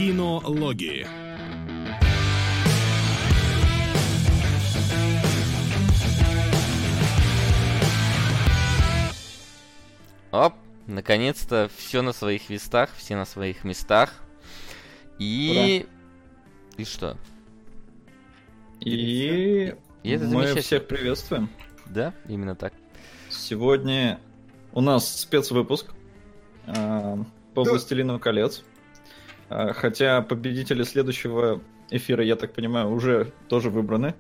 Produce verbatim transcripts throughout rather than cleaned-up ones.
Кинологии. Оп, наконец-то все на своих местах, все на своих местах. И... Ура. И что? И, И это мы всех приветствуем. Да, именно так. Сегодня у нас спецвыпуск э, по да. «Властелину колец». Э, хотя победители следующего эфира, я так понимаю, уже тоже выбраны.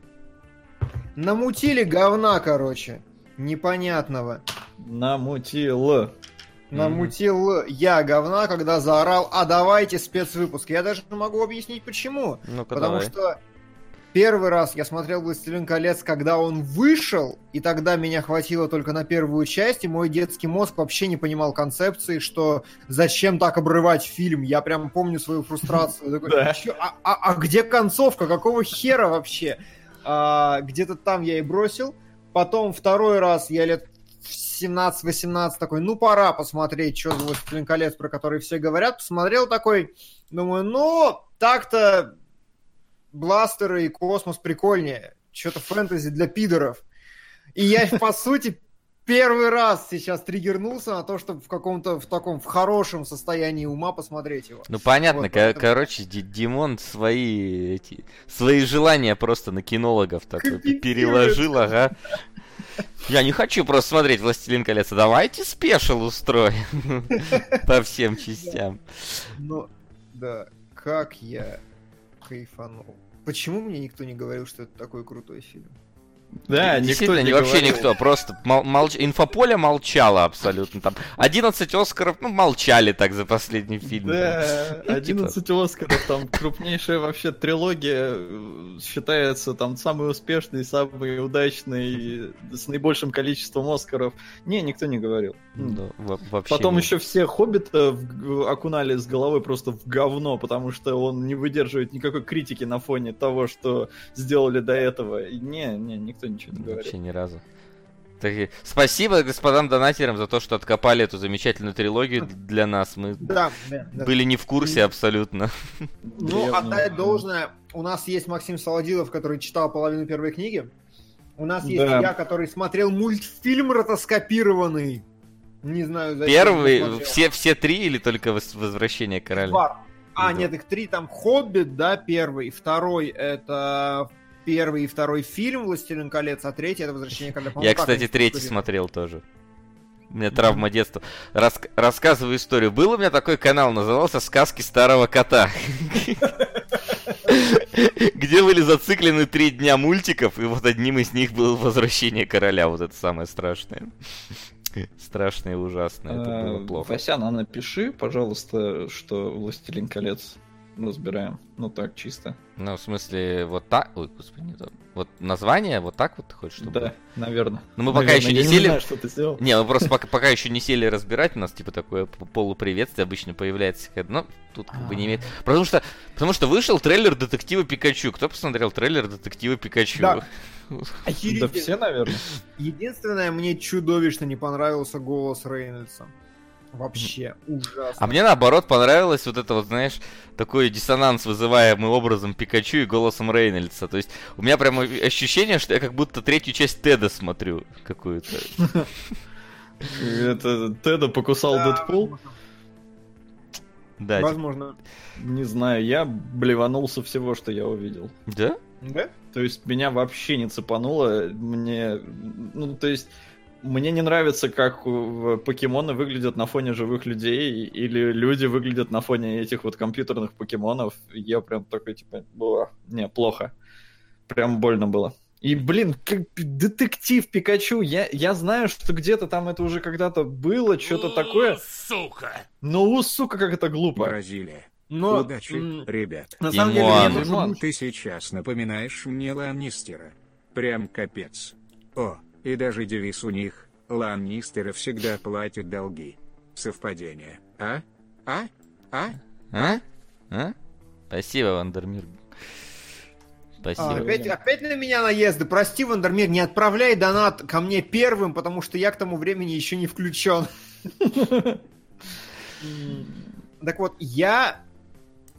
Намутили говна, короче. Непонятного. Намутил. Намутил mm-hmm. я говна, когда заорал: а давайте спецвыпуск. Я даже могу объяснить почему. Ну-ка, Потому давай. что первый раз я смотрел «Властелин колец», когда он вышел, и тогда меня хватило только на первую часть, и мой детский мозг вообще не понимал концепции, что зачем так обрывать фильм. Я прям помню свою фрустрацию. Такой, а, а, а где концовка? Какого хера вообще? А, где-то там я и бросил. Потом второй раз я лет в семнадцать-восемнадцать такой, ну пора посмотреть, что за «Властелин колец», про который все говорят. Посмотрел такой, думаю, ну так-то бластеры и космос прикольнее. Что-то фэнтези для пидоров. И я, по сути, первый раз сейчас триггернулся на то, чтобы в каком-то, в таком, в хорошем состоянии ума посмотреть его. Ну, понятно, вот, кор- поэтому... короче, Димон свои, эти, свои желания просто на кинологов так переложил, ага. Я не хочу просто смотреть «Властелин колец», давайте спешл устроим по всем частям. Ну, да, как я кайфанул. Почему мне никто не говорил, что это такой крутой фильм? Да, действительно, никто не вообще говорил. Никто, просто мол- молч... инфополе молчало абсолютно. Там одиннадцать Оскаров, ну, молчали так за последний фильм. Да, там. одиннадцать типа... Оскаров, там крупнейшая вообще трилогия, считается там самый успешный, самый удачный, с наибольшим количеством Оскаров. Не, никто не говорил. Да, вообще Потом нет. еще все «Хоббита» окунали с головой просто в говно, потому что он не выдерживает никакой критики на фоне того, что сделали до этого. Не, не, никто ничего не говорил. Вообще ни разу. Так, спасибо господам донатерам за то, что откопали эту замечательную трилогию для нас. Мы да, да, да. были не в курсе абсолютно. Ну, отдать должное. У нас есть Максим Солодилов, который читал половину первой книги. У нас есть да. я, который смотрел мультфильм ротоскопированный. Не знаю, зачем. Первый, все, все три или только «Возвращение короля»? Два. А, нет, их три. Там «Хоббит», да, первый. Второй — это... Первый и второй фильм «Властелин колец», а третий — это «Возвращение короля». Я, кстати, третий смотрел тоже. У меня травма детства. Рас... Рассказываю историю. Был у меня такой канал, назывался «Сказки старого кота». Где были зациклены три дня мультиков, и вот одним из них было «Возвращение короля». Вот это самое страшное. Страшное и ужасное. Это было плохо. Васян, а напиши, пожалуйста, что «Властелин колец» разбираем. Ну так, чисто. Ну, в смысле, вот так... Ой, господи, не то. Вот название, вот так вот ты хочешь, чтобы... Да, наверное. Ну, мы пока еще не сели... Не знаю, что ты сделал. Не, мы просто пока, пока еще не сели разбирать. У нас, типа, такое полуприветствие обычно появляется. Но тут как бы не имеет... Потому что, потому что вышел трейлер «Детектива Пикачу». Кто посмотрел трейлер «Детектива Пикачу»? Да. Да все, наверное. Единственное, мне чудовищно не понравился голос Рейнольдса. Вообще ужасно. А мне наоборот понравилось вот это вот, знаешь, такой диссонанс, вызываемый образом Пикачу и голосом Рейнольдса. То есть у меня прямо ощущение, что я как будто третью часть Теда смотрю какую-то. Это Теда покусал Дэдпул? Да. Возможно. Не знаю, я блеванулся всего, что я увидел. Да? Да? То есть меня вообще не цепануло. Мне... Ну, то есть... Мне не нравится, как покемоны выглядят на фоне живых людей, или люди выглядят на фоне этих вот компьютерных покемонов. Я прям такой, типа, было, не, плохо. Прям больно было. И, блин, как детектив Пикачу, я, я знаю, что где-то там это уже когда-то было, что-то такое. Сука! Ну, сука, как это глупо. Бразилия. Но... Удачи, м- ребят. На самом Димон. деле, Димон, ты сейчас напоминаешь мне Ланнистера. Прям капец. О, и даже девиз у них: Ланнистеры всегда платят долги. Совпадение, а? А? А? А? А? Спасибо, Вандермир. Спасибо. А, опять, опять на меня наезды. Прости, Вандермир, не отправляй донат ко мне первым, потому что я к тому времени еще не включен. Так вот, я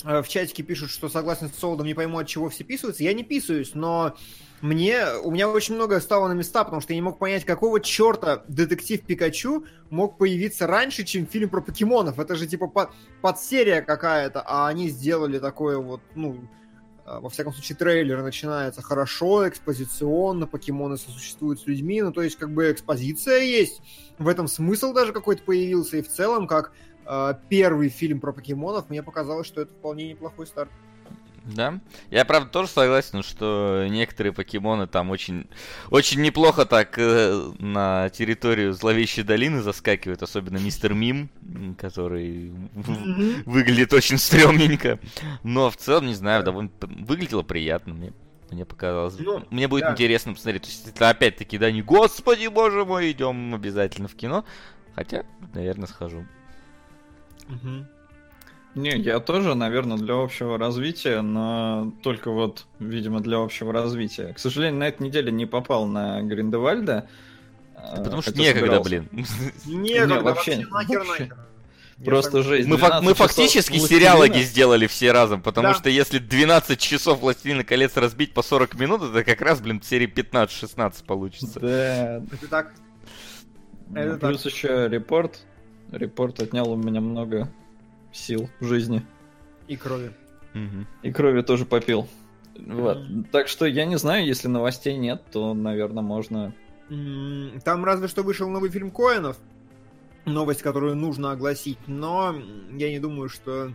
в чатике пишут, что согласен с Солодом, не пойму, от чего все писаются. Я не писаюсь, но мне, у меня очень многое стало на места, потому что я не мог понять, какого черта детектив Пикачу мог появиться раньше, чем фильм про покемонов. Это же типа под, подсерия какая-то, а они сделали такое вот, ну, во всяком случае, трейлер начинается хорошо, экспозиционно, покемоны сосуществуют с людьми, ну, то есть, как бы, экспозиция есть, в этом смысл даже какой-то появился, и в целом, как э, первый фильм про покемонов, мне показалось, что это вполне неплохой старт. Да. Я, правда, тоже согласен, что некоторые покемоны там очень, очень неплохо так э, на территорию Зловещей долины заскакивают, особенно мистер Мим, который mm-hmm. выглядит очень стрёмненько. Но в целом, не знаю, довольно выглядело приятно мне. Мне показалось. Ну, мне будет да. интересно посмотреть. То есть это опять-таки, да, не господи, боже мой, идем обязательно в кино. Хотя, наверное, схожу. Mm-hmm. Не, я тоже, наверное, для общего развития, но только вот, видимо, для общего развития. К сожалению, на этой неделе не попал на Гриндевальда. Потому что некогда, блин. Некогда, вообще нахер, нахер. Просто жизнь. Мы, фак- мы фактически сериалоги сделали все разом, потому да. что если двенадцать часов «Властелина колец» разбить по сорок минут, это как раз, блин, серии пятнадцать-шестнадцать получится. Да. Это так. Это плюс так. Еще репорт. Репорт отнял у меня много сил в жизни. И крови. Угу. И крови тоже попил. Вот. Mm. Так что я не знаю, если новостей нет, то, наверное, можно... Mm, там разве что вышел новый фильм Коэнов. Новость, которую нужно огласить. Но я не думаю, что...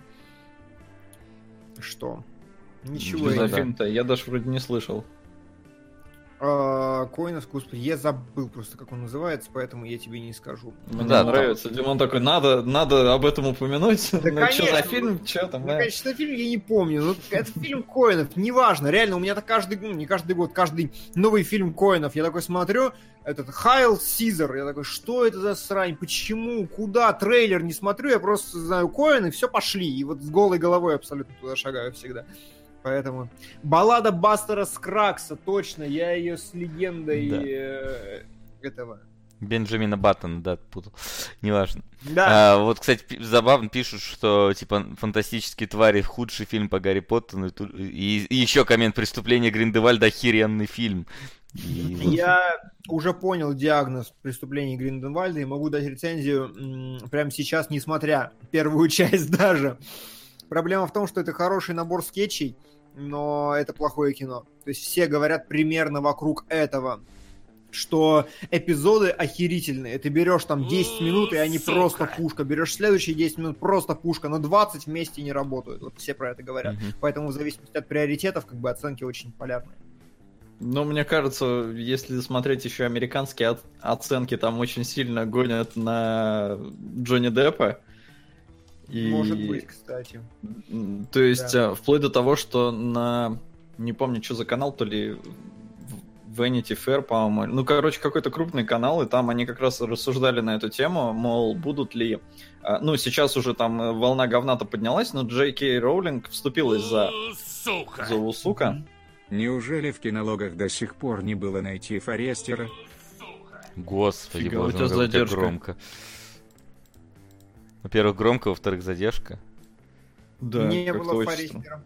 Что? Ничего. Что за фильм-то? Я даже вроде не слышал. Коинов, господи, я забыл просто, как он называется, поэтому я тебе не скажу. Мне да, нравится. Там... Димон такой, надо, надо об этом упомянуть. Да, ну, что за фильм? Что там? Ну, да? Конечно, фильм я не помню. Но это фильм Коинов, неважно. Реально, у меня так каждый, ну, не каждый год, каждый новый фильм Коинов. Я такой смотрю, этот Хайл Сизер. Я такой, что это за срань? Почему? Куда? Трейлер не смотрю, я просто знаю Коины, все, пошли. И вот с голой головой абсолютно туда шагаю всегда. Поэтому баллада Бастера Скракса, точно, я ее с легендой да. э, этого. Бенджамина Баттона, да, путал. Неважно. Да. А, вот, кстати, забавно пишут, что типа «Фантастические твари» худший фильм по Гарри Поттеру. И, и еще коммент «Преступление Гриндевальда» охеренный фильм. И... Я уже понял диагноз «Преступление Гриндевальда» и могу дать рецензию м- прямо сейчас, несмотря первую часть даже. Проблема в том, что это хороший набор скетчей, но это плохое кино. То есть все говорят примерно вокруг этого, что эпизоды охерительные. Ты берешь там десять минут, и они Сука. просто пушка. Берешь следующие десять минут, просто пушка, но двадцать вместе не работают. Вот все про это говорят. Mm-hmm. Поэтому в зависимости от приоритетов, как бы оценки очень полярные. Ну, мне кажется, если смотреть еще американские от- оценки, там очень сильно гонят на Джонни Деппа. И... Может быть, кстати. То есть, да. вплоть до того, что на... Не помню, что за канал, то ли Vanity Fair, по-моему. Ну, короче, какой-то крупный канал, и там они как раз рассуждали на эту тему, мол, будут ли... Ну, сейчас уже там волна говна-то поднялась, но Джей Кей Роулинг вступилась за... Сука! За сука. Неужели в кинологах до сих пор не было найти Форестера? Господи, Фига, боже мой, как это громко. Во-первых, громко, во-вторых, задержка. Да, не было Форестера.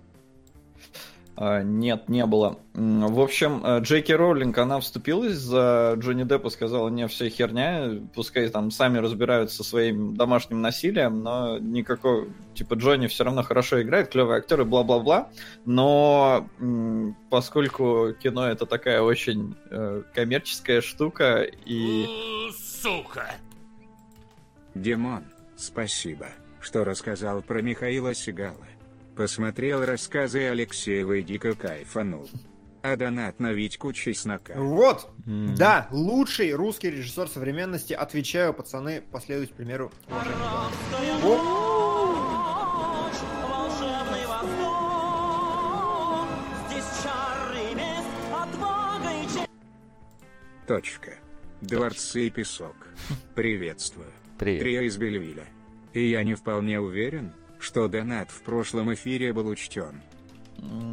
А, нет, не было. В общем, Джей Кей Роулинг, она вступилась за Джонни Деппа, сказала, не, все херня, пускай там сами разбираются со своим домашним насилием, но никакого, типа, Джонни все равно хорошо играет, клевый актер и бла-бла-бла, но м- поскольку кино это такая очень э, коммерческая штука и... Сука! Димон, спасибо, что рассказал про Михаила Сигала. Посмотрел рассказы Алексеева и дико кайфанул. А донат на Витьку Чеснока. Вот, mm-hmm. да, лучший русский режиссер современности. Отвечаю, пацаны, последуйте примеру. Точка. Дворцы и песок. Приветствую. Привет. Трио из Бельвиля. И я не вполне уверен, что донат в прошлом эфире был учтен.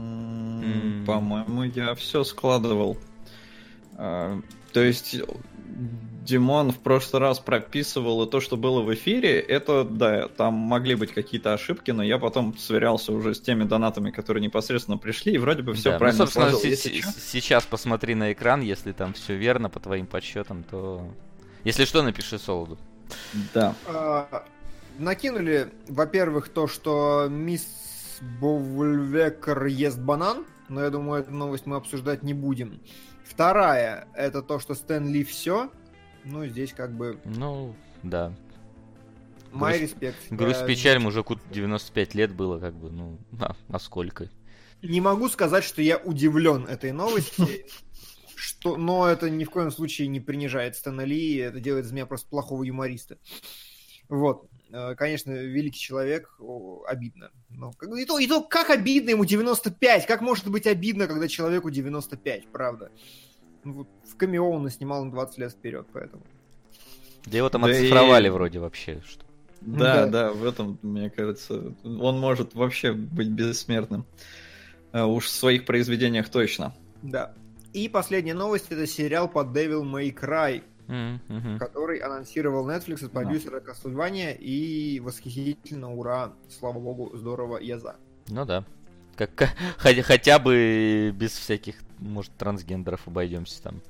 Mm-hmm. По-моему, я все складывал. А, то есть, Димон в прошлый раз прописывал и то, что было в эфире, это, да, там могли быть какие-то ошибки, но я потом сверялся уже с теми донатами, которые непосредственно пришли, и вроде бы все Да, правильно ну, собственно, сложил. с- Если чё- с- сейчас посмотри на экран, если там все верно по твоим подсчетам, то... Если что, напиши Солоду. Да. А, накинули, во-первых, то, что мисс Бовульвекер ест банан, но я думаю, эту новость мы обсуждать не будем. Вторая, это то, что Стэн Ли все. Ну, здесь как бы Ну, да. мой Грусть- респект. Грусть, Я печаль, мужику девяносто пять лет было, как бы, ну, а, а сколько? Не могу сказать, что я удивлен этой новости, что, но это ни в коем случае не принижает Стэна Ли, это делает из меня просто плохого юмориста. Вот. Э, Конечно, великий человек, о, обидно. Но, как- и, то, и то, как обидно ему девяносто пять? Как может быть обидно, когда человеку девяносто пять, правда? Ну, вот в камео он снимал на двадцать лет вперед, поэтому. Да его там Да и- оцифровали вроде вообще. Что... Да, Да. да, в этом, мне кажется, он может вообще быть бессмертным. А уж в своих произведениях точно. Да. И последняя новость — это сериал по Devil May Cry, М, мгм. который анонсировал Netflix от продюсера Castlevania, и восхитительно, ура, слава богу, здорово, я за. Ну да. Как, ка- хотя, хотя бы без всяких, может, трансгендеров обойдемся там.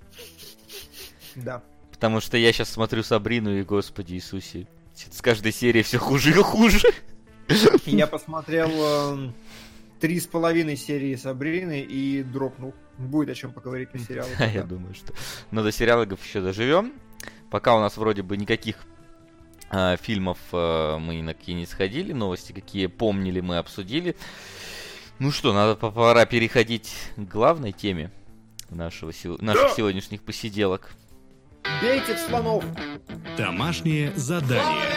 Да. Потому что я сейчас смотрю Сабрину, и, господи Иисусе, чё-то с каждой серии все хуже и хуже. Я посмотрел эм, три с половиной серии Сабрины и дропнул. Будет о чем поговорить по сериалу. А я думаю, что... Но до сериалогов еще доживем. Пока у нас вроде бы никаких а, фильмов а, мы ни на какие не сходили. Новости, какие помнили, мы обсудили. Ну что, надо по- пора переходить к главной теме нашего, сего- наших сегодняшних посиделок. Бейте в слонов! Домашнее задание.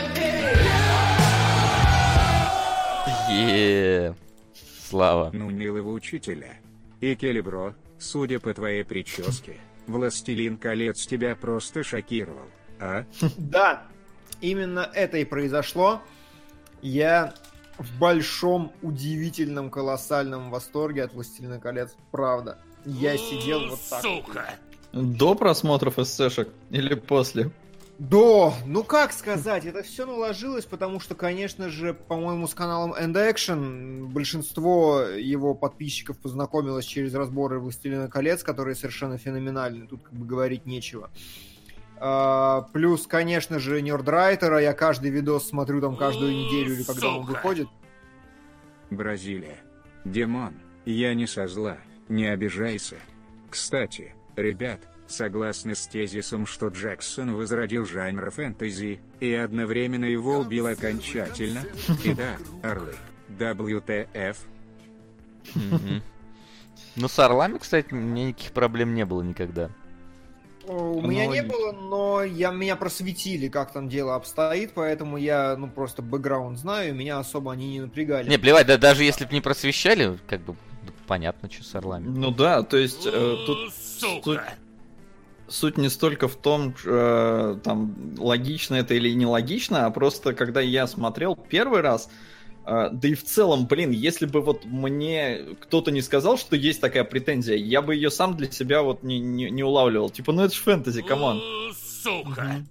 Е Слава. Ну, милого учителя. И Келебро, судя по твоей прическе, «Властелин колец» тебя просто шокировал, а? Да, именно это и произошло. Я в большом, удивительном, колоссальном восторге от «Властелина колец». Правда. Я сидел вот так. Сука. До просмотров эсэшек или после? Да, ну как сказать, это все наложилось, потому что, конечно же, по-моему, с каналом End Action большинство его подписчиков познакомилось через разборы «Властелина колец», которые совершенно феноменальны, тут как бы говорить нечего. А, плюс, конечно же, Нердрайтера, я каждый видос смотрю там каждую неделю или когда он Сука. выходит. Бразилия. Димон, я не со зла, не обижайся. Кстати, ребят, согласны с тезисом, что Джексон возродил жанр фэнтези, и одновременно его убил окончательно? И да, орлы. дабл ю ти эф. Мгм. Ну, с орлами, кстати, у меня никаких проблем не было никогда. О, У меня не Аналогично. было, но я, меня просветили, как там дело обстоит, поэтому я, ну, просто бэкграунд знаю, и меня особо они не напрягали. Не, плевать, да, даже если бы не просвещали, как бы, да, понятно, что с орлами. Ну да, то есть э, тут суть, Сука. суть не столько в том, э, там, логично это или нелогично, а просто когда я смотрел первый раз, э, да и в целом, блин, если бы вот мне кто-то не сказал, что есть такая претензия, я бы ее сам для себя вот не, не, не улавливал. Типа, ну это же фэнтези, камон. Сука.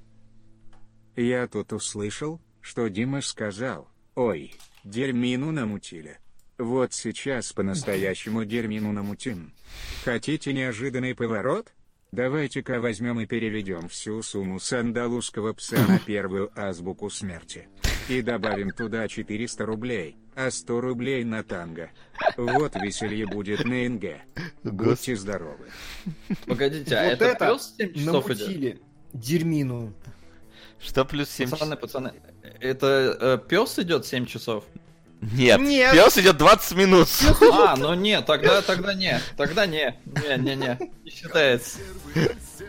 Я тут услышал, что Дима сказал, ой, дерьмину намутили. Вот сейчас по-настоящему дерьмину намутим. Хотите неожиданный поворот? Давайте-ка возьмем и переведем всю сумму с андалузского пса на первую азбуку смерти. И добавим туда четыреста рублей, а сто рублей на танго. Вот веселье будет на эн гэ. Будьте здоровы. Погодите, а Вот это, это плюс семь часов идет? намутили дерьмину. Что плюс семь Пацаны, часов? пацаны, это э, пес идет семь часов? Нет, Нет. пес идет двадцать минут. А, ну нет, тогда, тогда не, тогда не, не, не, не, не считается.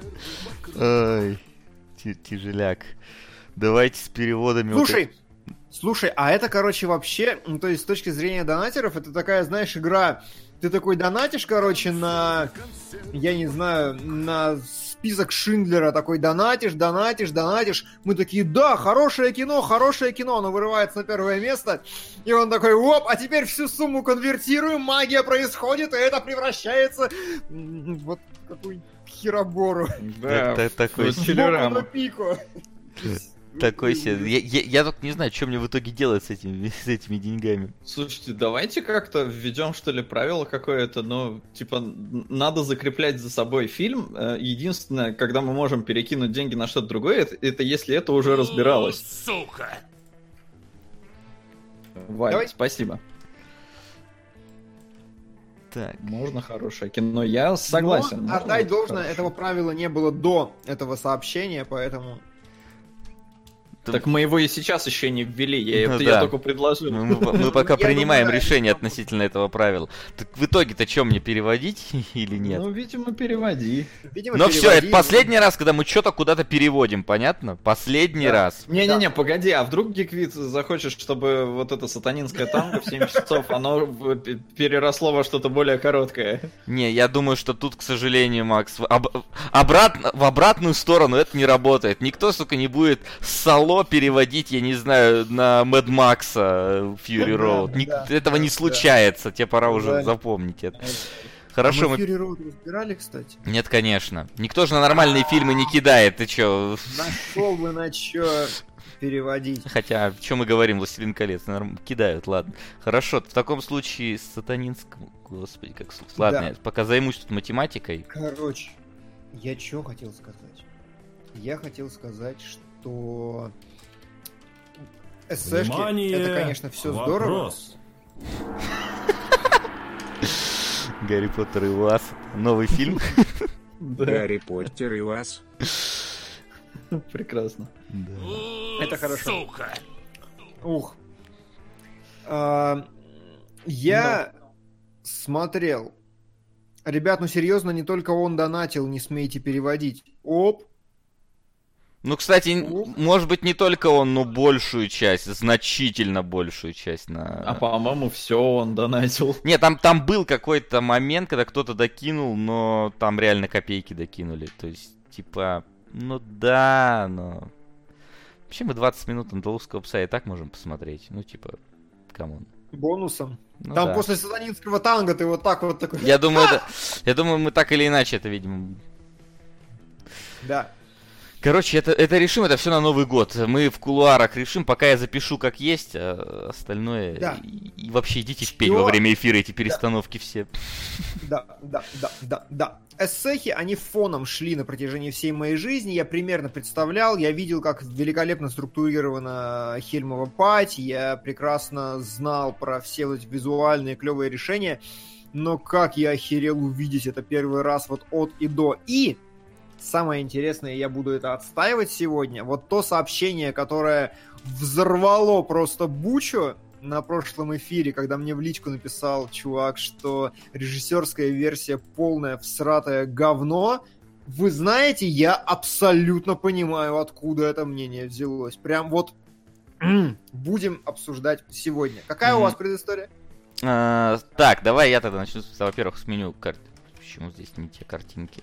Ой, ти- тяжеляк. Давайте с переводами. вот Слушай, Слушай, а это, короче, вообще, ну, то есть, с точки зрения донатеров, это такая, знаешь, игра... Ты такой донатишь, короче, на, я не знаю, на список Шиндлера, такой донатишь, донатишь, донатишь. Мы такие, да, хорошее кино, хорошее кино. Оно вырывается на первое место. И он такой, оп, а теперь всю сумму конвертируем, магия происходит, и это превращается... Вот какой херобору. Да, такой Челерама. Пико. Такой себе. Я, я, я только не знаю, что мне в итоге делать с этими, с этими деньгами. Слушайте, давайте как-то введем, что ли, правило какое-то, ну, типа, надо закреплять за собой фильм. Единственное, когда мы можем перекинуть деньги на что-то другое, это, это если это уже разбиралось. Сука! Ваня, Давай. спасибо. Так. Можно хорошее кино, я согласен. Но можно отдай должное, хорошее. этого правила не было до этого сообщения, поэтому... Так мы его и сейчас еще не ввели, я, Ну это да. я только предложил. Мы, мы- мы пока Я принимаем думаю, решение это- относительно этого правила. Так в итоге-то что, мне переводить или нет? Ну, видимо, переводи. Видимо, Но все, переводи, это последний раз, когда мы что-то куда-то переводим, понятно? Последний Да. раз. Не-не-не, погоди, а вдруг Гиквит захочет, чтобы вот это сатанинское танго в семь часов, оно в- п- переросло во что-то более короткое? Не, я думаю, что тут, к сожалению, Макс, в, об- обратно, в обратную сторону это не работает. Никто, сука, не будет Сало переводить, я не знаю, на Мэд Макса Fury Да, Road. Ник- да, Этого не да. случается, тебе пора уже Да. запомнить это. А Хорошо, мы мы... Fury Road разбирали, кстати? Нет, конечно. Никто же на нормальные фильмы не кидает, ты чё? Нашел бы на чё переводить. Хотя, что мы говорим, Властелин колец, норм- кидают, ладно. Хорошо, в таком случае с сатанинским... Господи, как... сл- Ладно, Да. я пока займусь тут математикой. Короче, я чё хотел сказать? Я хотел сказать, что... эсэшки, Внимание! это, конечно, все здорово. Вопрос. Гарри Поттер и Уаз. Новый фильм. Гарри Поттер и вас. Прекрасно. Это хорошо. Сука! Ух. А, я смотрел. Ребят, ну серьезно, не только он донатил, не смейте переводить. Оп. Ну, кстати, н- Ну. может быть, не только он, но большую часть, значительно большую часть на... А по-моему, все он донатил. Не, там, там был какой-то момент, когда кто-то докинул, но там реально копейки докинули. То есть, типа, ну да, но... Вообще мы двадцать минут андалузского пса и так можем посмотреть. Ну, типа, камон. Бонусом. Ну Там да. после сатанинского танго ты вот так вот такой... Я думаю, это... Я думаю, мы так или иначе это видим. Да. Короче, это, это решим, это все на Новый год. Мы в кулуарах решим, пока я запишу как есть, а остальное... Да. И, и вообще идите в пень Всё. во время эфира, эти перестановки все. Да, да, да, да, да. Эссехи, они фоном шли на протяжении всей моей жизни. Я примерно представлял, я видел, как великолепно структурирована Хельмова пать. Я прекрасно знал про все вот эти визуальные клевые решения. Но как я охерел увидеть это первый раз вот от и до. И самое интересное, я буду это отстаивать сегодня. Вот то сообщение, которое взорвало просто бучу на прошлом эфире, когда мне в личку написал чувак, что режиссерская версия полное всратое говно. Вы знаете, я абсолютно понимаю, откуда это мнение взялось. Прям вот м, будем обсуждать сегодня. Какая у Мгм. вас предыстория? А, так, давай я тогда начну. с- Во-первых, сменю карты. Почему здесь не те картинки?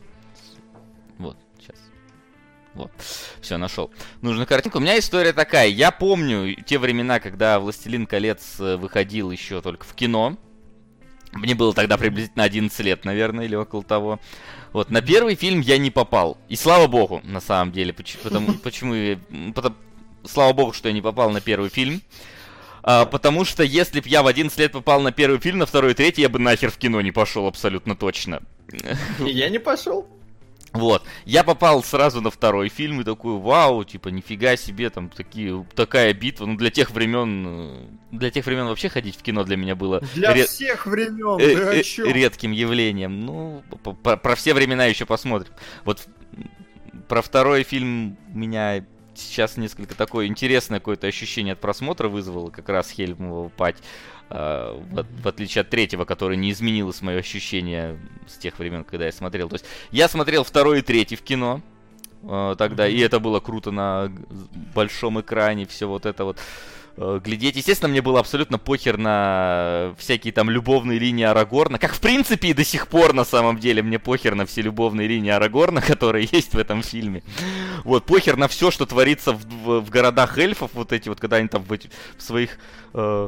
Вот, сейчас. Вот. Все, нашел. Нужную картинку. У меня история такая. Я помню те времена, когда «Властелин колец» выходил еще только в кино. Мне было тогда приблизительно одиннадцать лет, наверное, или около того. Вот, на первый фильм я не попал. И слава богу, на самом деле. Поч- Потому, почему... я- потому- Слава богу, что я не попал на первый фильм. А, потому что если бы я в одиннадцать лет попал на первый фильм, на второй и третий, я бы нахер в кино не пошел абсолютно точно. И я не пошел. Вот. Я попал сразу на второй фильм и такой, вау, типа, нифига себе, там такие, такая битва. Ну, для тех времен, э, для тех времен вообще ходить в кино для меня было Для ре- всех времен, э, ты о э, чём? редким явлением. Ну, по- по- про все времена еще посмотрим. Вот м, про второй фильм меня сейчас несколько такое интересное какое-то ощущение от просмотра вызвало, как раз Хельмова пать. Uh, в, в отличие от третьего, который не изменилось мое ощущение с тех времен, когда я смотрел. То есть я смотрел второй и третий в кино uh, тогда, mm-hmm. и это было круто на большом экране, все вот это вот. э, глядеть. Естественно, мне было абсолютно похер на всякие там любовные линии Арагорна. Как, в принципе, и до сих пор, на самом деле, мне похер на все любовные линии Арагорна, которые есть в этом фильме. Вот, похер на все, что творится в, в, в городах эльфов, вот эти вот, когда они там в, эти, в своих... Э,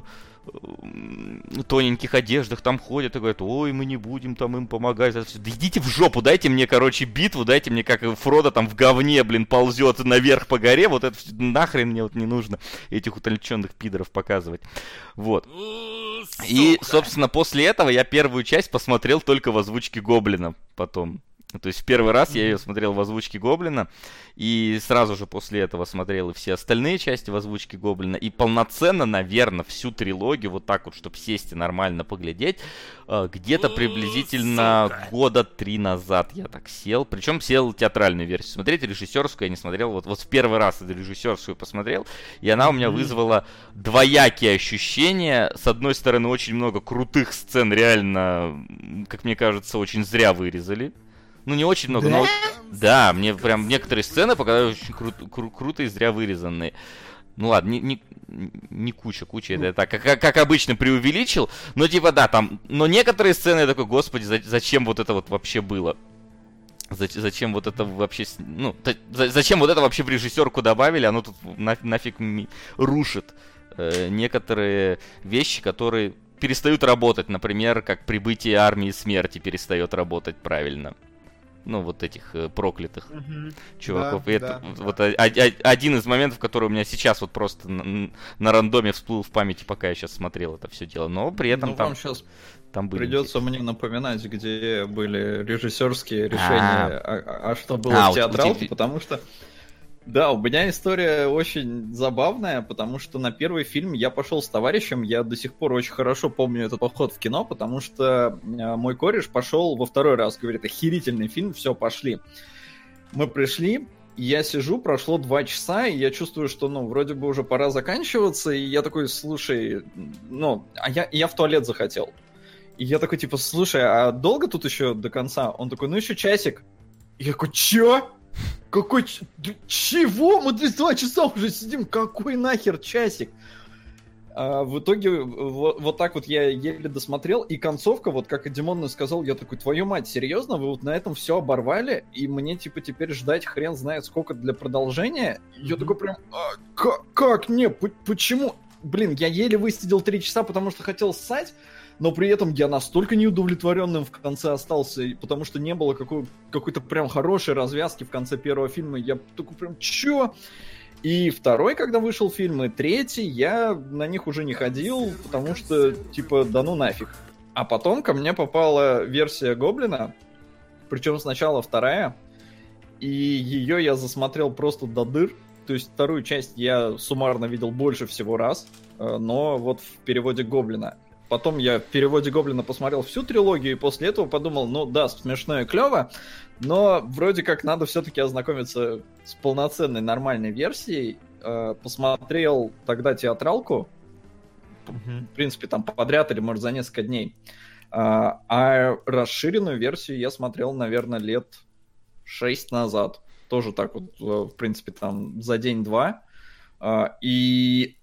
тоненьких одеждах там ходят и говорят, ой, мы не будем там им помогать. Да идите в жопу, дайте мне, короче, битву, дайте мне, как Фродо там в говне, блин, ползет наверх по горе, вот это нахрен мне вот не нужно этих утонченных пидоров показывать. Вот. И, собственно, после этого я первую часть посмотрел только в озвучке Гоблина потом. То есть в первый раз я ее смотрел в озвучке Гоблина, и сразу же после этого смотрел и все остальные части в озвучке Гоблина, и полноценно, наверное, всю трилогию, вот так вот, чтобы сесть и нормально поглядеть, где-то приблизительно Сука. года три назад я так сел, причем сел театральную версию смотреть, режиссерскую я не смотрел, вот, вот в первый раз режиссерскую посмотрел, и она у меня вызвала двоякие ощущения. С одной стороны, очень много крутых сцен реально, как мне кажется, очень зря вырезали. Ну, не очень много, да? но... Да, мне прям некоторые сцены показались очень кру- кру- круто и зря вырезанные. Ну ладно, не, не, не куча, куча, это я так, как, как обычно преувеличил. Но типа, да, там... Но некоторые сцены я такой, господи, за, зачем вот это вот вообще было? Зачем, зачем вот это вообще... Ну, за, зачем вот это вообще в режиссерку добавили? Оно тут на, нафиг ми, рушит э, некоторые вещи, которые перестают работать. Например, как прибытие армии смерти перестает работать правильно. Ну, вот этих э, проклятых mm-hmm. чуваков. Да, и это да, вот да. А, а, один из моментов, который у меня сейчас вот просто на, на рандоме всплыл в памяти, пока я сейчас смотрел это все дело. Но при этом ну, там... вам сейчас там были придется мне напоминать, где были режиссерские решения, а, а, а что было а, в театралке, вот, потому что... Да, у меня история очень забавная, потому что на первый фильм я пошел с товарищем, я до сих пор очень хорошо помню этот поход в кино, потому что мой кореш пошел во второй раз, говорит, охерительный фильм, все, пошли. Мы пришли, я сижу, прошло два часа, и я чувствую, что, ну, вроде бы уже пора заканчиваться, и я такой, слушай, ну, а я, я в туалет захотел. И я такой, типа, слушай, а долго тут еще до конца? Он такой, ну, еще часик. И я такой, чё? Какой... Чего? Мы здесь два часа уже сидим, какой нахер часик? А в итоге вот, вот так вот я еле досмотрел, и концовка, вот как и Димон сказал, я такой, твою мать, серьезно? Вы вот на этом все оборвали? И мне типа теперь ждать хрен знает сколько для продолжения? Mm-hmm. Я такой прям, а, как, как? Не, почему? Блин, я еле высидел три часа, потому что хотел ссать, но при этом я настолько неудовлетворенным в конце остался, потому что не было какой- какой-то прям хорошей развязки в конце первого фильма. Я такой прям, чё? И второй, когда вышел фильм, и третий, я на них уже не ходил, потому что, типа, да ну нафиг. А потом ко мне попала версия Гоблина, причем сначала вторая, и ее я засмотрел просто до дыр. То есть вторую часть я суммарно видел больше всего раз, но вот в переводе Гоблина. Потом я в переводе Гоблина посмотрел всю трилогию, и после этого подумал, ну да, смешно и клево, но вроде как надо все-таки ознакомиться с полноценной нормальной версией. Посмотрел тогда театралку, mm-hmm. в принципе, там подряд или, может, за несколько дней. А расширенную версию я смотрел, наверное, лет шесть назад. Тоже так вот, в принципе, там за день-два. И...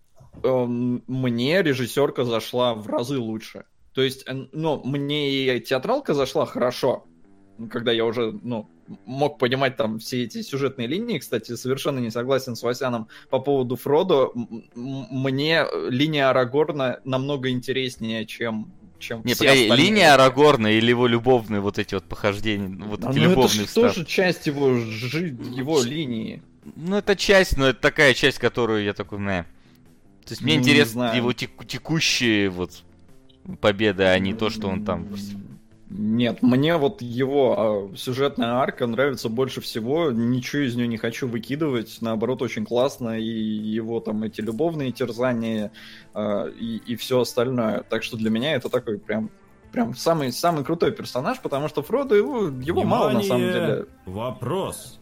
мне режиссерка зашла в разы лучше. То есть, ну, мне и театралка зашла хорошо, когда я уже, ну, мог понимать там все эти сюжетные линии. Кстати, совершенно не согласен с Васяном по поводу Фродо. Мне линия Арагорна намного интереснее, чем... чем не, все погоди, остальные. Линия Арагорна или его любовные вот эти вот похождения, вот да, эти ну любовные это же тоже часть его, жи... его линии. Ну, это часть, но это такая часть, которую я такой, не... То есть мне ну, интересно его теку- текущие вот победы, а не то, что он там... Нет, мне вот его а, сюжетная арка нравится больше всего, ничего из нее не хочу выкидывать, наоборот, очень классно, и его там эти любовные терзания, а, и, и все остальное. Так что для меня это такой прям, прям самый, самый крутой персонаж, потому что Фродо, его, его мало на самом деле. Вопрос.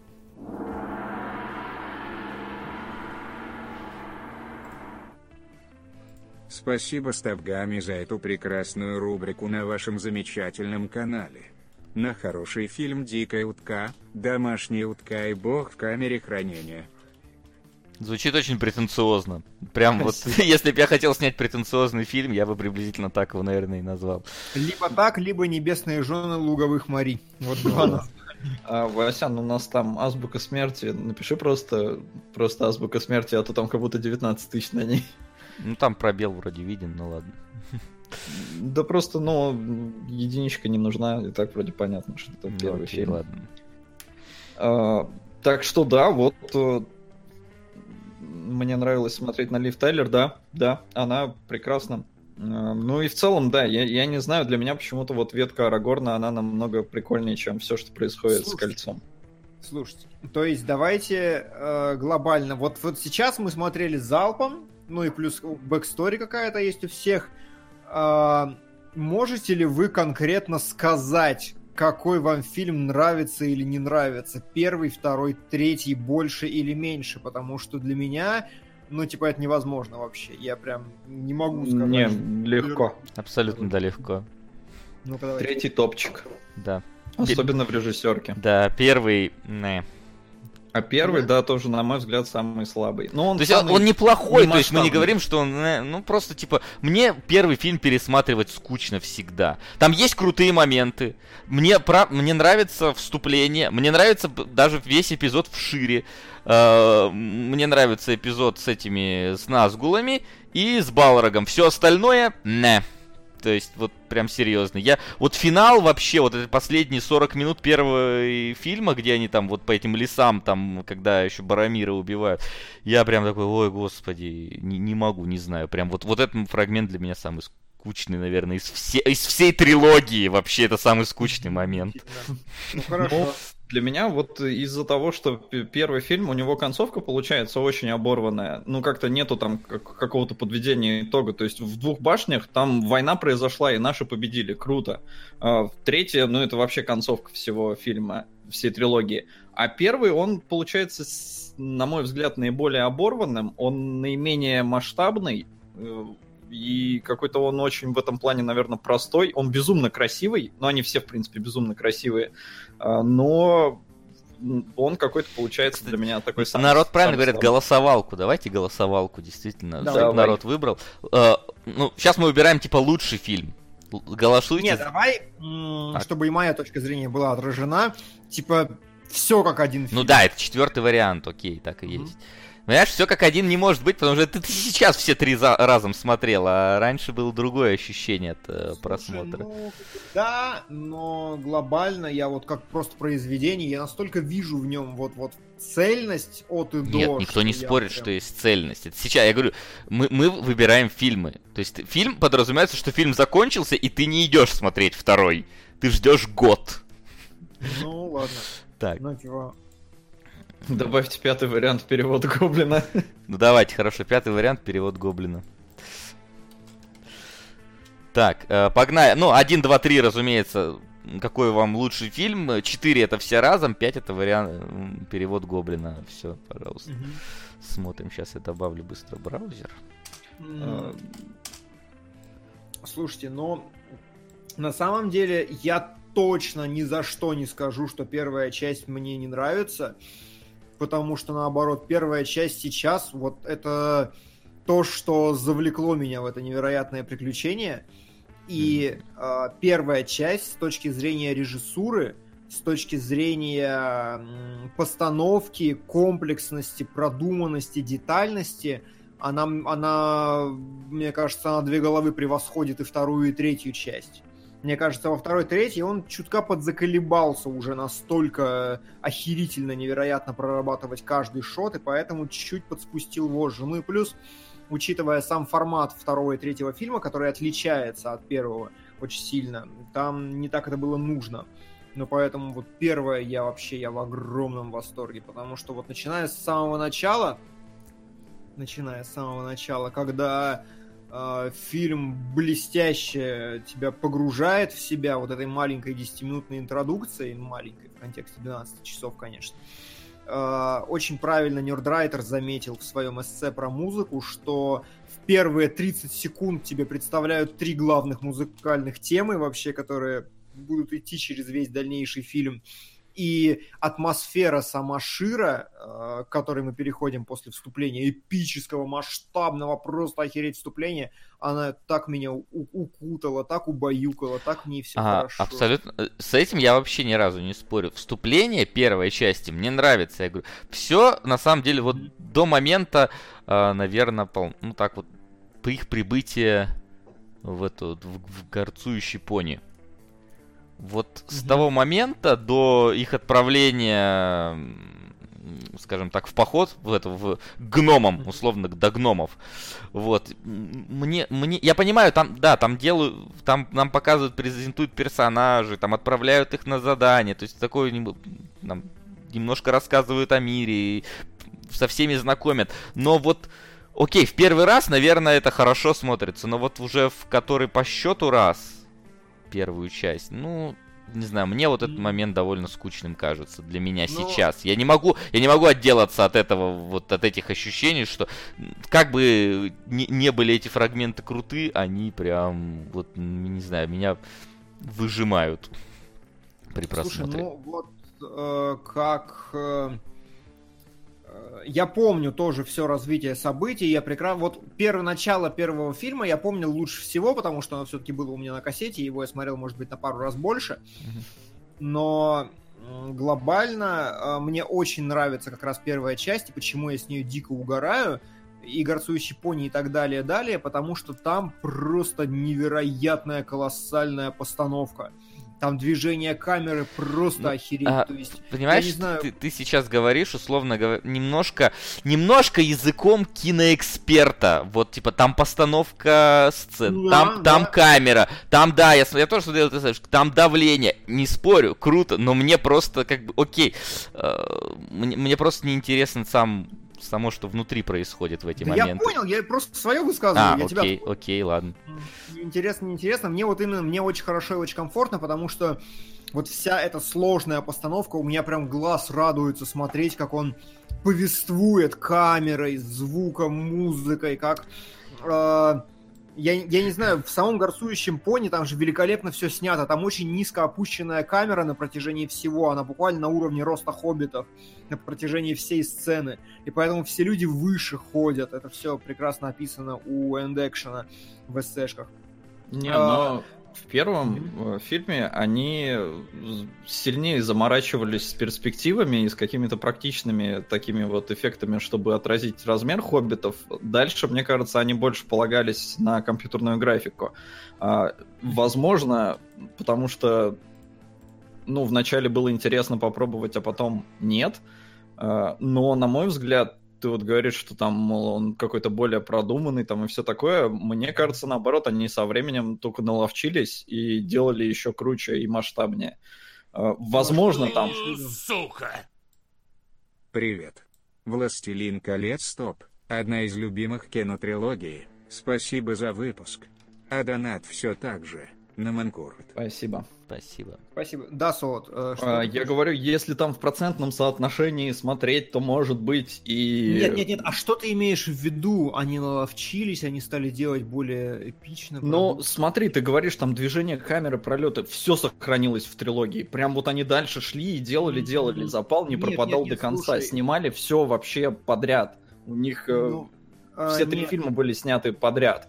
Спасибо, Ставгами, за эту прекрасную рубрику на вашем замечательном канале. На хороший фильм «Дикая утка», «Домашняя утка» и «Бог в камере хранения». Звучит очень претенциозно. Прям вот, если бы я хотел снять претенциозный фильм, я бы приблизительно так его, наверное, и назвал. Либо так, либо «Небесные жены луговых морей». Вот два названия. А, Васян, у нас там азбука смерти. Напиши просто, просто азбука смерти, а то там как будто девятнадцать тысяч на ней. Ну там пробел вроде виден, ну ладно. Да просто, ну, единичка не нужна, и так вроде понятно, что это первый Ну, окей, фильм. ладно. А, так что да, вот э, мне нравилось смотреть на Лив Тайлер, да, да, она прекрасна. А, ну и в целом, да, я, я не знаю, для меня почему-то вот ветка Арагорна, она намного прикольнее, чем все, что происходит Слушайте. с Кольцом. Слушайте, то есть давайте э, глобально. Вот, вот сейчас мы смотрели залпом, ну и плюс бэкстори какая-то есть у всех. А, можете ли вы конкретно сказать, какой вам фильм нравится или не нравится? Первый, второй, третий, больше или меньше? Потому что для меня, ну, типа, это невозможно вообще. Я прям не могу сказать. Не, что- легко. Абсолютно да, легко. Ну-ка, давайте. Третий топчик. Да. Особенно в режиссерке. Да, первый... Не. А первый, да, тоже, на мой взгляд, самый слабый. Но он То есть он, самый он неплохой, то есть мы не немасштабный. говорим, что он, э, ну просто типа, мне первый фильм пересматривать скучно всегда. Там есть крутые моменты, мне, про, мне нравится вступление, мне нравится б- даже весь эпизод вшире, Э, мне нравится эпизод с этими, с Назгулами и с Балрогом, все остальное, не. То есть, вот прям серьезно. Я. Вот финал вообще, вот эти последние сорок минут первого фильма, где они там вот по этим лесам, там, когда еще Барамира убивают, я прям такой, ой, господи, не, не могу, не знаю. Прям вот, вот этот фрагмент для меня самый скучный, наверное, из, все, из всей трилогии. Вообще, это самый скучный момент. Ну хорошо. Ну, для меня вот из-за того, что п- первый фильм, у него концовка получается очень оборванная. Ну, как-то нету там как- какого-то подведения итога. То есть в «Двух башнях» там война произошла, и наши победили. Круто. А в третье, ну, это вообще концовка всего фильма, всей трилогии. А первый, он получается, с- на мой взгляд, наиболее оборванным. Он наименее масштабный. э, И какой-то он очень в этом плане, наверное, простой. Он безумно красивый. Ну, они все, в принципе, безумно красивые. А, Но он какой-то получается для меня такой самый... Народ правильно самый говорит, слабый. голосовалку. Давайте голосовалку, действительно. Давай. Чтоб народ выбрал. Э, ну, сейчас мы выбираем, типа, лучший фильм. Л- Голосуйте. Не, давай, м, Так. чтобы и моя точка зрения была отражена. Типа, все как один фильм. Ну да, это четвертый вариант, окей, так и Мгм. есть. Понимаешь, все как один не может быть, потому что ты, ты сейчас все три за- разом смотрел, а раньше было другое ощущение от э, Слушай, просмотра. ну, да, но глобально я вот как просто произведение, я настолько вижу в нем вот вот цельность от и до. Нет, никто не я спорит, прям- что есть цельность. Это сейчас, я говорю, мы, мы выбираем фильмы. То есть фильм подразумевается, что фильм закончился, и ты не идешь смотреть второй. Ты ждешь год. Ну ладно, Так, ну типа. Добавьте пятый вариант перевода Гоблина. ну давайте, хорошо, пятый вариант, перевод Гоблина. Так, э, погнали. Ну, один, два, три, разумеется, какой вам лучший фильм. четыре это все разом, пять это вариант, м, перевод Гоблина. Все, пожалуйста. мгм. Смотрим, сейчас я добавлю быстро браузер. М, Слушайте, но на самом деле я точно ни за что не скажу, что первая часть мне не нравится, потому что наоборот, первая часть сейчас вот это то, что завлекло меня в это невероятное приключение. И э, первая часть с точки зрения режиссуры, с точки зрения м, постановки, комплексности, продуманности, детальности, она, она, мне кажется, на две головы превосходит и вторую, и третью часть. Мне кажется, во второй, третьей он чутка подзаколебался уже настолько охерительно, невероятно прорабатывать каждый шот, и поэтому чуть-чуть подспустил вожжи. Ну и плюс, учитывая сам формат второго и третьего фильма, который отличается от первого очень сильно, там не так это было нужно. Но поэтому вот первое я вообще я в огромном восторге, потому что вот начиная с самого начала, начиная с самого начала, когда э, фильм блестяще тебя погружает в себя вот этой маленькой десятиминутной интродукцией, маленькой в контексте двенадцати часов, конечно, э, очень правильно Нердрайтер заметил в своем эссе про музыку, что в первые тридцать секунд тебе представляют три главных музыкальных темы вообще, которые будут идти через весь дальнейший фильм. и атмосфера сама Шира, э, к которой мы переходим после вступления, эпического, масштабного, просто охереть вступления, она так меня у- укутала, так убаюкала, так в ней все Ага, хорошо. абсолютно. С этим я вообще ни разу не спорю. Вступление первой части мне нравится. Я говорю, все на самом деле вот до момента, наверное, ну так вот, по их прибытия в эту в, в горцующий пони. Вот с Мгм. того момента до их отправления, м, скажем так, в поход, в это, в гномам, условно, до гномов. Вот. М, Мне, мне, я понимаю, там, да, там делают, там нам показывают, презентуют персонажей, там отправляют их на задание, то есть такое, нем- нам немножко рассказывают о мире, и со всеми знакомят. Но вот, окей, в первый раз, наверное, это хорошо смотрится, но вот уже в который по счету раз первую часть, ну, не знаю, мне вот этот М. момент довольно скучным кажется для меня Но- сейчас. Я не могу, я не могу отделаться от этого, вот от этих ощущений, что м, как бы не, не были эти фрагменты круты, они прям, вот, м, не знаю, меня выжимают при Слушай, просмотре. ну вот э, как... э, э, я помню тоже все развитие событий, я прекрасно... Вот первое начало первого фильма я помнил лучше всего, потому что оно все-таки было у меня на кассете, его я смотрел, может быть, на пару раз больше. Мгм. Но м, глобально э, мне очень нравится как раз первая часть, и почему я с нее дико угораю, и «Горцующий пони» и так далее, далее, потому что там просто невероятная, колоссальная постановка. Там движение камеры просто Ну, охереть. а, То есть, Понимаешь, я не знаю- ты, ты сейчас говоришь, условно говоря, немножко, немножко языком киноэксперта. Вот, типа, там постановка сцен, Ну там, да, там да. камера, там, да, я, см- я тоже смотрел, ты знаешь, там давление. Не спорю, круто, но мне просто, как бы, окей, э, мне, мне просто неинтересно сам, само, что внутри происходит в эти да я моменты. понял, я просто свое высказываю. А, я тебя окей, окей, ладно. Интересно, неинтересно. Мне вот именно, мне очень хорошо и очень комфортно, потому что вот вся эта сложная постановка, у меня прям глаз радуется смотреть, как он повествует камерой, звуком, музыкой, как... э, я, я не знаю, в самом «Горцующем пони» там же великолепно все снято, там очень низко опущенная камера на протяжении всего, она буквально на уровне роста хоббитов на протяжении всей сцены, и поэтому все люди выше ходят, это все прекрасно описано у энд-экшена в эсэшках. Не, А, но в первом э, фильме они сильнее заморачивались с перспективами и с какими-то практичными такими вот эффектами, чтобы отразить размер хоббитов. Дальше, мне кажется, они больше полагались на компьютерную графику. А, возможно, потому что, ну, вначале было интересно попробовать, а потом нет. А, но, на мой взгляд, ты вот говоришь, что там, мол, он какой-то более продуманный там и все такое. Мне кажется, наоборот, они со временем только наловчились и делали еще круче и масштабнее. А, Возможно, там... Сука! Привет. «Властелин колец» топ. Одна из любимых кинотрилогии. Спасибо за выпуск. А донат все так же. На Манкурт. Спасибо. Спасибо. Спасибо. Да, Солод. э, что А, ты я хочешь? говорю, если там в процентном соотношении смотреть, то может быть и... Нет, нет, нет, а что ты имеешь в виду? Они наловчились, они стали делать более эпично? Ну, продукт? смотри, ты говоришь, там движение камеры, пролеты, все сохранилось в трилогии. Прям вот они дальше шли и делали, делали. Запал не Нет, пропадал нет, нет, до конца. слушай. Снимали все вообще подряд. У них э, Ну, а, все три нет. фильма были сняты подряд.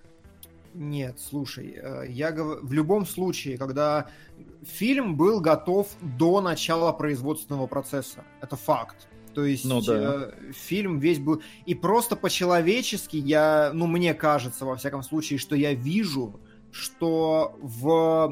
Нет, слушай, э, я говорю, в любом случае, когда фильм был готов до начала производственного процесса, это факт. То есть Ну да. э, фильм весь был... И просто по-человечески я, ну, мне кажется, во всяком случае, что я вижу, что в,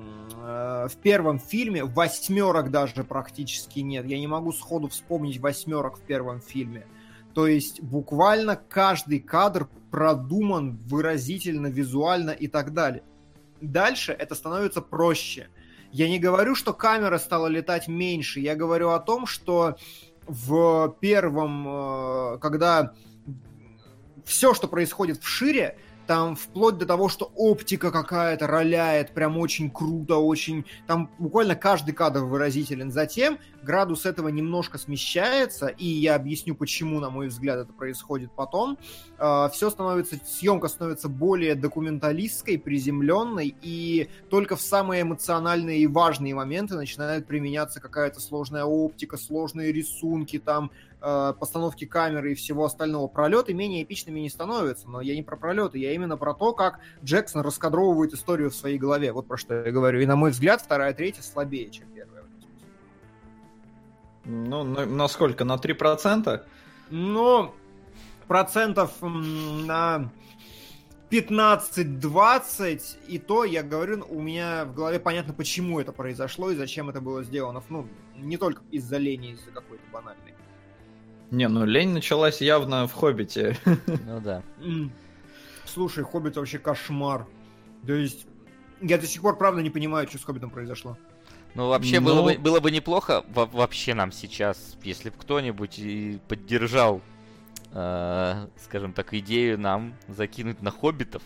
э, в первом фильме восьмерок даже практически нет. Я не могу сходу вспомнить восьмерок в первом фильме. То есть буквально каждый кадр продуман выразительно, визуально и так далее. Дальше это становится проще. Я не говорю, что камера стала летать меньше. Я говорю о том, что в первом, когда все, что происходит в Шире, там вплоть до того, что оптика какая-то роляет, прям очень круто, очень... Там буквально каждый кадр выразителен. Затем градус этого немножко смещается, и я объясню, почему, на мой взгляд, это происходит потом. Все становится... Съемка становится более документалистской, приземленной, и только в самые эмоциональные и важные моменты начинает применяться какая-то сложная оптика, сложные рисунки, там, постановки камеры и всего остального. Пролеты менее эпичными не становятся, но я не про пролеты, я именно про то, как Джексон раскадровывает историю в своей голове. Вот про что я говорю. И, на мой взгляд, вторая, третья слабее, чем первая. Ну, на, на сколько? На три процента? Ну, процентов на пятнадцать-двадцать, и то, я говорю, у меня в голове понятно, почему это произошло и зачем это было сделано. Ну, не только из-за лени, из-за какой-то банальной. Не, ну лень началась явно в «Хоббите». Ну да. Слушай, «Хоббит» вообще кошмар. То есть, я до сих пор, правда, не понимаю, что с «Хоббитом» произошло. Ну, вообще, Ну... Было, бы, было бы неплохо во- вообще нам сейчас, если бы кто-нибудь и поддержал, э, скажем так, идею нам закинуть на «Хоббитов»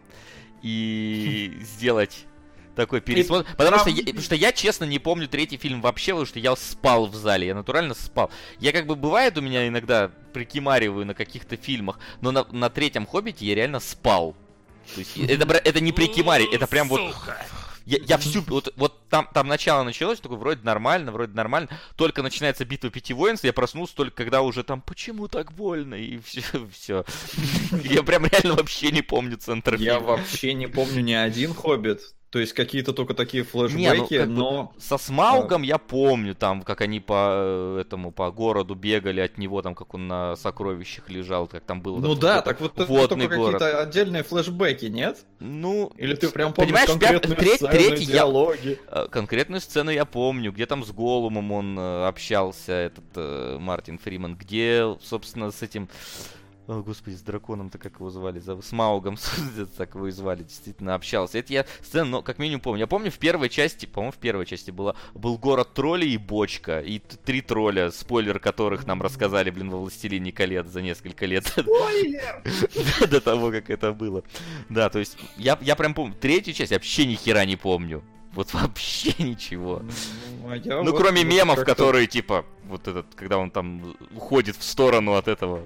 и сделать... Такой пересмотр. И потому, что я, потому что я, честно, не помню третий фильм вообще, потому что я спал в зале, я натурально спал. Я как бы, бывает у меня иногда прикимариваю на каких-то фильмах, но на, на третьем «Хоббите» я реально спал. То есть это, это не прикимарить, это прям вот... Я, я всю... Вот, вот там, там начало началось, такой вроде нормально, вроде нормально. Только начинается битва пяти воинств, я проснулся только когда уже там «почему так больно?» и все. все. Я прям реально вообще не помню центр фильма. Я вообще не помню ни один «Хоббит». То есть какие-то только такие флешбеки, Не, ну, но... Со Смаугом я помню, там, как они по этому, по городу бегали от него, там, как он на сокровищах лежал, как там было. Ну там, да, так вот это водный только город. какие-то отдельные флешбеки, нет? Ну... Или ты прям помнишь понимаешь, конкретную треть, сцену, третий диалоги? Я, конкретную сцену я помню, где там с Голлумом он общался, этот э, Мартин Фриман, где, собственно, с этим... О, господи, с драконом-то как его звали? С Маугом, так его и звали, действительно общался. Это я сцену, но как минимум помню. Я помню в первой части, по-моему, в первой части было, был город троллей и бочка. И три тролля, спойлер которых нам рассказали, блин, во «Властелине колец» за несколько лет. Спойлер! До того, как это было. Да, то есть, я, я прям помню. Третью часть я вообще ни хера не помню. Вот вообще ничего. Ну, а ну вот, кроме вот мемов, как-то... которые, типа, вот этот, когда он там уходит в сторону от этого...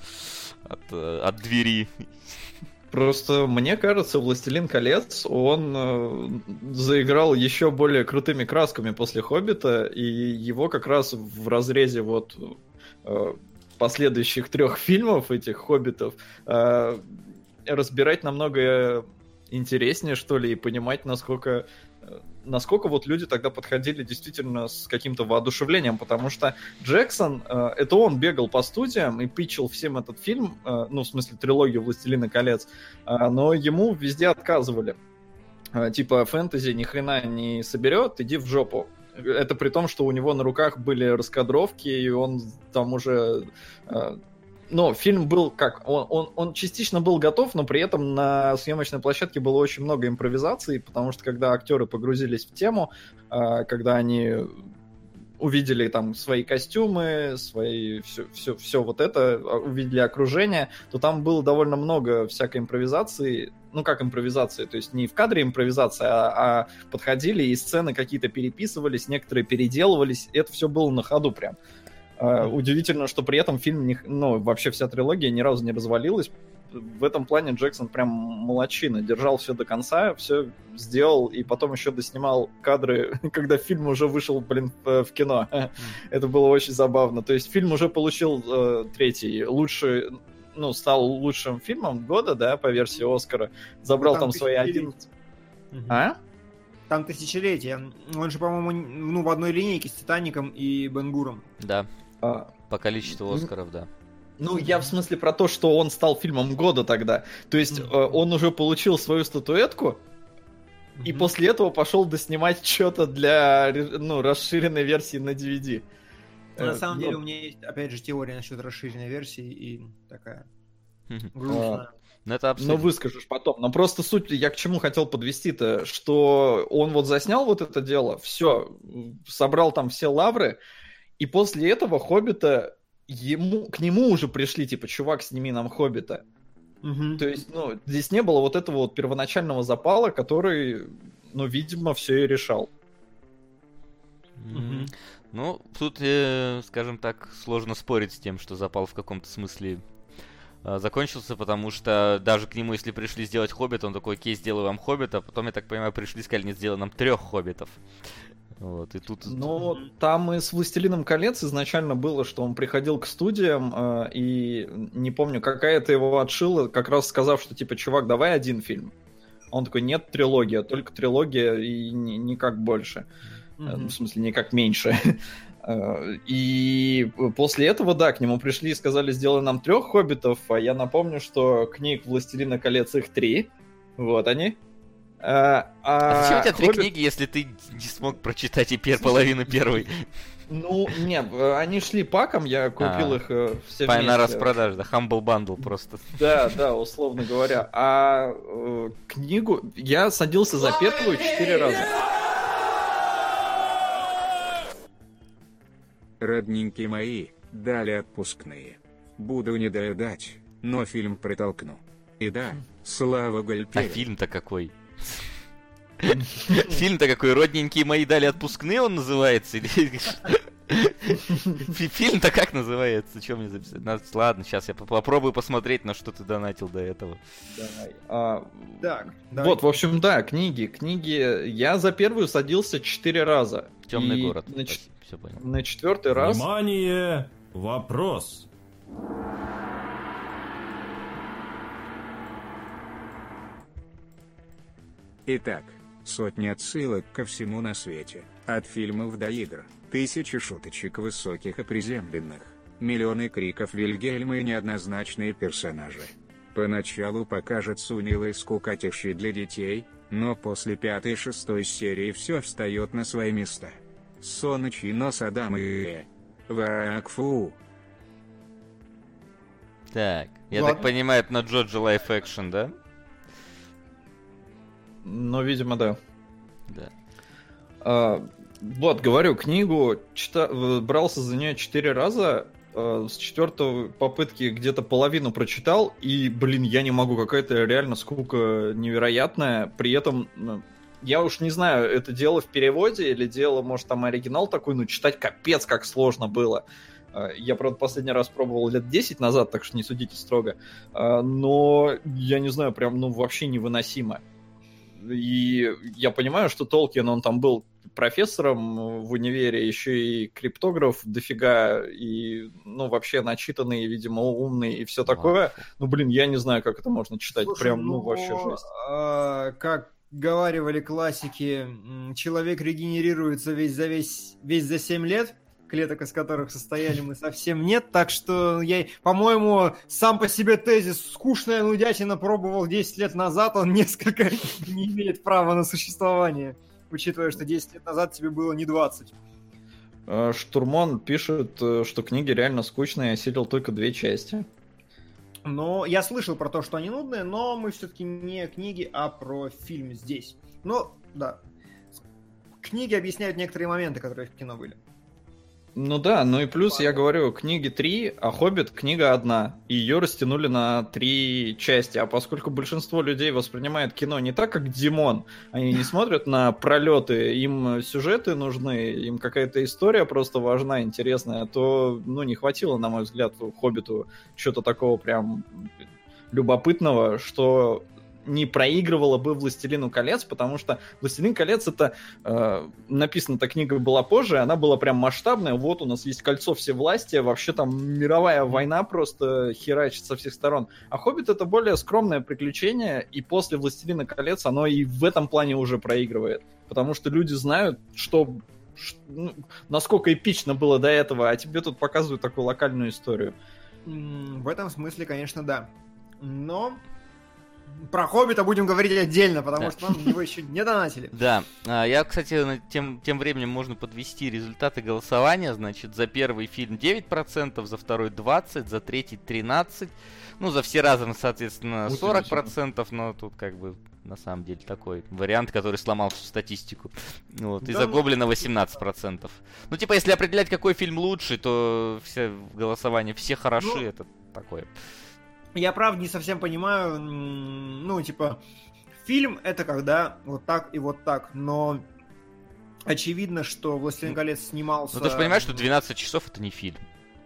От, от двери. Просто мне кажется, «Властелин колец», он э, заиграл еще более крутыми красками после «Хоббита», и его как раз в разрезе вот э, последующих трех фильмов этих «Хоббитов» э, разбирать намного интереснее, что ли, и понимать, насколько... насколько вот люди тогда подходили действительно с каким-то воодушевлением, потому что Джексон, э, это он бегал по студиям и питчил всем этот фильм, э, ну, в смысле, трилогию «Властелина колец», э, но ему везде отказывали. Э, типа, фэнтези ни хрена не соберет, иди в жопу. Это при том, что у него на руках были раскадровки, и он там уже... Э, Но фильм был как? Он, он, он частично был готов, но при этом на съемочной площадке было очень много импровизаций, потому что когда актеры погрузились в тему, когда они увидели там свои костюмы, свои все, все, все вот это, увидели окружение, то там было довольно много всякой импровизации. Ну, как импровизации, то есть не в кадре импровизация, а, а подходили и сцены какие-то переписывались, некоторые переделывались. Это все было на ходу прям. Uh, удивительно, что при этом фильм, не, ну, вообще вся трилогия ни разу не развалилась. В этом плане Джексон прям молодчина. Держал все до конца, все сделал, и потом еще доснимал кадры, когда фильм уже вышел, блин, в, в кино. Mm. Это было очень забавно. То есть фильм уже получил э, третий, лучший, ну, стал лучшим фильмом года, да, по версии Оскара. Забрал там, там свои одиннадцать... Угу. А? Там тысячелетие. Он же, по-моему, ну, в одной линейке с «Титаником» и «Бен-Гуром». Да. А... По количеству Оскаров, да. Ну, я в смысле про то, что он стал фильмом года тогда. То есть mm-hmm. он уже получил свою статуэтку, mm-hmm. и после этого пошел доснимать что-то для, ну, расширенной версии на ди ви ди. На э, самом но... деле у меня есть, опять же, теория насчет расширенной версии и такая грустная. Ну, это абсолютно... Ну, выскажешь потом. Но просто суть, я к чему хотел подвести-то, что он вот заснял вот это дело, все, собрал там все лавры, и после этого «Хоббита», ему, к нему уже пришли, типа, чувак, сними нам «Хоббита». Мгм. То есть, ну, здесь не было вот этого вот первоначального запала, который, ну, видимо, все и решал. М, Ну, тут, э, скажем так, сложно спорить с тем, что запал в каком-то смысле э, закончился, потому что даже к нему, если пришли сделать Хоббит, он такой: окей, сделаю вам Хоббита, а потом, я так понимаю, пришли, сказали: нет, сделай нам трех Хоббитов. Вот, и тут... Но там и с «Властелином колец» изначально было, что он приходил к студиям, э, и не помню, какая-то его отшила, как раз сказав, что типа, чувак, давай один фильм. Он такой: нет, трилогия, только трилогия и ни- никак больше. Э, Мгм. В смысле, никак меньше. Э, И после этого, да, к нему пришли и сказали: сделай нам трех хоббитов, а я напомню, что книг «Властелина колец» их три. Вот они. А, А зачем у тебя три «Хоббит» книги, если ты не смог прочитать и пер- половину первой? Ну, не, э, они шли паком, я купил А. их э, все По- вместе. На распродаже, да, Humble Bundle просто. Да, да, условно говоря. А э, книгу я садился за первую четыре раза. Родненькие мои, дали отпускные. Буду не доедать, но фильм протолкну. И да, слава А Гальпере. фильм-то какой? Фильм-то какой? Родненькие мои дали отпускные, он называется? Или... Фи- Фильм-то как называется? Что мне записать? Надо- Ладно, сейчас я по- попробую посмотреть, на что ты донатил до этого. Давай. А, Так, давай. вот, в общем, да, книги. Книги. Я за первую садился четыре раза. Темный И город. На, ч- Все понял. на четвертый раз. Внимание! Вопрос. Итак, сотни отсылок ко всему на свете. От фильмов до игр, тысячи шуточек высоких и приземленных, миллионы криков Вильгельма и неоднозначные персонажи. Поначалу покажется унылой скукотищей для детей, но после пятой-шестой серии все встает на свои места. Сонычий нос Адам и... Вакфу. Так, я Ладно. так понимаю, это на Джоджо Life Action, да? Ну, видимо, да. Да. А, вот, говорю, книгу чита... э, брался за нее четыре раза. э, С четвертой попытки где-то половину прочитал. И, блин, я не могу, какая-то реально скука невероятная. При этом, ну, я уж не знаю, это дело в переводе или дело, может, там оригинал такой, но читать капец как сложно было. Э, Я, правда, последний раз пробовал лет десять назад, так что не судите строго. Э, Но, я не знаю, прям, ну, вообще невыносимо. И я понимаю, что Толкин, он там был профессором в универе, еще и криптограф дофига, и, ну, вообще начитанный, видимо, умный и все такое. Ну, блин, я не знаю, как это можно читать. Слушай, Прям, ну, вообще жесть. а, как говаривали классики, м, человек регенерируется весь за весь, весь за семь лет, клеток из которых состояли мы совсем нет, так что я, по-моему, сам по себе тезис «скучная нудятина» пробовал десять лет назад, он несколько не имеет права на существование, учитывая, что десять лет назад тебе было не двадцать. Э, Штурмон пишет, э, что книги реально скучные, осилил только две части. Но я слышал про то, что они нудные, но мы все-таки не книги, а про фильм здесь. Ну, да. Книги объясняют некоторые моменты, которые в кино были. Ну да, ну и плюс, я говорю, книги три, а «Хоббит» книга одна. И ее растянули на три части. А поскольку большинство людей воспринимает кино не так, как Димон, они не смотрят на пролеты, им сюжеты нужны, им какая-то история просто важна, интересная, то, ну, не хватило, на мой взгляд, «Хоббиту» что-то такого прям любопытного, что не проигрывала бы «Властелину колец», потому что «Властелин колец» это э, написана-то книга была позже, она была прям масштабная, вот у нас есть кольцо всевластия, вообще там мировая война просто херачит со всех сторон. А «Хоббит» это более скромное приключение, и после «Властелина колец» оно и в этом плане уже проигрывает, потому что люди знают, что, ш- ну, насколько эпично было до этого, а тебе тут показывают такую локальную историю. М, В этом смысле, конечно, да. Но про «Хоббита» будем говорить отдельно, потому Да. что нам его еще не донатили. Да, а, я, кстати, на- тем, тем временем можно подвести результаты голосования. Значит, за первый фильм девять процентов, за второй двадцать процентов, за третий тринадцать процентов. Ну, за все разом, соответственно, Вот сорок интересно. процентов, но тут как бы на самом деле такой вариант, который сломал всю статистику. Вот. И Да за ну- Гоблина восемнадцать процентов. Ну, типа, если определять, какой фильм лучше, то все голосование, все хороши, Ну, это такое. я правда не совсем понимаю, ну, типа, фильм это когда вот так и вот так, но очевидно, что «Властелин колец» снимался... Ну ты же понимаешь, что двенадцать часов это не фильм.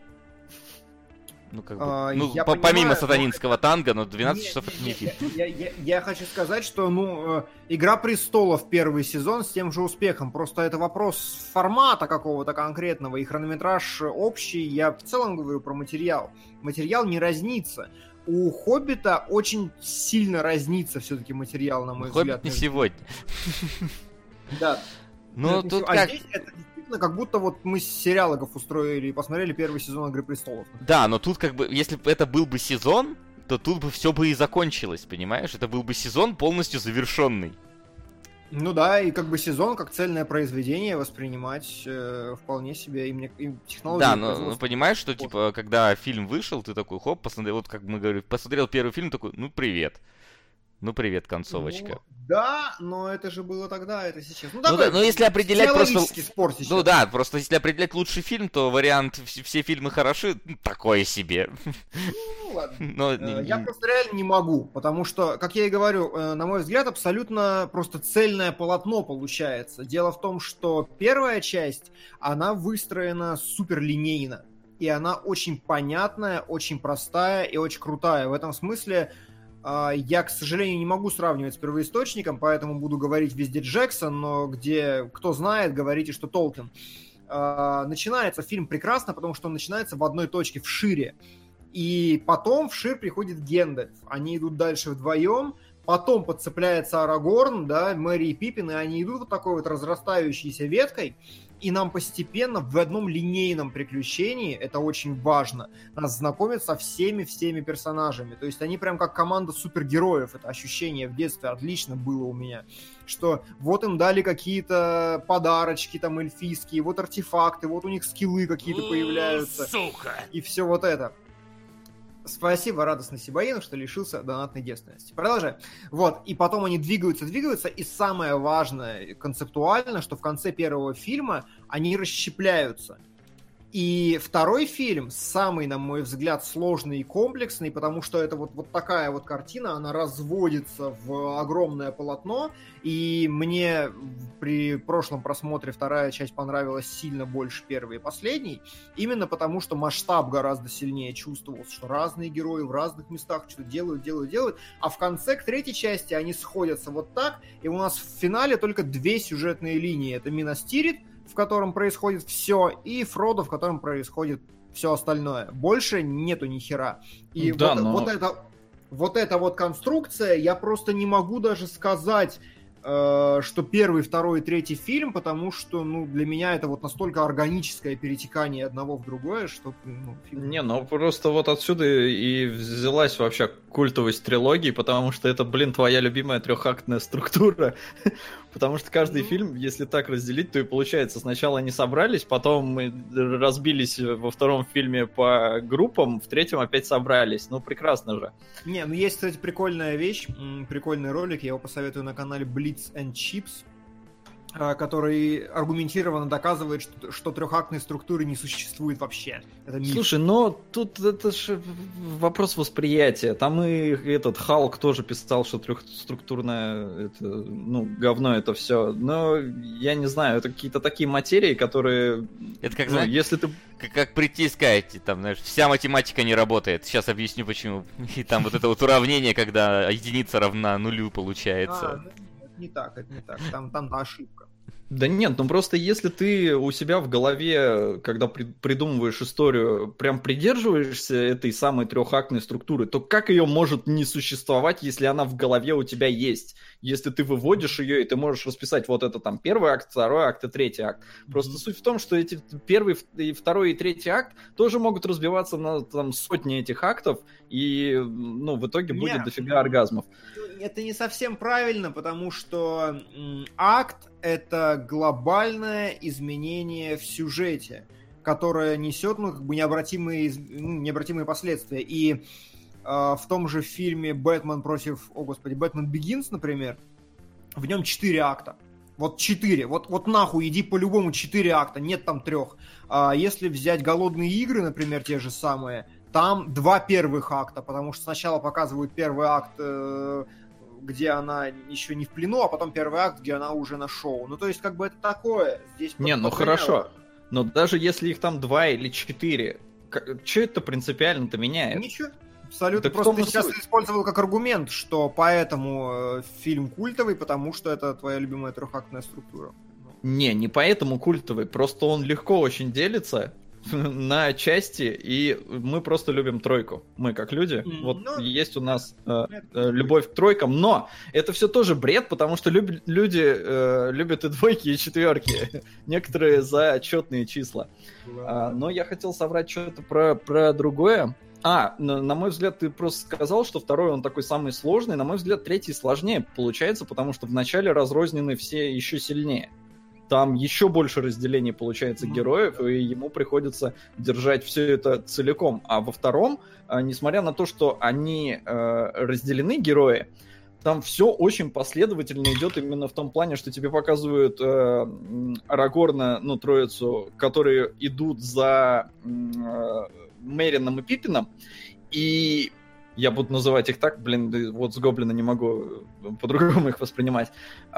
Ну, как бы, А, ну, я по- понимаю, помимо но- сатанинского танго, но двенадцать Не, часов это не, не фильм. Я, я- я хочу сказать, что, ну, э, «Игра престолов» первый сезон с тем же успехом. Просто это вопрос формата какого-то конкретного, и хронометраж общий. Я в целом говорю про материал. Материал не разнится. У «Хоббита» очень сильно разнится все-таки материал, на мой «Хоббит» взгляд. не между- сегодня. Да. Ну, Это тут всё. А как... здесь это действительно как будто вот мы с сериалогов устроили и посмотрели первый сезон «Игры престолов». Да, но тут как бы, если бы это был бы сезон, то тут бы все бы и закончилось, понимаешь? Это был бы сезон полностью завершенный. Ну да, и как бы сезон как цельное произведение воспринимать э, вполне себе и мне и технологии. Да, но, но производства. понимаешь, что типа, когда фильм вышел, ты такой, хоп, посмотрел, вот как мы говорим, посмотрел первый фильм, такой, ну привет. Ну привет, концовочка. Ну, да, но это же было тогда, это сейчас. Ну, Ну да, но если определять просто- психологический спор сейчас. Ну да, просто если определять лучший фильм, то вариант «вс- все фильмы хороши, ну, такое себе. Ну, ладно. Но, Э, Я просто реально не могу, потому что, как я и говорю, э, на мой взгляд, абсолютно просто цельное полотно получается. Дело в том, что первая часть, она выстроена суперлинейно. И она очень понятная, очень простая и очень крутая. В этом смысле э, я, к сожалению, не могу сравнивать с первоисточником, поэтому буду говорить везде Джексон, но где, кто знает, говорите, что Толкин. Э, начинается фильм прекрасно, потому что он начинается в одной точке, в Шире. И потом в Шир приходит Гендальф. Они идут дальше вдвоем. Потом подцепляется Арагорн, да, Мэри и Пиппин, и они идут вот такой вот разрастающейся веткой. И нам постепенно в одном линейном приключении, это очень важно, нас знакомят со всеми-всеми персонажами. То есть они прям как команда супергероев. Это ощущение в детстве отлично было у меня. Что вот им дали какие-то подарочки там эльфийские, вот артефакты, вот у них скиллы какие-то появляются. Сука! И все вот это. Спасибо, радостно Сибаину, что лишился донатной девственности. Продолжаем. Вот, и потом они двигаются, двигаются, и самое важное концептуально, что в конце первого фильма они расщепляются. И второй фильм самый, на мой взгляд, сложный и комплексный, потому что это вот, вот такая вот картина, она разводится в огромное полотно, и мне при прошлом просмотре вторая часть понравилась сильно больше первой и последней, именно потому что масштаб гораздо сильнее чувствовался, что разные герои в разных местах что-то делают, делают, делают, а в конце, к третьей части, они сходятся вот так, и у нас в финале только две сюжетные линии. Это Минас Тирит, в котором происходит все, и Фродо, в котором происходит все остальное. Больше нету ни хера. И Да, вот, но- вот, это, вот эта вот конструкция, я просто не могу даже сказать, э, что первый, второй и третий фильм, потому что, ну, для меня это вот настолько органическое перетекание одного в другое, что, ну, фильм... Не, ну просто вот отсюда и взялась вообще культовость трилогии, потому что это, блин, твоя любимая трехактная структура. Потому что каждый Ну. фильм, если так разделить, то и получается, сначала они собрались, потом мы разбились во втором фильме по группам, в третьем опять собрались. Ну, прекрасно же. Не, ну есть, кстати, прикольная вещь, м, прикольный ролик, я его посоветую на канале Blitz and Chips, а, который аргументированно доказывает, что, что трехактной структуры не существует вообще. Это миф. Слушай, но тут это же вопрос восприятия. Там и этот Халк тоже писал, что трехструктурное это, ну, говно это все. Но я не знаю, это какие-то такие материи, которые... Это как, ну, знаешь, если ты... как, как прийти и сказать, там, знаешь, вся математика не работает. Сейчас объясню почему. И там вот это вот уравнение, когда единица равна нулю А, получается. ну, это не так, это не так. Там, там ошибка. Да нет, ну просто если ты у себя в голове, когда при- придумываешь историю, прям придерживаешься этой самой трехактной структуры, то как ее может не существовать, если она в голове у тебя есть? Если ты выводишь ее, и ты можешь расписать вот это там первый акт, второй акт и третий акт. Просто суть в том, что эти первый, и второй и третий акт тоже могут разбиваться на там сотни этих актов, и ну, в итоге будет Нет. дофига оргазмов. Это не совсем правильно, потому что м, акт — это глобальное изменение в сюжете, которое несет, ну, как бы необратимые, из- ну, необратимые последствия. И э, в том же фильме «Бэтмен против...» О, господи, «Бэтмен Бигинс», например, в нем четыре акта. Вот четыре. Вот, вот нахуй, иди по-любому четыре акта, нет там трех. А если взять «Голодные игры», например, те же самые, Там два первых акта, потому что сначала показывают первый акт, э, где она еще не в плену, а потом первый акт, где она уже на шоу. Ну, то есть, как бы это такое. Здесь не, ну хорошо. Но даже если их там два или четыре, что это принципиально-то меняет? Ничего. Абсолютно. Так просто ты суть? сейчас использовал как аргумент, что поэтому э, фильм культовый, потому что это твоя любимая трехактная структура. Не, не поэтому культовый, просто он легко очень делится на части, и мы просто любим тройку. Мы как люди, mm, вот ну, есть у нас э, э, любовь к тройкам, но это все тоже бред, потому что люб, люди э, любят и двойки, и четверки. Некоторые за отчетные числа. А, но я хотел соврать что-то про, про другое. А, на, на мой взгляд, ты просто сказал, что второй он такой самый сложный. На мой взгляд, третий сложнее получается, потому что вначале разрознены все еще сильнее. Там еще больше разделений получается героев, и ему приходится держать все это целиком. А во втором, несмотря на то, что они э, разделены, герои, там все очень последовательно идет именно в том плане, что тебе показывают э, Арагорна, ну, троицу, которые идут за э, Мерином и Пиппином, и я буду называть их так, блин, вот с Гоблина не могу по-другому их воспринимать.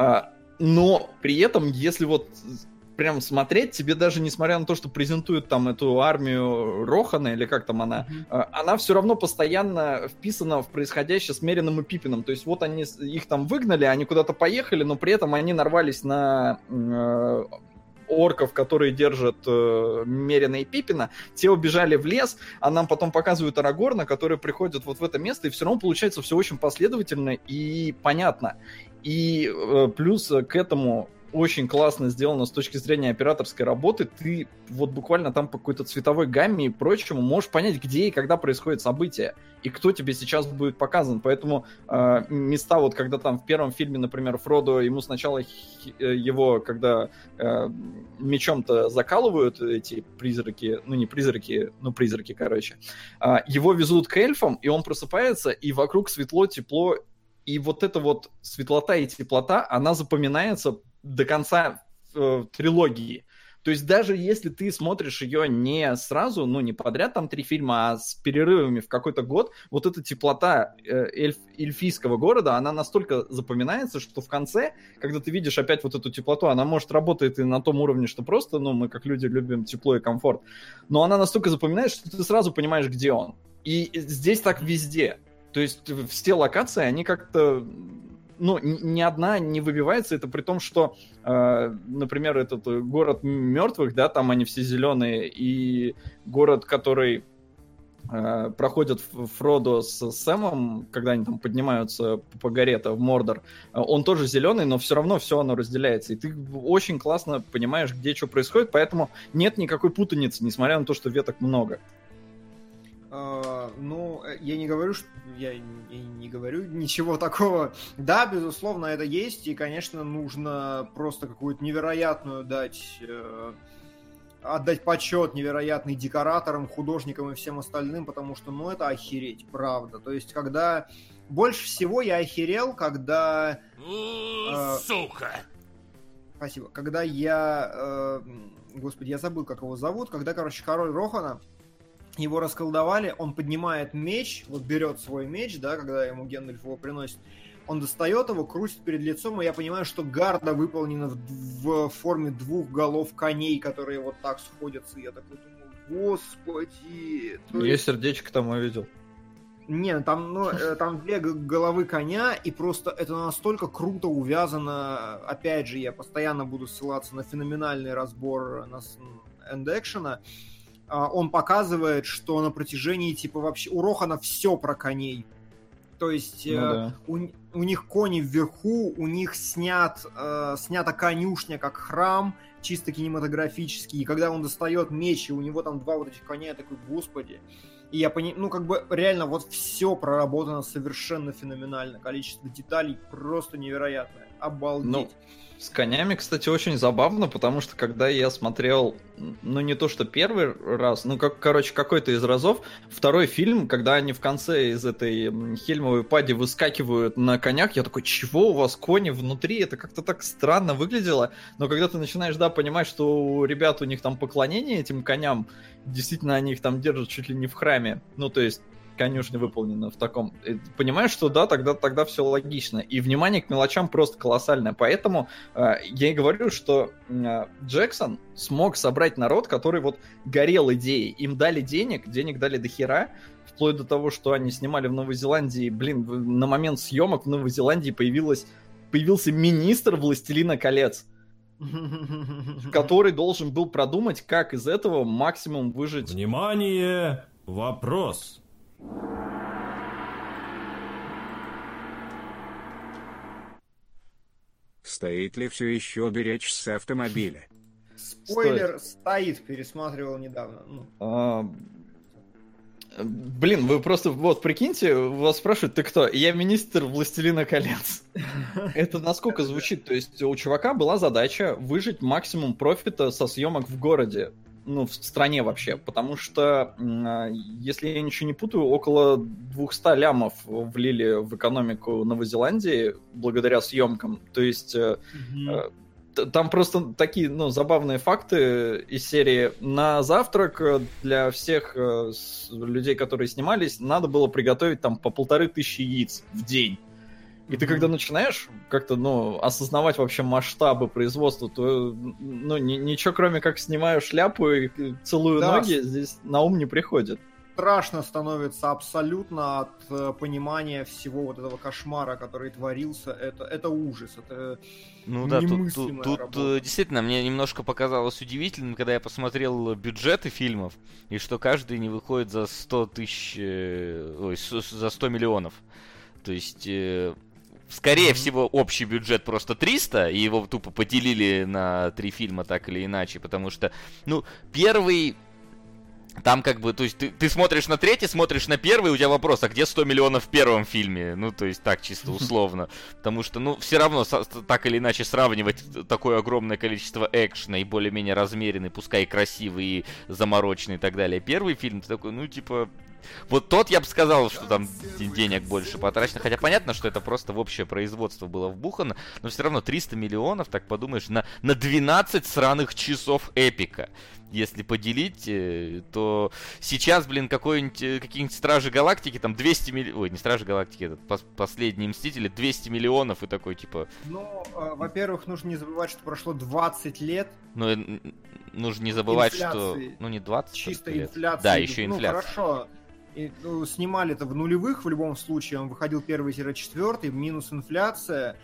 Но при этом, если вот прям смотреть, тебе даже несмотря на то, что презентуют там эту армию Рохана, или как там она, mm-hmm. она все равно постоянно вписана в происходящее с Мерином и Пиппином. То есть вот они их там выгнали, они куда-то поехали, но при этом они нарвались на э, орков, которые держат э, Мерина и Пиппина. Те убежали в лес, а нам потом показывают Арагорна, который приходит вот в это место, и все равно получается все очень последовательно и понятно. И э, плюс к этому очень классно сделано с точки зрения операторской работы. Ты вот буквально там по какой-то цветовой гамме и прочему можешь понять, где и когда происходит событие, и кто тебе сейчас будет показан. Поэтому э, места, вот когда там в первом фильме, например, Фродо, ему сначала хи- его, когда э, мечом-то закалывают эти призраки, ну не призраки, ну призраки, короче, э, его везут к эльфам, и он просыпается, и вокруг светло, тепло, и вот эта вот светлота и теплота, она запоминается до конца э, трилогии. То есть даже если ты смотришь ее не сразу, ну не подряд там три фильма, а с перерывами в какой-то год, вот эта теплота э, эльф, эльфийского города, она настолько запоминается, что в конце, когда ты видишь опять вот эту теплоту, она может работать и на том уровне, что просто, ну мы как люди любим тепло и комфорт, но она настолько запоминается, что ты сразу понимаешь, где он. И здесь так везде. То есть все локации, они как-то... Ну, ни одна не выбивается, это при том, что, э, например, этот город мертвых, да, там они все зеленые, и город, который э, проходит Фродо с Сэмом, когда они там поднимаются по горе-то в Мордор, он тоже зеленый, но все равно все оно разделяется, и ты очень классно понимаешь, где что происходит, поэтому нет никакой путаницы, несмотря на то, что веток много. Uh, ну, я не говорю, что я не, не говорю ничего такого. Да, безусловно, это есть, и, конечно, нужно просто какую-то невероятную дать, э, отдать почет невероятный декораторам, художникам и всем остальным, потому что, ну, это охереть, правда. То есть, когда больше всего я охерел, когда... Э, Сука! Спасибо. Когда я... Э, господи, я забыл, как его зовут. Когда, короче, король Рохана, его расколдовали, он поднимает меч, вот берет свой меч, да, когда ему Гендальф его приносит, он достает его, крутит перед лицом, и я понимаю, что гарда выполнена в, в форме двух голов коней, которые вот так сходятся, и я такой думаю, господи... Я есть... сердечко там увидел. Не, там, ну, там две головы коня, и просто это настолько круто увязано, опять же, я постоянно буду ссылаться на феноменальный разбор энд-экшена. Он показывает, что на протяжении, типа, вообще у Рохана все про коней. То есть ну, э, да. у, у них кони вверху, у них снят, э, снята конюшня как храм, чисто кинематографический. И когда он достает меч, и у него там два вот этих коня, я такой, господи. И я понимаю, ну, как бы, реально, вот все проработано совершенно феноменально. Количество деталей просто невероятное. Обалдеть. Ну, с конями, кстати, очень забавно, потому что когда я смотрел, ну не то что первый раз, ну как, короче, какой-то из разов, второй фильм, когда они в конце из этой хельмовой пади выскакивают на конях, я такой, чего у вас кони внутри? Это как-то так странно выглядело, но когда ты начинаешь, да, понимать, что у ребят, у них там поклонение этим коням, действительно они их там держат чуть ли не в храме, ну то есть конюшня выполнена в таком... Понимаешь, что да, тогда, тогда все логично. И внимание к мелочам просто колоссальное. Поэтому э, я и говорю, что э, Джексон смог собрать народ, который вот горел идеей. Им дали денег, денег дали до хера, вплоть до того, что они снимали в Новой Зеландии. Блин, на момент съемок в Новой Зеландии появилась, появился министр «Властелина колец», который должен был продумать, как из этого максимум выжить. Внимание! Вопрос. Стоит ли все еще беречься автомобиля? Спойлер, стоит, пересматривал недавно. Ну. А, блин, вы просто, вот, прикиньте, вас спрашивают, ты кто? Я министр «Властелина колец». Это насколько звучит? То есть у чувака была задача выжить максимум профита со съемок в городе. Ну, в стране вообще, потому что, если я ничего не путаю, около двухсот лямов влили в экономику Новой Зеландии благодаря съемкам. То есть mm-hmm. там просто такие, ну, забавные факты из серии. На завтрак для всех людей, которые снимались, надо было приготовить там по полторы тысячи яиц в день. И ты когда начинаешь как-то, ну, осознавать вообще масштабы производства, то, ну, ни, ничего кроме как снимаю шляпу и целую да. ноги, здесь на ум не приходит. Страшно становится абсолютно от э, понимания всего вот этого кошмара, который творился. Это, это ужас, это ну да, тут, тут, тут действительно мне немножко показалось удивительным, когда я посмотрел бюджеты фильмов, и что каждый не выходит за сто тысяч, э, ой, за сто миллионов. То есть... Э, Скорее mm-hmm. всего, общий бюджет просто триста, и его тупо поделили на три фильма так или иначе, потому что, ну, первый, там как бы, то есть ты, ты смотришь на третий, смотришь на первый, у тебя вопрос, а где сто миллионов в первом фильме? Ну, то есть так чисто условно, потому что, ну, все равно со, так или иначе сравнивать такое огромное количество экшена и более-менее размеренный, пускай и красивый, и замороченный и так далее. Первый фильм, ты такой, ну, типа... Вот тот, я бы сказал, что там денег больше потрачено. Хотя понятно, что это просто в общее производство было вбухано. Но все равно триста миллионов, так подумаешь, на, на двенадцать сраных часов эпика. Если поделить, то сейчас, блин, какой-нибудь, какие-нибудь Стражи Галактики, там двести миллионов... Ой, не Стражи Галактики, этот пос- последние Мстители, двести миллионов и такой, типа... Ну, э, во-первых, нужно не забывать, что прошло двадцать лет. Ну, нужно не забывать, инфляции. Что... Ну, не двадцать Чисто лет. инфляция. Да, еще инфляция. Ну, хорошо. И, ну, снимали-то в нулевых в любом случае, он выходил первый-четвертый, минус инфляция,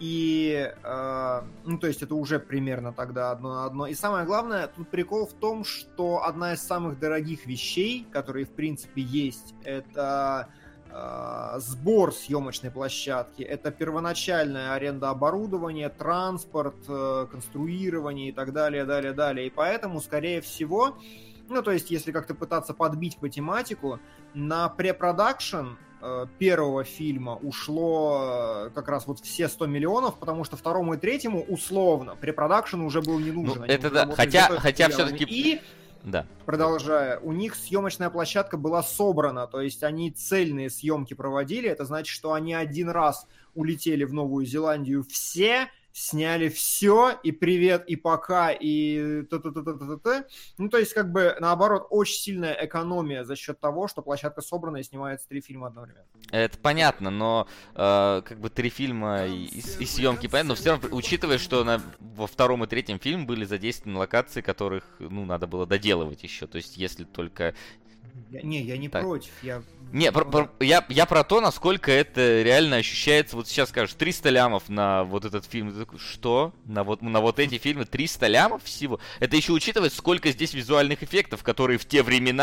и, э, ну, то есть это уже примерно тогда одно на одно. И самое главное, тут прикол в том, что одна из самых дорогих вещей, которые, в принципе, есть, это э, сбор съемочной площадки, это первоначальная аренда оборудования, транспорт, э, конструирование и так далее, далее, далее. И поэтому, скорее всего... Ну, то есть, если как-то пытаться подбить по тематику, на препродакшн э, первого фильма ушло э, как раз вот все сто миллионов, потому что второму и третьему условно препродакшн уже был не нужен. Ну, это да, хотя, хотя все-таки... И, да. продолжая, у них съемочная площадка была собрана, то есть они цельные съемки проводили, это значит, что они один раз улетели в Новую Зеландию все... Сняли все, и привет, и пока, и т-т-т-т-т-т. Ну, то есть, как бы, наоборот, очень сильная экономия за счет того, что площадка собрана и снимается три фильма одновременно. Это понятно, но э, как бы три фильма и, и, и съемки, понятно, но все равно, учитывая, что на, во втором и третьем фильме были задействованы локации, которых, ну, надо было доделывать еще, то есть, если только... Я, не, я не так. против, я... Не, про, про, я, я про то, насколько это реально ощущается. Вот сейчас скажешь, триста лямов на вот этот фильм. Ты такой, что? На вот, на вот эти фильмы триста лямов всего? Это еще учитывая, сколько здесь визуальных эффектов, которые в те времена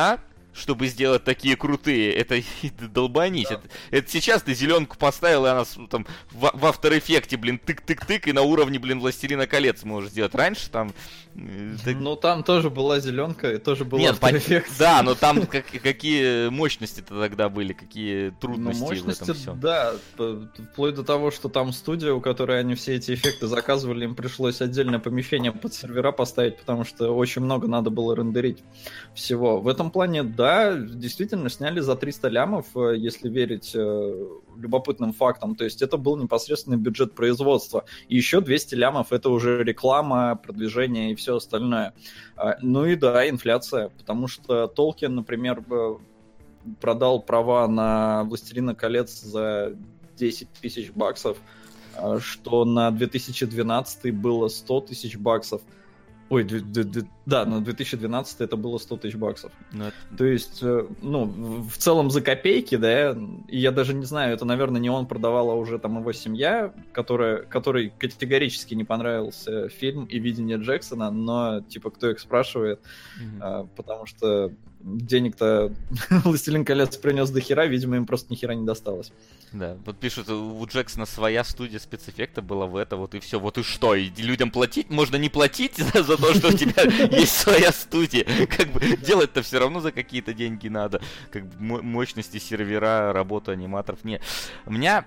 чтобы сделать такие крутые. Это долбанись. Да. Это, это сейчас ты зеленку поставил, и она там в, в After Effects, блин, тык-тык-тык, и на уровне, блин, Властелина колец можешь сделать. Раньше там... э, так- Ну, там тоже была зеленка, и тоже был Нет, After пон- Effects. да, но там как- какие мощности-то тогда были, какие Ну, трудности в мощности, этом всем. да, п- вплоть до того, что там студия, у которой они все эти эффекты заказывали, им пришлось отдельное помещение под сервера поставить, потому что очень много надо было рендерить всего. В этом плане, да, действительно сняли за триста лямов, э, если верить э, любопытным фактам. То есть это был непосредственный бюджет производства. И еще двести лямов — это уже реклама, продвижение и все остальное. А, Ну и да, инфляция, потому что Толкин, например, э, продал права на «Властелина колец» за десять тысяч баксов, а, что на две тысячи двенадцатый было сто тысяч баксов. Ой, две- две- две- да, на две тысячи двенадцатый это было сто тысяч баксов. Ну, это- То есть, э, ну, в в целом за копейки, да, и я даже не знаю, это, наверное, не он продавал, а уже там его семья, которая, которой категорически не понравился фильм и видение Джексона, но, типа, кто их спрашивает, Мгм. а, потому что денег-то «Властелин колец» принес до хера, видимо, им просто ни хера не досталось. Да, вот пишут, у Джексона своя студия спецэффекта была в это, вот и все, вот и что, и людям платить, можно не платить за, за то, что у тебя есть своя студия, как бы делать-то все равно за какие-то деньги надо, как бы мо- мощности сервера, работу аниматоров, не. У меня,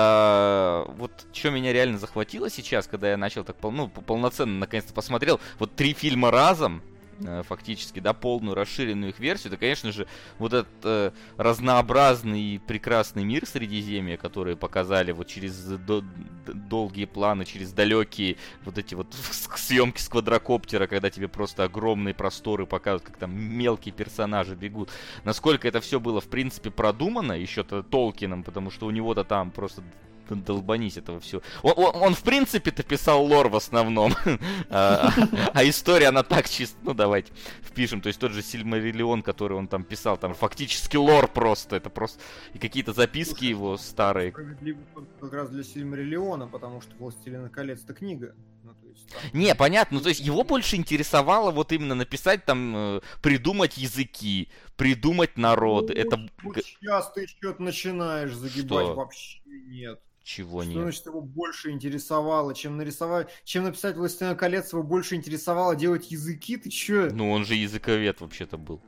э, вот, что меня реально захватило сейчас, когда я начал так, пол- ну, полноценно наконец-то посмотрел, вот три фильма разом, э, фактически, да, полную расширенную их версию, это, конечно же, вот этот э, разнообразный и прекрасный мир Средиземья, который показали вот через до- д- долгие планы, через далекие вот эти вот съемки с квадрокоптера, когда тебе просто огромные просторы показывают, как там мелкие персонажи бегут. Насколько это все было, в принципе, продумано еще-то Толкином, потому что у него-то там просто долбанись этого всего. Он, он, он, в принципе-то писал лор в основном. а, а история, она так чисто... Ну, давайте впишем. То есть тот же Сильмариллион, который он там писал, там фактически лор просто. Это просто... И какие-то записки его старые. Справедливо как раз для Сильмариллиона, потому что «Властелин колец» — это книга. Ну, то есть, там- Не, понятно. Ну, то есть его больше интересовало вот именно написать там, э, придумать языки, придумать народы. Ну, Это... вот г- сейчас ты что-то начинаешь загибать, Что? вообще нет. Чего Что нет? значит его больше интересовало, чем нарисовать, чем написать «Властелин колец», его больше интересовало делать языки, ты чё? Ну, он же языковед вообще-то был.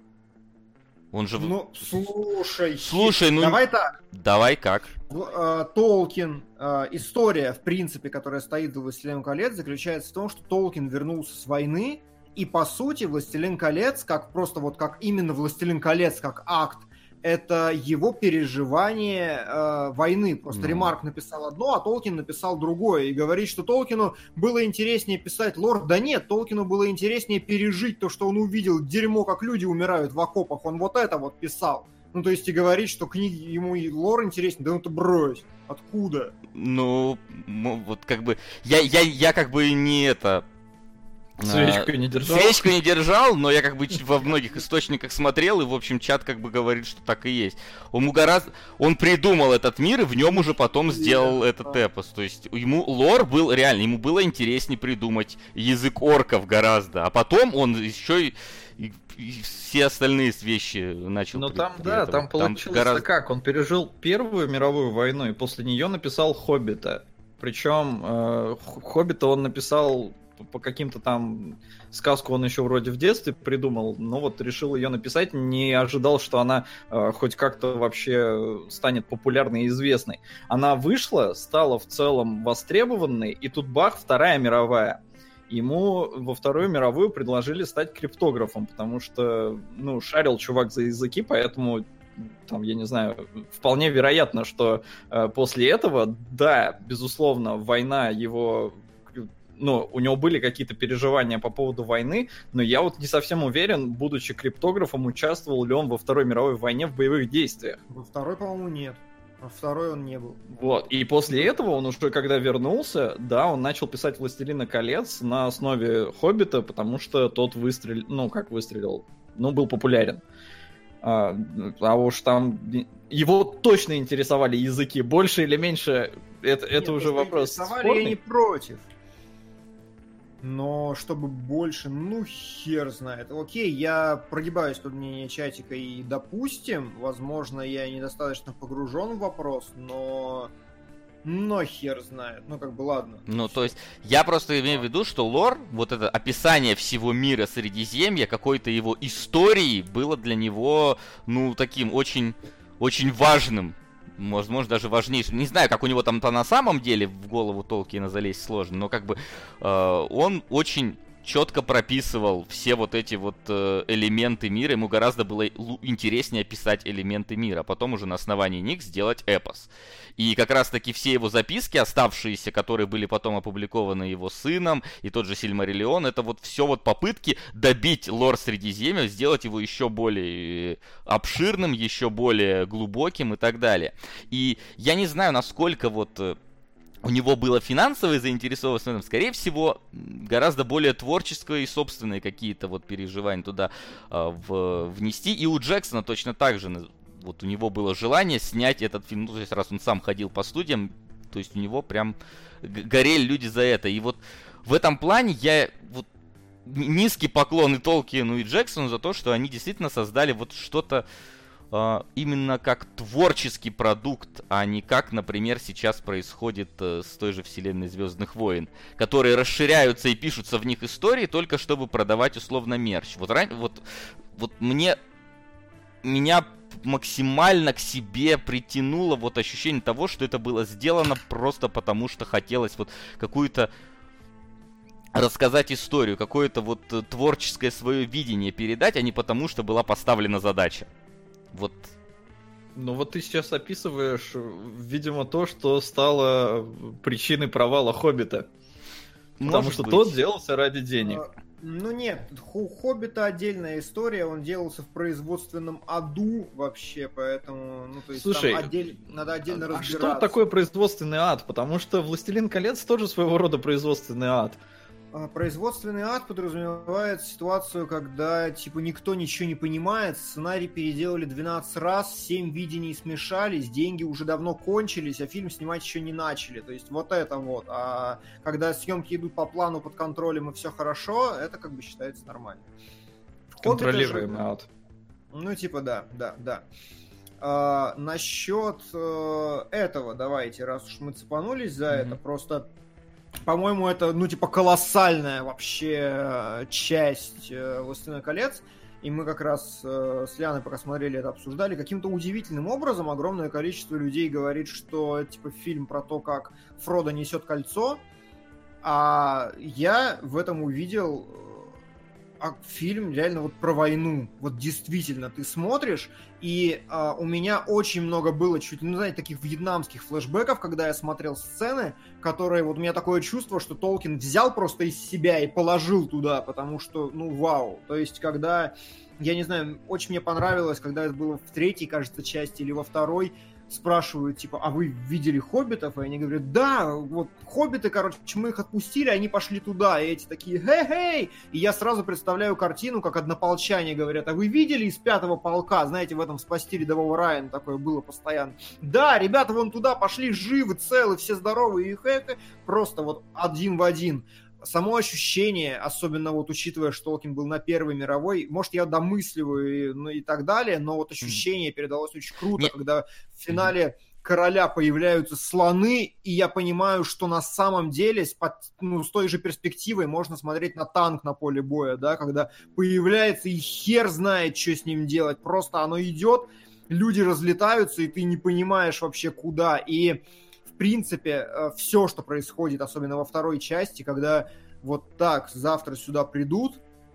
Он же... в- Ну, слушай, Слушай, ну... давай так. Давай как? В- э, Толкин, э, история, в принципе, которая стоит за «Властелином колец», заключается в том, что Толкин вернулся с войны, и, по сути, «Властелин колец», как просто вот как именно «Властелин колец», как акт, это его переживание э, войны. Просто Ну. Ремарк написал одно, а Толкин написал другое. И говорит, что Толкину было интереснее писать лор. Да нет, Толкину было интереснее пережить то, что он увидел, дерьмо, как люди умирают в окопах. Он вот это вот писал. Ну, то есть и говорить, что книги ему и лор интереснее, да ну ты брось. Откуда? Ну, м- вот как бы... Я, я, я как бы не это... Свечку а, не держал. Свечку не держал, но я как бы ч- во многих источниках смотрел, и, в общем, чат как бы говорит, что так и есть. Он гораздо... Он придумал этот мир, и в нем уже потом сделал этот эпос. То есть ему лор был реально, ему было интереснее придумать язык орков гораздо. А потом он еще и, и- и все остальные вещи начал... Ну при- там, при да, этом. там получилось гораздо- как? Он пережил Первую мировую войну и после нее написал «Хоббита». Причем э, Х- «Хоббита» он написал по- по каким-то там... Сказку он еще вроде в детстве придумал, но вот решил ее написать, не ожидал, что она э, хоть как-то вообще станет популярной и известной. Она вышла, стала в целом востребованной, и тут бах, Вторая мировая. Ему во Вторую мировую предложили стать криптографом, потому что, ну, шарил чувак за языки, поэтому, там, я не знаю, вполне вероятно, что э, после этого, да, безусловно, война его... Ну, у него были какие-то переживания по поводу войны, но я вот не совсем уверен, будучи криптографом, участвовал ли он во Второй мировой войне в боевых действиях. Во второй, по-моему, нет. Во второй он не был. Вот. И после этого он уже, когда вернулся, да, он начал писать «Властелина колец» на основе «Хоббита», потому что тот выстрелил, ну, как выстрелил, ну, был популярен. А, а уж там его точно интересовали языки, больше или меньше, это, это Нет, уже то, что вопрос интересовали, спорный. я не против. Но чтобы больше, ну хер знает. Окей, я прогибаюсь под мнение чатика и допустим, возможно, я недостаточно погружен в вопрос, но... Но хер знает. Ну, как бы, ладно. Ну, то есть, я просто имею в виду, что лор, вот это описание всего мира Средиземья, какой-то его истории, было для него, ну, таким очень, очень важным. Возможно, даже важнейшим. Не знаю, как у него там-то на самом деле в голову Толкиена залезть сложно, но как бы э, он очень четко прописывал все вот эти вот э, элементы мира. Ему гораздо было интереснее писать элементы мира, а потом уже на основании них сделать эпос. И как раз таки все его записки, оставшиеся, которые были потом опубликованы его сыном, и тот же Сильмариллион, это вот все вот попытки добить лор Средиземья, сделать его еще более обширным, еще более глубоким и так далее. И я не знаю, насколько вот... у него было финансовое заинтересованность в этом, скорее всего, гораздо более творческое и собственные какие-то вот переживания туда э, в, внести. И у Джексона точно так же, вот у него было желание снять этот фильм, ну, то есть раз он сам ходил по студиям, то есть у него прям горели люди за это. И вот в этом плане я вот низкий поклон и Толкиену, и Джексону за то, что они действительно создали вот что-то именно как творческий продукт, а не как, например, сейчас происходит с той же вселенной Звездных войн, которые расширяются и пишутся в них истории только чтобы продавать условно мерч. Вот, вот, вот мне меня максимально к себе притянуло вот ощущение того, что это было сделано просто потому, что хотелось вот какую-то рассказать историю, какое-то вот творческое свое видение передать, а не потому, что была поставлена задача. Вот. Ну вот ты сейчас описываешь, видимо, то, что стало причиной провала Хоббита. Может Потому что быть. Тот делался ради денег. А, ну нет, Хоббита отдельная история, он делался в производственном аду вообще, поэтому, ну то есть Слушай, там отдель... надо отдельно а разбираться. Что такое производственный ад? Потому что «Властелин колец» тоже своего рода производственный ад. Производственный ад подразумевает ситуацию, когда типа никто ничего не понимает, сценарий переделали двенадцать раз, семь видений смешались, деньги уже давно кончились, а фильм снимать еще не начали. То есть вот это вот. А когда съемки идут по плану, под контролем и все хорошо, это как бы считается нормально. Контролируемый ад. Ну типа да, да, да. А, насчет э, этого давайте, раз уж мы цепанулись за mm-hmm. это, просто... По-моему, это, ну, типа, колоссальная вообще часть «Властелина колец». И мы как раз э, с Ляной, пока смотрели это, обсуждали. Каким-то удивительным образом огромное количество людей говорит, что это, типа, фильм про то, как Фродо несет кольцо. А я в этом увидел а, фильм реально вот про войну. Вот действительно, ты смотришь, и а, у меня очень много было чуть, ну, знаете, таких вьетнамских флешбеков, когда я смотрел сцены, которые, вот у меня такое чувство, что Толкин взял просто из себя и положил туда, потому что, ну, вау. То есть, когда, я не знаю, очень мне понравилось, когда это было в третьей, кажется, части или во второй, спрашивают, типа, а вы видели хоббитов? И они говорят, да, вот хоббиты, короче, мы их отпустили, они пошли туда. И эти такие, хей-хей! И я сразу представляю картину, как однополчане говорят, а вы видели из пятого полка? Знаете, в этом «Спасти рядового Райана» такое было постоянно. Да, ребята вон туда пошли живы, целы, все здоровы. И хэ-хэ. Просто вот один в один. Само ощущение, особенно вот учитывая, что Толкин был на Первой мировой, может, я домысливаю и, ну, и так далее, но вот ощущение mm-hmm. передалось очень круто, yeah. когда в финале mm-hmm. короля появляются слоны, и я понимаю, что на самом деле с, под, ну, с той же перспективой можно смотреть на танк на поле боя, да, когда появляется и хер знает, что с ним делать, просто оно идет, люди разлетаются, и ты не понимаешь вообще куда, и в принципе, все, что происходит, особенно во второй части, когда вот так завтра сюда придут,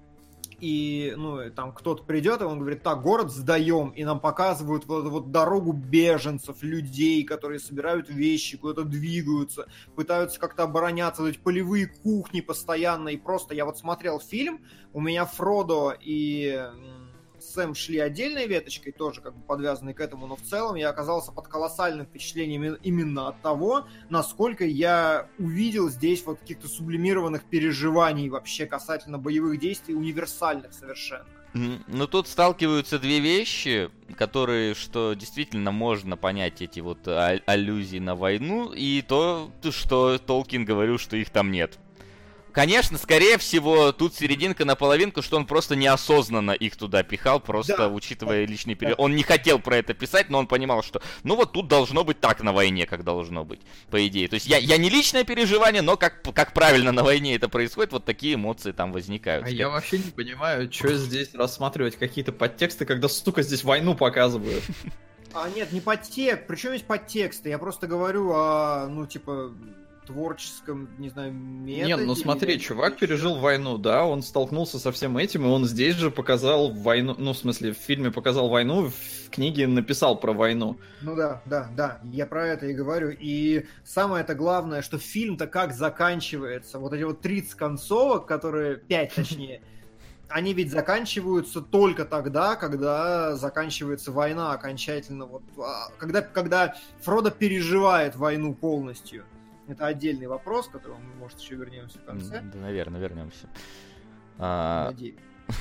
и, ну, там кто-то придет, и он говорит, так, город сдаем, и нам показывают вот, вот дорогу беженцев, людей, которые собирают вещи, куда-то двигаются, пытаются как-то обороняться, эти полевые кухни постоянно, и просто я вот смотрел фильм, у меня Фродо и Сэм шли отдельной веточкой, тоже как бы подвязанной к этому, но в целом я оказался под колоссальным впечатлением именно от того, насколько я увидел здесь вот каких-то сублимированных переживаний вообще касательно боевых действий, универсальных совершенно. Ну, тут сталкиваются две вещи, которые, что действительно можно понять эти вот аллюзии на войну, и то, что Толкин говорил, что их там нет. конечно, скорее всего, тут серединка на половинку, что он просто неосознанно их туда пихал, просто Да. учитывая личный период. Он не хотел про это писать, но он понимал, что ну вот тут должно быть так на войне, как должно быть, по идее. То есть я, я не личное переживание, но как, как правильно на войне это происходит, вот такие эмоции там возникают. А я вообще не понимаю, что здесь рассматривать какие-то подтексты, когда, сука, здесь войну показывают. А нет, не подтекст. Причем есть подтексты? Я просто говорю о, ну, типа, творческом, не знаю, методе. Не, ну смотри, или- чувак пережил войну, да, он столкнулся со всем этим, и он здесь же показал войну, ну, в смысле, в фильме показал войну, в книге написал про войну. Ну да, да, да, я про это и говорю. И самое-то главное, что фильм-то как заканчивается. Вот эти вот тридцать концовок, которые, пять точнее, они ведь заканчиваются только тогда, когда заканчивается война окончательно. Вот, а, когда, когда Фродо переживает войну полностью. Это отдельный вопрос, к которому мы, может, еще вернемся в конце. Да, наверное, вернемся. А, Надеюсь.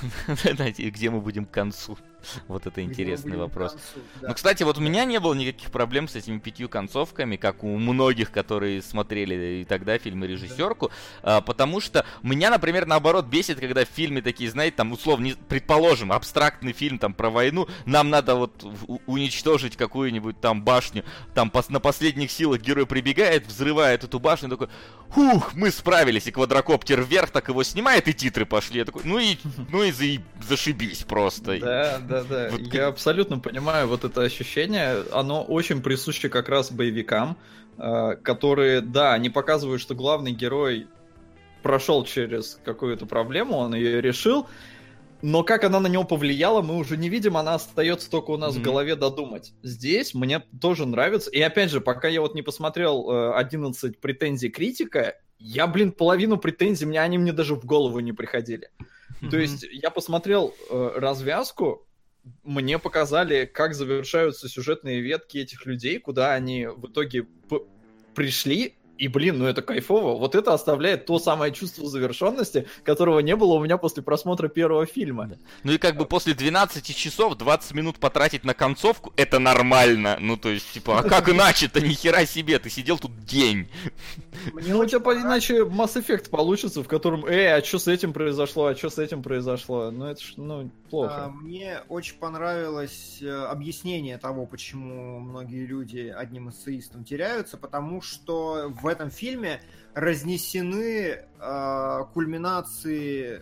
Где мы будем к концу? Вот это Где мы интересный будем к вопрос. концу, да. Ну, кстати, вот у меня не было никаких проблем с этими пятью концовками, как у многих, которые смотрели и тогда фильмы «Режиссерку», а, потому что меня, например, наоборот бесит, когда в фильме такие, знаете, там, условно, не- предположим, абстрактный фильм там про войну, нам надо вот у- уничтожить какую-нибудь там башню, там пос- на последних силах герой прибегает, взрывает эту башню, такой, хух, мы справились, и квадрокоптер вверх так его снимает, и титры пошли. Я такой, ну и, ну и заеб- зашибись просто. Да, да, да. Вот Я абсолютно понимаю вот это ощущение. Оно очень присуще как раз боевикам, э, которые, да, они показывают, что главный герой прошел через какую-то проблему, он ее решил, но как она на него повлияла, мы уже не видим, она остается только у нас Мгм. в голове додумать. Здесь мне тоже нравится. И опять же, пока я вот не посмотрел э, одиннадцать претензий критика, я, блин, половину претензий, мне они мне даже в голову не приходили. То есть я посмотрел э, развязку, мне показали, как завершаются сюжетные ветки этих людей, куда они в итоге п- пришли, и, блин, ну это кайфово. Вот это оставляет то самое чувство завершенности, которого не было у меня после просмотра первого фильма. Да. Ну и как бы после двенадцати часов двадцать минут потратить на концовку, это нормально. Ну то есть, типа, а как иначе-то, нихера себе, ты сидел тут день. Мне Ну, у очень тебя по- иначе Mass Effect получится, в котором, эй, а что с этим произошло, а что с этим произошло? Ну, это ж, ну, А, плохо. Мне очень понравилось э, объяснение того, почему многие люди одним эссеистом теряются, потому что в этом фильме разнесены э, кульминации э,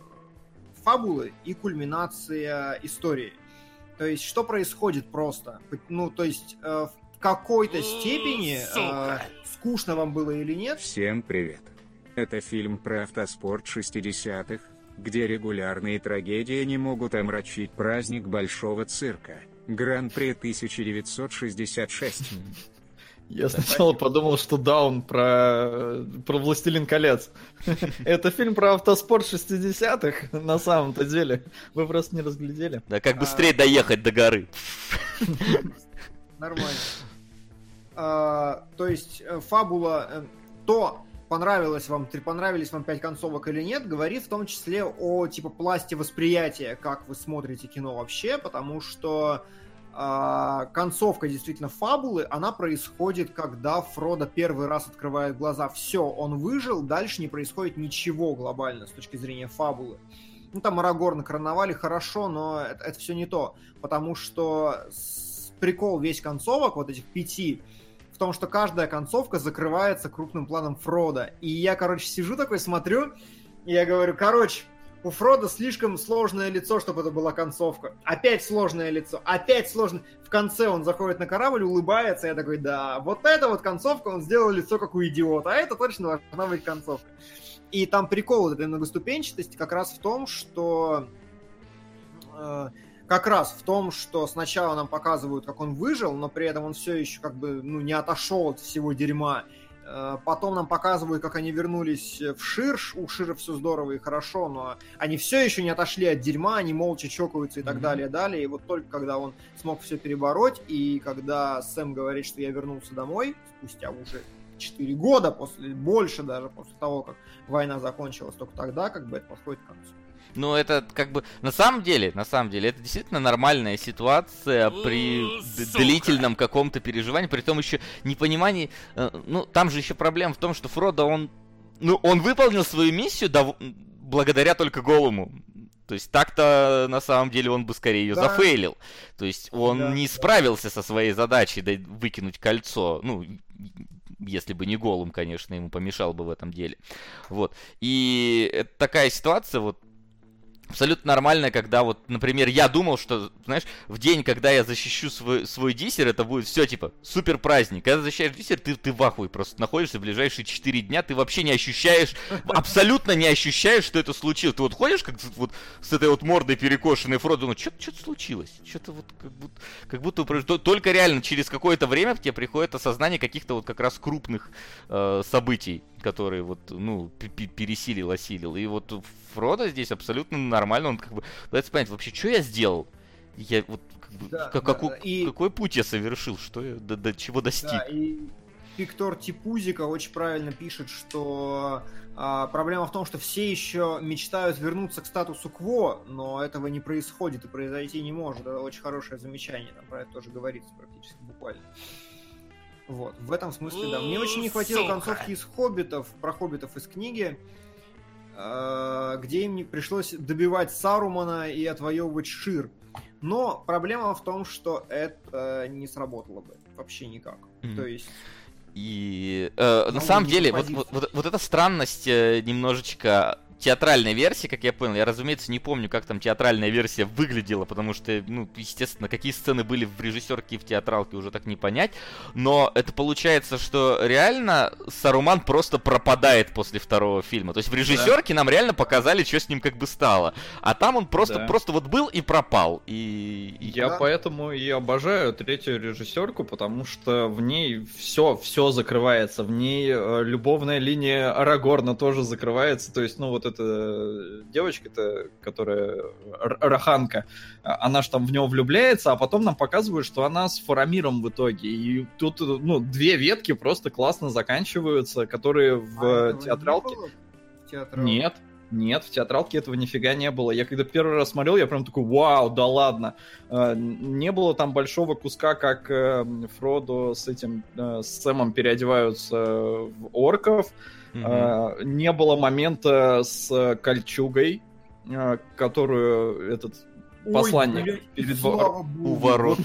фабулы и кульминация истории. То есть, что происходит просто? Ну, то есть, э, в какой-то степени, э, скучно вам было или нет, Всем привет. Это фильм про автоспорт шестидесятых, где регулярные трагедии не могут омрачить праздник Большого цирка. Гран-при тысяча девятьсот шестьдесят шесть. Я сначала подумал, что да, он про, про «Властелин колец». Это фильм про автоспорт шестидесятых, на самом-то деле. Вы просто не разглядели. Да, как быстрее доехать до горы. нормально. А, то есть э, фабула, э, то понравилось вам, три- понравились вам пять концовок или нет, говорит в том числе о типа пласте восприятия, как вы смотрите кино вообще, потому что а, концовка действительно фабулы, она происходит, когда Фродо первый раз открывает глаза. Все, он выжил, дальше не происходит ничего глобально с точки зрения фабулы. Ну, там Арагорна короновали, хорошо, но это, это все не то. Потому что с- прикол весь концовок, вот этих пяти, в том, что каждая концовка закрывается крупным планом Фродо. И я, короче, сижу такой, смотрю, и я говорю, короче, у Фродо слишком сложное лицо, чтобы это была концовка. Опять сложное лицо, опять сложное. В конце он заходит на корабль, улыбается, я такой, да, вот это вот концовка, он сделал лицо как у идиота, а это точно должна быть концовка. И там прикол вот этой многоступенчатости как раз в том, что... э, как раз в том, что сначала нам показывают, как он выжил, но при этом он все еще как бы ну, не отошел от всего дерьма. Э, Потом нам показывают, как они вернулись в Ширш. У Шира все здорово и хорошо, но они все еще не отошли от дерьма, они молча чокаются и так Мгм. далее, далее. И вот только когда он смог все перебороть, и когда Сэм говорит, что я вернулся домой, спустя уже четыре года, после, больше даже после того, как война закончилась, только тогда как бы это подходит к концу. Ну, это как бы... На самом деле, на самом деле, это действительно нормальная ситуация при д- длительном каком-то переживании, при том еще непонимании... э, Ну, там же еще проблема в том, что Фродо, он... ну, он выполнил свою миссию дов... благодаря только Голуму. То есть так-то на самом деле он бы скорее ее да. зафейлил. То есть он да, не да. справился со своей задачей да, выкинуть кольцо. Ну, если бы не Голум, конечно, ему помешал бы в этом деле. Вот. И это такая ситуация, вот, абсолютно нормально, когда вот, например, я думал, что, знаешь, в день, когда я защищу свой, свой диссер, это будет все, типа, супер праздник. Когда защищаешь диссер, ты, ты в ахуе просто находишься в ближайшие четыре дня, ты вообще не ощущаешь, абсолютно не ощущаешь, что это случилось. Ты вот ходишь как вот с этой вот мордой перекошенной Фродо, думаешь, что-то что-то случилось, что-то вот как будто, как будто только реально через какое-то время тебе приходит осознание каких-то вот как раз крупных э, событий, которые вот, ну, пересилил, осилил. И вот Фродо здесь абсолютно нормально, он как бы пытается понять, вообще, что я сделал? Я вот, как бы, да, как, да, какой, да. И... какой путь я совершил? Что я, до, до чего достиг? Да, и Виктор Типузика очень правильно пишет, что а, проблема в том, что все еще мечтают вернуться к статусу кво, но этого не происходит и произойти не может. Это очень хорошее замечание, там про это тоже говорится практически буквально. Вот, в этом смысле, да. Мне очень не хватило Сука. концовки из «Хоббитов», про «Хоббитов» из книги, где им не пришлось добивать Сарумана и отвоевывать Шир. Но проблема в том, что это не сработало бы вообще никак. Mm. То есть... И э, на самом деле, вот, вот, вот, вот эта странность э, немножечко... Театральной версии, как я понял, я, разумеется, не помню, как там театральная версия выглядела, потому что, ну, естественно, какие сцены были в режиссерке и в театралке, уже так не понять, но это получается, что реально Саруман просто пропадает после второго фильма, то есть в режиссерке да. нам реально показали, что с ним как бы стало, а там он просто, да. просто вот был и пропал, и... Я да. поэтому и обожаю третью режиссерку, потому что в ней все, все закрывается, в ней любовная линия Арагорна тоже закрывается, то есть, ну, вот это девочка-то, которая Раханка, она ж там в него влюбляется, а потом нам показывают, что она с Фарамиром в итоге. И тут, ну, две ветки просто классно заканчиваются, которые в а театралке... В театралке? Нет. Нет, в театралке этого нифига не было. Я когда первый раз смотрел, я прям такой, вау, да ладно. Не было там большого куска, как Фродо с этим, с Сэмом переодеваются в орков. Mm-hmm. Не было момента с кольчугой, которую этот Ой, посланник блядь, перед вор... у ворот.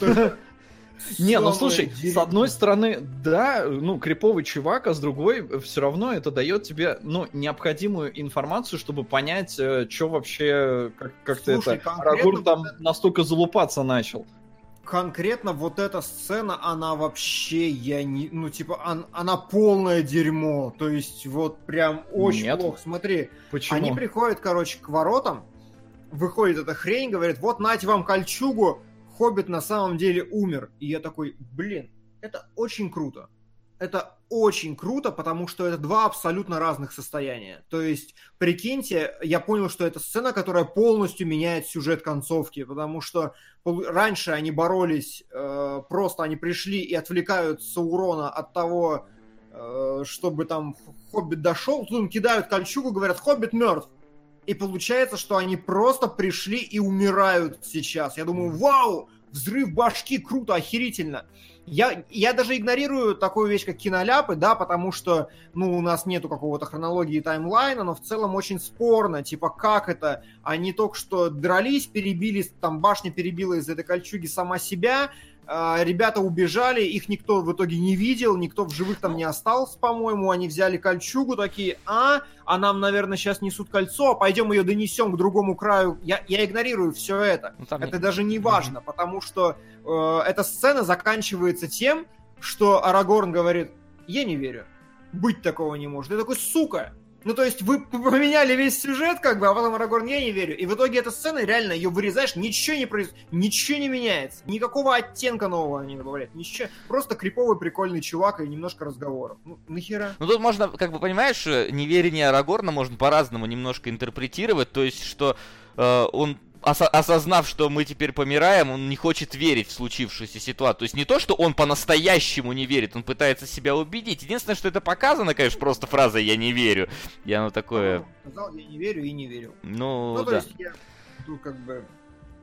Не, ну слушай, с одной стороны, да, ну, криповый чувак, а с другой, все равно это дает тебе, ну, необходимую информацию, чтобы понять, что вообще, как- как-то слушай, это, Арагорн там вот это... настолько залупаться начал. Конкретно вот эта сцена, она вообще, я не, ну, типа, он, она полное дерьмо, то есть, вот прям очень Нет. плохо, смотри. Почему? Они приходят, короче, к воротам, выходит эта хрень, говорит, вот, нате вам кольчугу, Хоббит на самом деле умер. И я такой, блин, это очень круто. Это очень круто, потому что это два абсолютно разных состояния. То есть, прикиньте, я понял, что это сцена, которая полностью меняет сюжет концовки, потому что раньше они боролись, э, просто они пришли и отвлекают Саурона от того, э, чтобы там Хоббит дошел, тут им кидают кольчугу, говорят, Хоббит мертв. И получается, что они просто пришли и умирают сейчас. Я думаю, вау, взрыв башки, круто, охерительно. Я, я даже игнорирую такую вещь, как киноляпы, да, потому что, ну, у нас нету какого-то хронологии таймлайна, но в целом очень спорно, типа, как это? Они только что дрались, перебились, там башня перебила из этой кольчуги сама себя, ребята убежали, их никто в итоге не видел, никто в живых там не остался, по-моему, они взяли кольчугу, такие, а, а нам, наверное, сейчас несут кольцо, пойдем ее донесем к другому краю. Я, я игнорирую все это, ну, это не... даже не важно, mm-hmm. потому что э, эта сцена заканчивается тем, что Арагорн говорит, я не верю, быть такого не может. Я такой, сука! Ну, то есть, вы поменяли весь сюжет, как бы, а потом Арагорн, я не верю. И в итоге эта сцена, реально, ее вырезаешь, ничего не происходит, ничего не меняется. Никакого оттенка нового они добавляют, ничего. Просто криповый, прикольный чувак и немножко разговоров. Ну, нахера? Ну, тут можно, как бы, понимаешь, неверие Арагорна можно по-разному немножко интерпретировать. То есть, что э, он... осознав, что мы теперь помираем, он не хочет верить в случившуюся ситуацию. То есть не то, что он по-настоящему не верит, он пытается себя убедить. Единственное, что это показано, конечно, просто фразой «я не верю». Я ну такое... Сказал, я не верю и не верю. Ну, ну то да. есть я тут как бы...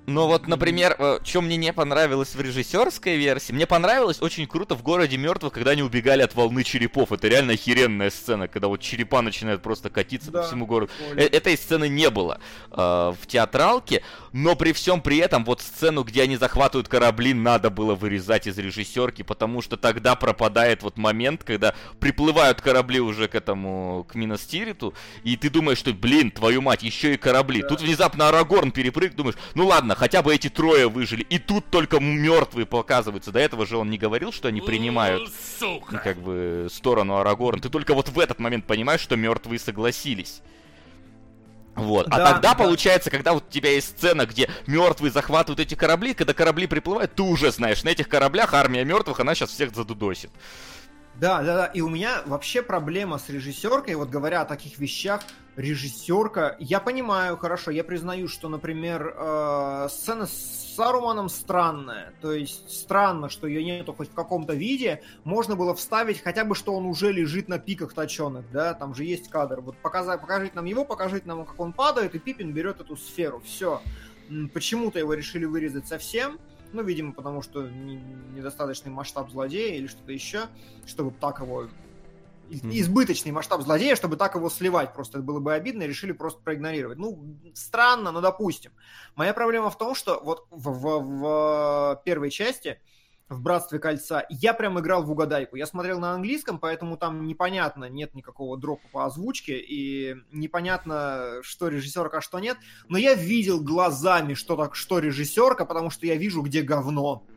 Но вот, например, что мне не понравилось в режиссерской версии, мне понравилось очень круто в «Городе мертвых», когда они убегали от волны черепов. Это реально охеренная сцена, когда вот черепа начинают просто катиться да, по всему городу. Э- этой сцены не было э, в театралке, но при всем при этом вот сцену, где они захватывают корабли, надо было вырезать из режиссерки, потому что тогда пропадает вот момент, когда приплывают корабли уже к этому, к Минас Тириту, и ты думаешь, что, блин, твою мать, еще и корабли. Да. Тут внезапно Арагорн перепрыг, думаешь, ну ладно, хотя бы эти трое выжили. И тут только мертвые показываются. До этого же он не говорил, что они принимают ну, как бы сторону Арагорна. Ты только вот в этот момент понимаешь, что мертвые согласились. Вот. Да, а тогда да. получается, когда вот у тебя есть сцена, где мертвые захватывают эти корабли, когда корабли приплывают, ты уже знаешь, на этих кораблях армия мертвых, она сейчас всех задудосит. Да, да, да. И у меня вообще проблема с режиссеркой, вот говоря о таких вещах, режиссерка, я понимаю, хорошо, я признаю, что, например, э, сцена с Саруманом странная, то есть странно, что ее нету хоть в каком-то виде, можно было вставить хотя бы, что он уже лежит на пиках точеных, да, там же есть кадр, вот показать, покажите нам его, покажите нам, как он падает, и Пиппин берет эту сферу, все. Почему-то его решили вырезать совсем. Ну, видимо, потому что недостаточный масштаб злодея или что-то еще, чтобы так его... Избыточный масштаб злодея, чтобы так его сливать. Просто это было бы обидно, и решили просто проигнорировать. Ну, странно, но допустим. Моя проблема в том, что вот в, в, в первой части, в «Братстве кольца», я прям играл в угадайку. Я смотрел на английском, поэтому там непонятно, нет никакого дропа по озвучке, и непонятно, что режиссерка, а что нет. Но я видел глазами, что, так, что режиссерка, потому что я вижу, где говно.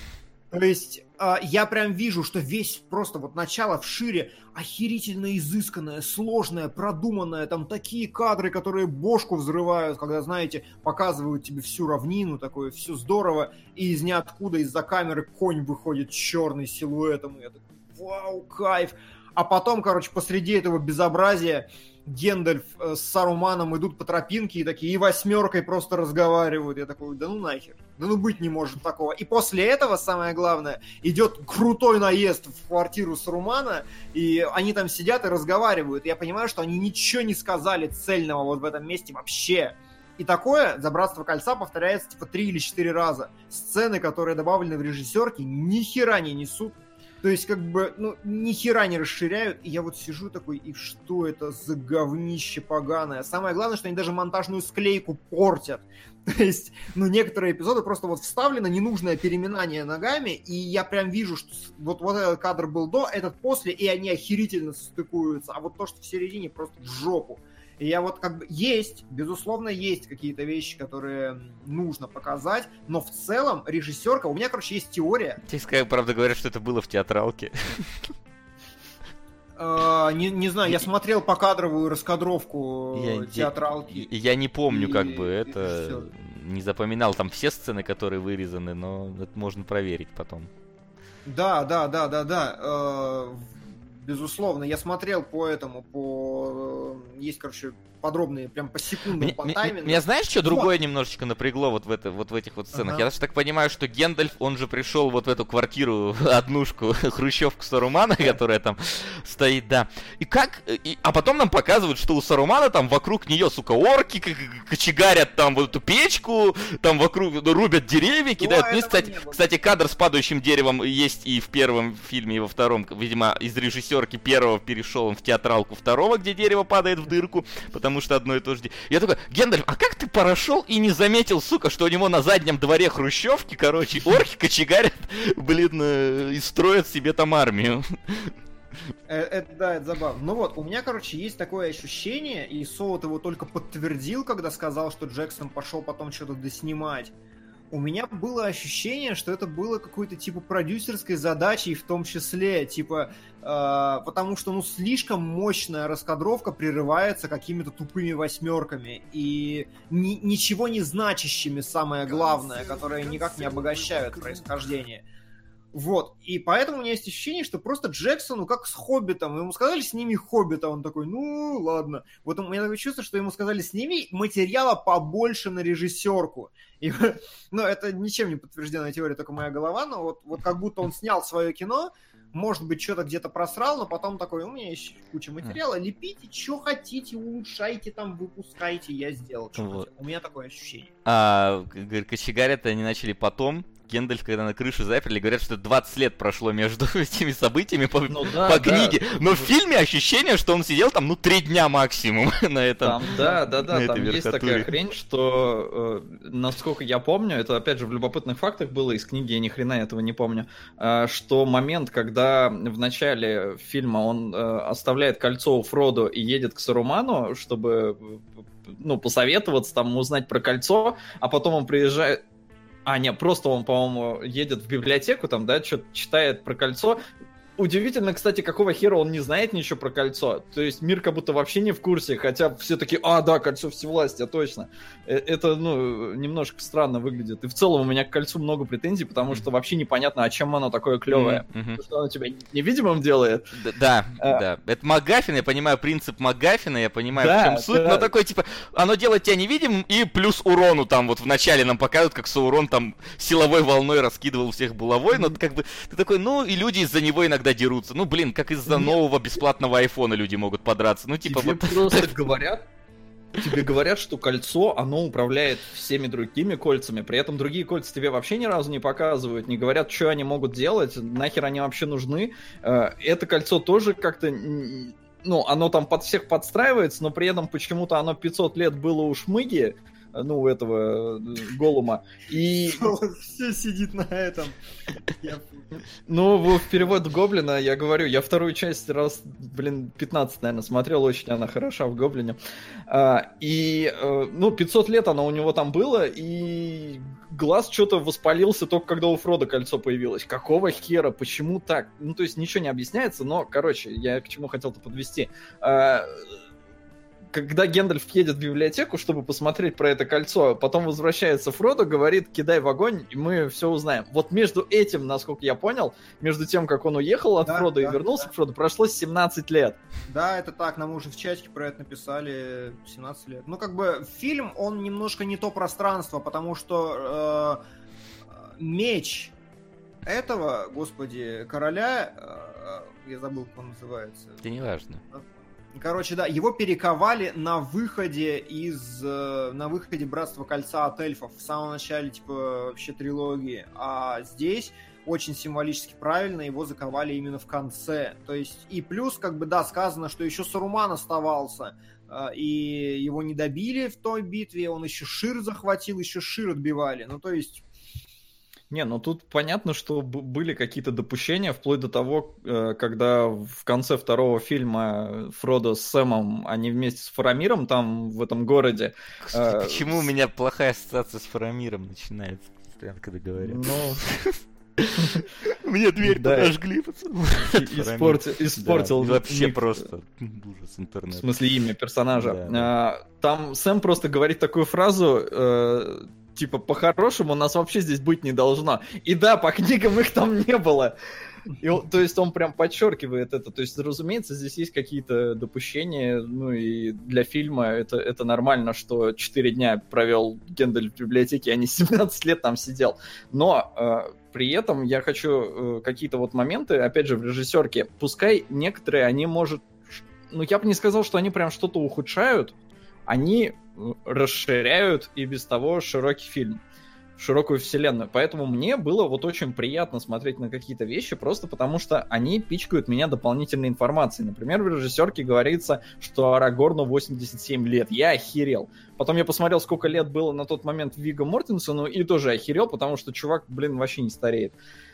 То есть э, я прям вижу, что весь просто вот начало вшире охерительно изысканное, сложное, продуманное, там такие кадры, которые бошку взрывают, когда, знаете, показывают тебе всю равнину, такое все здорово, и из ниоткуда из-за камеры конь выходит черный силуэтом, и я такой, вау, кайф. А потом, короче, посреди этого безобразия Гендальф э, с Саруманом идут по тропинке и такие, и восьмеркой просто разговаривают. Я такой, да ну нахер, да ну быть не может такого. И после этого, самое главное, идет крутой наезд в квартиру Сарумана, и они там сидят и разговаривают. И я понимаю, что они ничего не сказали цельного вот в этом месте вообще. И такое за «Братство кольца» повторяется типа три или четыре раза. Сцены, которые добавлены в режиссерке, ни хера не несут. То есть, как бы, ну, ни хера не расширяют, и я вот сижу такой, и что это за говнище поганое? Самое главное, что они даже монтажную склейку портят. То есть, ну, некоторые эпизоды просто вот вставлено ненужное переминание ногами, и я прям вижу, что вот, вот этот кадр был до, этот после, и они охерительно состыкуются, а вот то, что в середине, просто в жопу. И я вот как бы... Есть, безусловно, есть какие-то вещи, которые нужно показать, но в целом режиссерка... У меня, короче, есть теория... Тебе, правда, говорят, что это было в театралке. Uh, не, не знаю, я смотрел покадровую раскадровку я, театралки. Я, я не помню, и, как бы, это... Не запоминал там все сцены, которые вырезаны, но это можно проверить потом. Да, да, да, да, да. Uh, безусловно, я смотрел по этому, по... Есть, короче, подробные, прям по секундам, по таймингу. Меня знаешь, что другое вот. немножечко напрягло вот в, это, вот в этих вот сценах? Ага. Я даже так понимаю, что Гендальф, он же пришел вот в эту квартиру, однушку, хрущевку Сарумана, которая там стоит, да. И как... И, а потом нам показывают, что у Сарумана там вокруг нее, сука, орки кочегарят там вот эту печку, там вокруг рубят деревья, кидают. Ну, кстати, кстати, кадр с падающим деревом есть и в первом фильме, и во втором. Видимо, из режиссерки первого перешел он в театралку второго, где дерево падает в дырку, потому Потому что одно и то же. Я такой, Гендальф, а как ты прошел и не заметил, сука, что у него на заднем дворе хрущевки, короче, орки кочегарят, блин, и строят себе там армию. Это, да, это забавно. Ну вот, у меня, короче, есть такое ощущение, и Соут его только подтвердил, когда сказал, что Джексон пошел потом что-то доснимать. У меня было ощущение, что это было какой-то типа продюсерской задачей в том числе, типа, э, потому что, ну, слишком мощная раскадровка прерывается какими-то тупыми восьмерками и ни, ничего не значащими, самое главное, которые никак не обогащают происхождение. Вот, и поэтому у меня есть ощущение, что просто Джексону, как с Хоббитом, ему сказали «сними Хоббита», он такой, ну, ладно. Вот у меня такое чувство, что ему сказали «сними материала побольше на режиссерку». И, ну, это ничем не подтвержденная теория, только моя голова, но вот, вот как будто он снял свое кино, может быть, что-то где-то просрал, но потом такой, у меня есть куча материала, лепите, что хотите, улучшайте там, выпускайте, я сделал. Вот. У меня такое ощущение. А, кочегарят они начали потом. Гендальф, когда на крышу заперли, говорят, что двадцать лет прошло между этими событиями по, ну, да, по книге. Да. Но в фильме ощущение, что он сидел там, ну, три дня максимум на этом. Там, да, да, да, там верхотуре. Есть такая хрень, что, э, насколько я помню, это опять же в любопытных фактах было, из книги я ни хрена этого не помню, э, что момент, когда в начале фильма он э, оставляет кольцо у Фродо и едет к Саруману, чтобы, ну, посоветоваться, там, узнать про кольцо, а потом он приезжает... А, нет, просто он, по-моему, едет в библиотеку, там, да, что-то читает про кольцо. Удивительно, кстати, какого хера он не знает ничего про кольцо. То есть мир как будто вообще не в курсе, хотя все таки, а, да, кольцо всевластия, точно. Это, ну, немножко странно выглядит. И в целом у меня к кольцу много претензий, потому что вообще непонятно, а чем оно такое клевое. Mm-hmm. Что оно тебя невидимым делает. Да, а, да. Это МакГаффин, я понимаю принцип МакГаффина, я понимаю, да, в чем суть, да. Но такой, типа, оно делает тебя невидимым, и плюс урону там, вот в начале нам показывают, как Саурон там силовой волной раскидывал всех булавой, mm-hmm. но как бы ты такой, ну, и люди из-за него иногда дерутся. Ну, блин, как из-за Нет. нового бесплатного айфона люди могут подраться. Ну, типа, тебе вот... просто говорят, тебе говорят, что кольцо, оно управляет всеми другими кольцами, при этом другие кольца тебе вообще ни разу не показывают, не говорят, что они могут делать, нахер они вообще нужны. Это кольцо тоже как-то... Ну, оно там под всех подстраивается, но при этом почему-то оно пятьсот лет было у Шмыги, ну, у этого Голума. И... Все сидит на этом. Ну, в перевод Гоблина, я говорю, я вторую часть раз, блин, пятнадцать, наверное, смотрел, очень она хороша в Гоблине. А, и, ну, пятьсот лет оно у него там было, и глаз что-то воспалился только когда у Фродо кольцо появилось. Какого хера? Почему так? Ну, то есть ничего не объясняется, но, короче, я к чему хотел-то подвести. А, когда Гендальф едет в библиотеку, чтобы посмотреть про это кольцо, потом возвращается Фродо, говорит, кидай в огонь, и мы все узнаем. Вот между этим, насколько я понял, между тем, как он уехал от да, Фродо да, и вернулся да. к Фродо, прошло семнадцать лет. Да, это так, нам уже в чатике про это написали, семнадцать лет. Ну, как бы, фильм, он немножко не то пространство, потому что э, меч этого, господи, короля, э, я забыл, как он называется. Это не важно. Короче, да, его перековали на выходе из... на выходе Братства Кольца от эльфов в самом начале, типа, вообще трилогии. А здесь очень символически правильно его заковали именно в конце. То есть, и плюс, как бы, да, сказано, что еще Саруман оставался, и его не добили в той битве, он еще Шир захватил, еще Шир отбивали. Ну, то есть... Не, ну тут понятно, что были какие-то допущения, вплоть до того, когда в конце второго фильма Фродо с Сэмом, они вместе с Фарамиром там в этом городе... Кстати, почему у меня плохая ассоциация с Фарамиром начинается, когда говорят? Ну... Мне дверь подожгли, пацаны. Испортил. Вообще просто ужас интернет. В смысле имя персонажа. Там Сэм просто говорит такую фразу... Типа, по-хорошему, нас вообще здесь быть не должно. И да, по книгам их там не было. И он, то есть он прям подчеркивает это. То есть, разумеется, здесь есть какие-то допущения. Ну и для фильма это, это нормально, что четыре дня провел Гендальф в библиотеке, а не семнадцать лет там сидел. Но э, при этом я хочу э, какие-то вот моменты, опять же, в режиссерке. Пускай некоторые, они, может... Ну, я бы не сказал, что они прям что-то ухудшают. Они расширяют и без того широкий фильм, широкую вселенную. Поэтому мне было вот очень приятно смотреть на какие-то вещи, просто потому что они пичкают меня дополнительной информацией. Например, в режиссерке говорится, что Арагорну восемьдесят семь лет. Я охерел. Потом я посмотрел, сколько лет было на тот момент Вигго Мортенсену, и тоже охерел, потому что чувак, блин, вообще не стареет.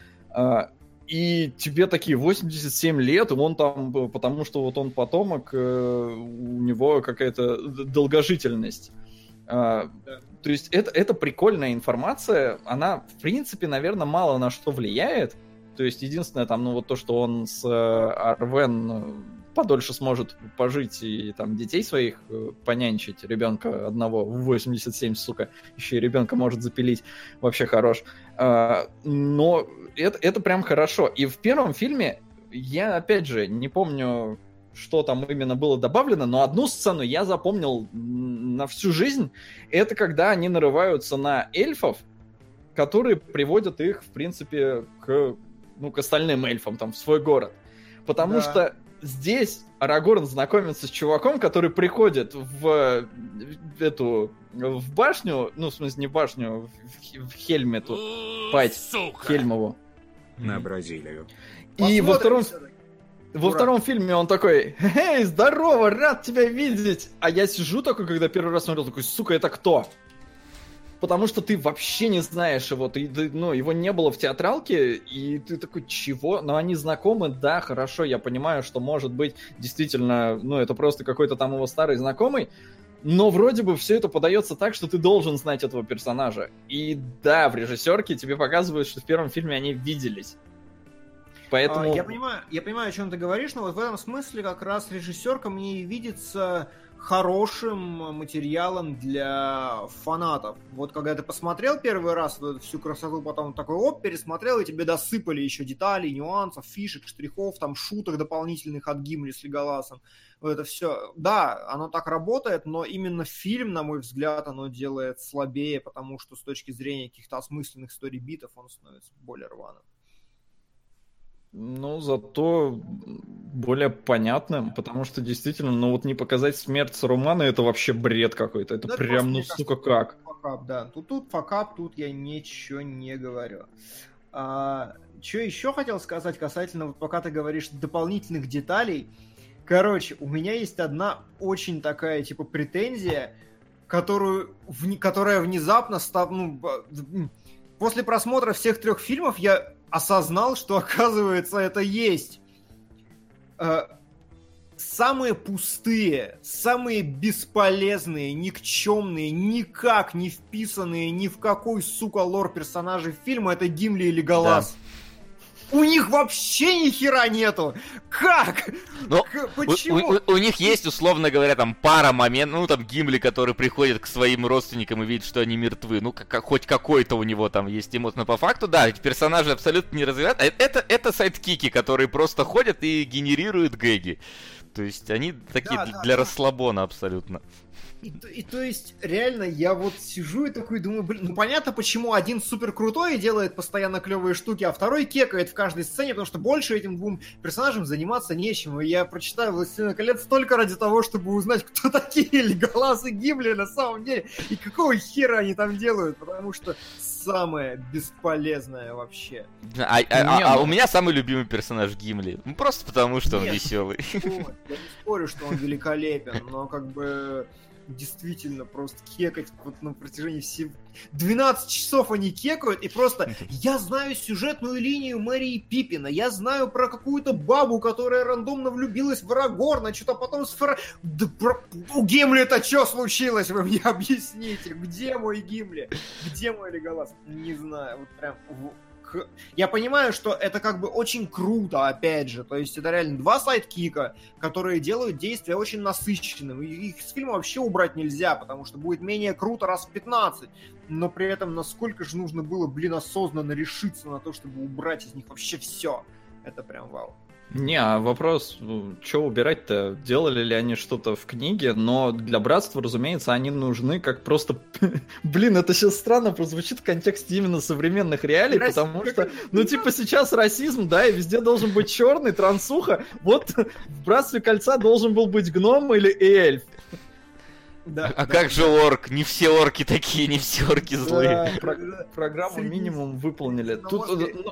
И тебе такие восемьдесят семь лет, и он там, потому что вот он потомок, у него какая-то долгожительность. Да. То есть это, это прикольная информация, она, в принципе, наверное, мало на что влияет. То есть единственное, там, ну вот то, что он с Арвен подольше сможет пожить и там детей своих понянчить, ребенка одного в восемьдесят семь, сука, еще и ребенка может запилить, вообще хорош. Но это, это прям хорошо. И в первом фильме я, опять же, не помню, что там именно было добавлено, но одну сцену я запомнил на всю жизнь. Это когда они нарываются на эльфов, которые приводят их, в принципе, к ну, к остальным эльфам, там, в свой город. Потому Да. что здесь Арагорн знакомится с чуваком, который приходит в, в эту в башню, ну, в смысле, не в башню, в, в Хельме тут, пать Хельмову. На Бразилию. И во втором, всё-таки. во Дурак. втором фильме он такой: «Эй, здорово, рад тебя видеть!» А я сижу такой, когда первый раз смотрел, такой: сука, это кто? Потому что ты вообще не знаешь его, ты, ты, ну, его не было в театралке, и ты такой, чего? Но они знакомы, да, хорошо, я понимаю, что может быть действительно, ну, это просто какой-то там его старый знакомый, но вроде бы все это подается так, что ты должен знать этого персонажа. И да, в режиссерке тебе показывают, что в первом фильме они виделись. Поэтому... А, я понимаю, я понимаю, о чем ты говоришь, но вот в этом смысле как раз режиссерка мне и видится хорошим материалом для фанатов. Вот когда ты посмотрел первый раз вот эту всю красоту, потом такой оп, пересмотрел, и тебе досыпали еще деталей, нюансов, фишек, штрихов, там шуток дополнительных от Гимли с Леголасом. Вот это все. Да, оно так работает, но именно фильм, на мой взгляд, оно делает слабее, потому что с точки зрения каких-то осмысленных сторибитов он становится более рваным. Ну, зато более понятным, потому что действительно, ну вот не показать смерть Сарумана, это вообще бред какой-то. Это Да, прям, просто, ну, мне сука, кажется, как? Факап, да. Тут, тут факап, тут я ничего не говорю. А, что еще хотел сказать касательно, вот пока ты говоришь дополнительных деталей. Короче, у меня есть одна очень такая, типа, претензия, которую, вне- которая внезапно став, ну, б- после просмотра всех трех фильмов я осознал, что, оказывается, это есть. Э, Самые пустые, самые бесполезные, никчемные, никак не вписанные ни в какой, сука, лор персонажей фильма — это Гимли и Леголас. У них вообще ни хера нету! Как? Но К- У, Почему? у- у- у них есть, условно говоря, там пара моментов, ну там Гимли, который приходит к своим родственникам и видит, что они мертвы, ну как, как- хоть какой-то у него там есть эмоция, но по факту, да, эти персонажи абсолютно не развивают, а это, это сайдкики, которые просто ходят и генерируют гэги, то есть они такие Да, для, да, для да. расслабона абсолютно. И, то- и то есть, реально, я вот сижу и такой думаю, блин, ну понятно, почему один супер крутой и делает постоянно клевые штуки, а второй кекает в каждой сцене, потому что больше этим двум персонажам заниматься нечем. И я прочитаю «Властелина колец» только ради того, чтобы узнать, кто такие Леголас и Гимли на самом деле, и какого хера они там делают, потому что самое бесполезное вообще. А, а- а- Не, а ну- у меня самый любимый персонаж Гимли, ну просто потому, что он Нет. веселый. Вот, я не спорю, что он великолепен, но как бы действительно просто кекать вот на протяжении всех... двенадцать часов они кекают, и просто я знаю сюжетную линию Мэрии Пиппина, я знаю про какую-то бабу, которая рандомно влюбилась в Арагорна, что-то потом с Фра... Да про... У Гимли-то что случилось, вы мне объясните, где мой Гимли, где мой Леголас, не знаю, вот прям... в- к- Я понимаю, что это как бы очень круто, опять же, то есть это реально два сайдкика, которые делают действия очень насыщенным, и их с фильма вообще убрать нельзя, потому что будет менее круто раз в пятнадцать, но при этом насколько же нужно было, блин, осознанно решиться на то, чтобы убрать из них вообще все. Это прям вау. Не, а вопрос, что убирать-то? Делали ли они что-то в книге? Но для Братства, разумеется, они нужны как просто... Блин, это сейчас странно прозвучит в контексте именно современных реалий, Расизм, потому как что, это ну, типа, сейчас расизм, да, и везде должен быть черный, трансуха. Вот в Братстве Кольца должен был быть гном или эльф. Да, А да, как же орк? Не все орки такие, не все орки злые. Да, да, про- да. программу Среди- минимум выполнили. Тут, Средиземноморские- ну,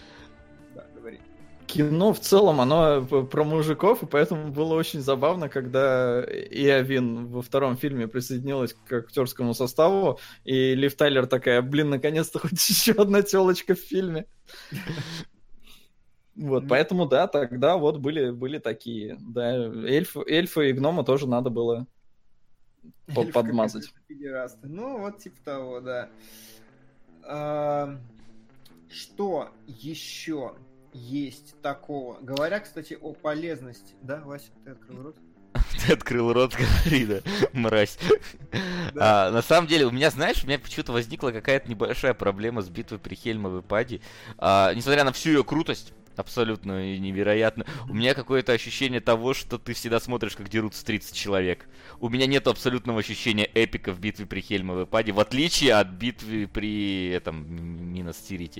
да, говори. кино в целом, оно п- про мужиков, и поэтому было очень забавно, когда Иовин во втором фильме присоединилась к актерскому составу, и Лив Тайлер такая: блин, наконец-то хоть еще одна телочка в фильме. Вот, поэтому, да, тогда вот были, были такие, да, эльф, эльфы и гнома тоже надо было по- Эльф подмазать. какой-то педерасты. Ну, вот типа того, да. А, Что еще есть такого? Говоря, кстати, о полезности. Да, Вася, ты открыл рот? Ты открыл рот, говори, да, мразь. Да. А, на самом деле, у меня, знаешь, у меня почему-то возникла какая-то небольшая проблема с битвой при Хельмовой паде. А, несмотря на всю ее крутость, абсолютно и невероятно, у меня какое-то ощущение того, что ты всегда смотришь, как дерутся тридцать человек. У меня нет абсолютного ощущения эпика в битве при Хельмовой паде, в отличие от битвы при этом Минас Тирите.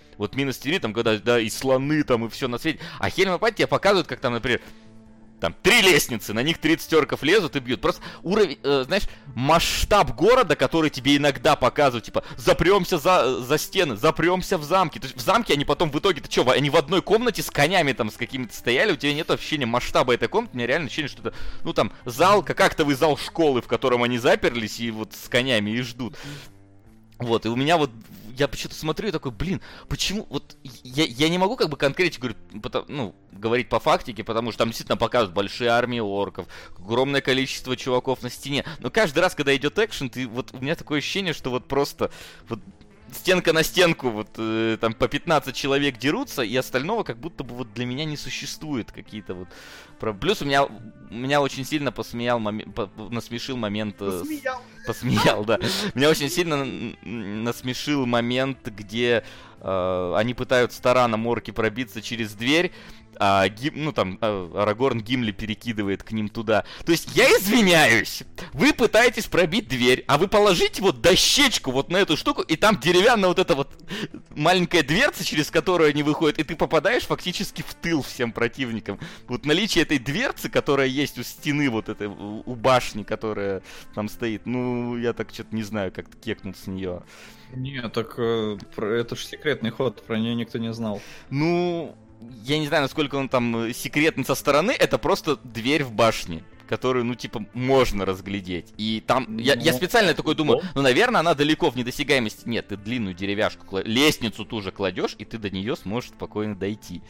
Вот Минус Тири, там, когда, да, и слоны там, и все на свете. А Хельм Апатия тебе показывают, как там, например, там, три лестницы, на них тридцать терков лезут и бьют. Просто уровень, э, знаешь, масштаб города, который тебе иногда показывают, типа, запремся за, за стены, запремся в замке. То есть в замке они потом в итоге, ты что, они в одной комнате с конями там, с какими-то стояли, у тебя нет ощущения масштаба этой комнаты, у меня реально ощущение, что это, ну, там, зал, как актовый зал школы, в котором они заперлись и вот с конями и ждут. Вот, и у меня вот, я почему-то смотрю и такой, блин, почему, вот, я, я не могу как бы конкретно говорить, потому, ну, говорить по фактике, потому что там действительно показывают большие армии орков, огромное количество чуваков на стене, но каждый раз, когда идет экшен, ты, вот, у меня такое ощущение, что вот просто, вот, стенка на стенку, вот, э, там, по пятнадцать человек дерутся, и остального как будто бы вот для меня не существует какие-то вот... Плюс у меня, меня очень сильно посмеял момент, по, насмешил момент... Посмеял. Посмеял, да. Меня очень сильно насмешил момент, где э, они пытаются тараном орки пробиться через дверь, а Гим, ну там Арагорн Гимли перекидывает к ним туда. То есть я извиняюсь, вы пытаетесь пробить дверь, а вы положите вот дощечку вот на эту штуку, и там деревянная вот эта вот маленькая дверца, через которую они выходят, и ты попадаешь фактически в тыл всем противникам. Вот наличие этой дверцы, которая есть у стены вот этой, у башни, которая там стоит, ну я так что-то не знаю, как-то кекнул с нее. Не, так э, это же секретный ход, про нее никто не знал. Ну... Я не знаю, насколько он там секретный со стороны, это просто дверь в башне, которую, ну, типа, можно разглядеть. И там, ну, я, я специально такой думаю, ну, наверное, она далеко в недосягаемости. Нет, ты длинную деревяшку, кла- лестницу ту же кладешь, и ты до нее сможешь спокойно дойти.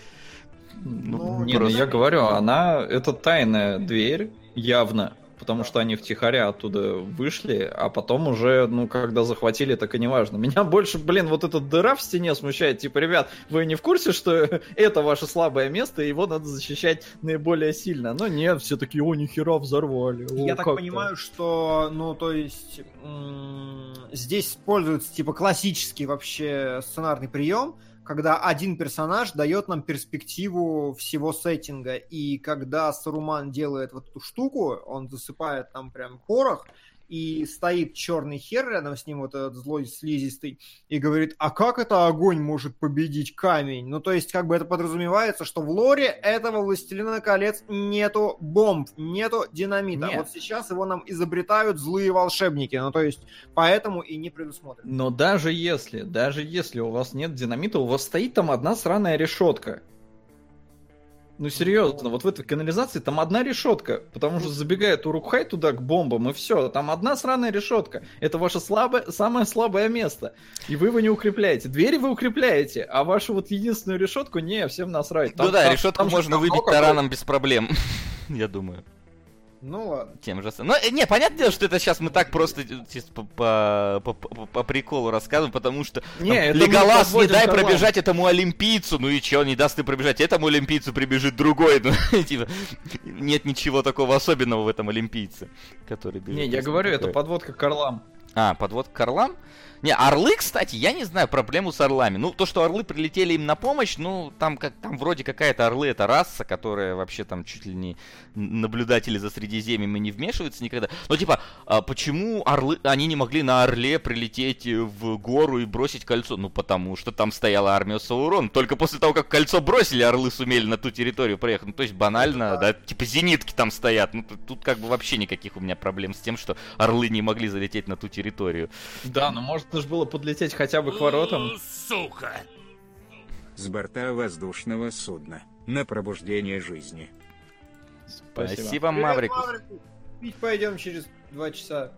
Ну, не, просто... ну, я говорю, она, это тайная дверь, явно. Потому что они втихаря оттуда вышли, а потом уже, ну, когда захватили, так и не важно. Меня больше, блин, вот эта дыра в стене смущает. Типа, ребят, вы не в курсе, что это ваше слабое место, и его надо защищать наиболее сильно? Но нет, все такие, о, нихера, взорвали. О, Я так понимаю, что, ну, то есть, м- здесь используется, типа, классический вообще сценарный прием, когда один персонаж дает нам перспективу всего сеттинга, и когда Саруман делает вот эту штуку, он засыпает там прям порох, и стоит черный хер рядом с ним, вот этот злой слизистый, и говорит, а как это огонь может победить камень? Ну, то есть, как бы это подразумевается, что в лоре этого «Властелина колец» нету бомб, нету динамита. Нет. Вот сейчас его нам изобретают злые волшебники, ну, то есть, поэтому и не предусмотрено. Но даже если, даже если у вас нет динамита, у вас стоит там одна сраная решетка. Ну серьезно, вот в этой канализации там одна решетка, потому что забегает Урукхай туда к бомбам, и все, там одна сраная решетка. Это ваше слабое, самое слабое место. И вы его не укрепляете. Двери вы укрепляете, а вашу вот единственную решетку, не, всем насрать. Там, ну да, там, решетку там можно выбить тараном без проблем, я думаю. Ну ладно. Тем же самым. Ну, не, понятное дело, что это сейчас мы так просто по, по, по, по, по приколу рассказываем, потому что не, там, Леголас, не дай карман. Пробежать этому олимпийцу. Ну и че, он не даст ты пробежать этому олимпийцу, прибежит другой. Ну, типа, нет ничего такого особенного в этом олимпийце, который бежит. Не, я говорю, такое. Это подводка к орлам. А, подводка к орлам? Не, орлы, кстати, я не знаю проблему с орлами. Ну, то, что орлы прилетели им на помощь, ну, там, как, там вроде какая-то орлы, это раса, которая вообще там чуть ли не наблюдатели за Средиземьем и не вмешиваются никогда. Но, типа, а почему орлы, они не могли на орле прилететь в гору и бросить кольцо? Ну, потому что там стояла армия Саурона. Только после того, как кольцо бросили, орлы сумели на ту территорию проехать. Ну, то есть, банально, да, типа, зенитки там стоят. Ну, тут, тут как бы вообще никаких у меня проблем с тем, что орлы не могли залететь на ту территорию. Да, но может нужно было подлететь хотя бы к воротам. Сука! С борта воздушного судна. На пробуждение жизни. Спасибо, Спасибо Маврикус. Пить пойдем через два часа.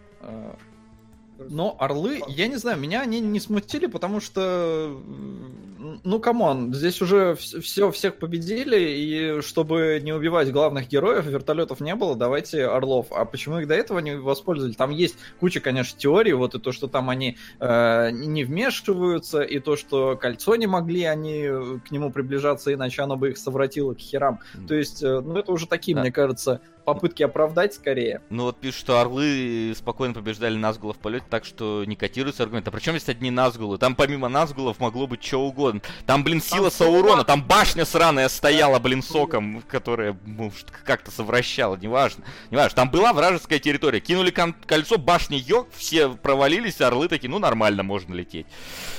Но орлы, я не знаю, меня они не смутили, потому что, ну, камон, здесь уже все, всех победили, и чтобы не убивать главных героев, вертолетов не было, давайте орлов. А почему их до этого не воспользовали? Там есть куча, конечно, теорий, вот и то, что там они э, не вмешиваются, и то, что кольцо не могли они к нему приближаться, иначе оно бы их совратило к херам. Mm. То есть, э, ну, это уже такие, да. Мне кажется, попытки оправдать скорее. Ну вот пишут, что орлы спокойно побеждали Назгула в полете, так что не котируется аргумент. А при чем здесь одни Назгулы? Там помимо Назгулов могло быть что угодно. Там, блин, сила там Саурона, там башня сраная стояла, блин, соком, которая, может, как-то совращала, неважно. Неважно, там была вражеская территория. Кинули кон- кольцо, башня ёк, все провалились, орлы такие, ну нормально, можно лететь.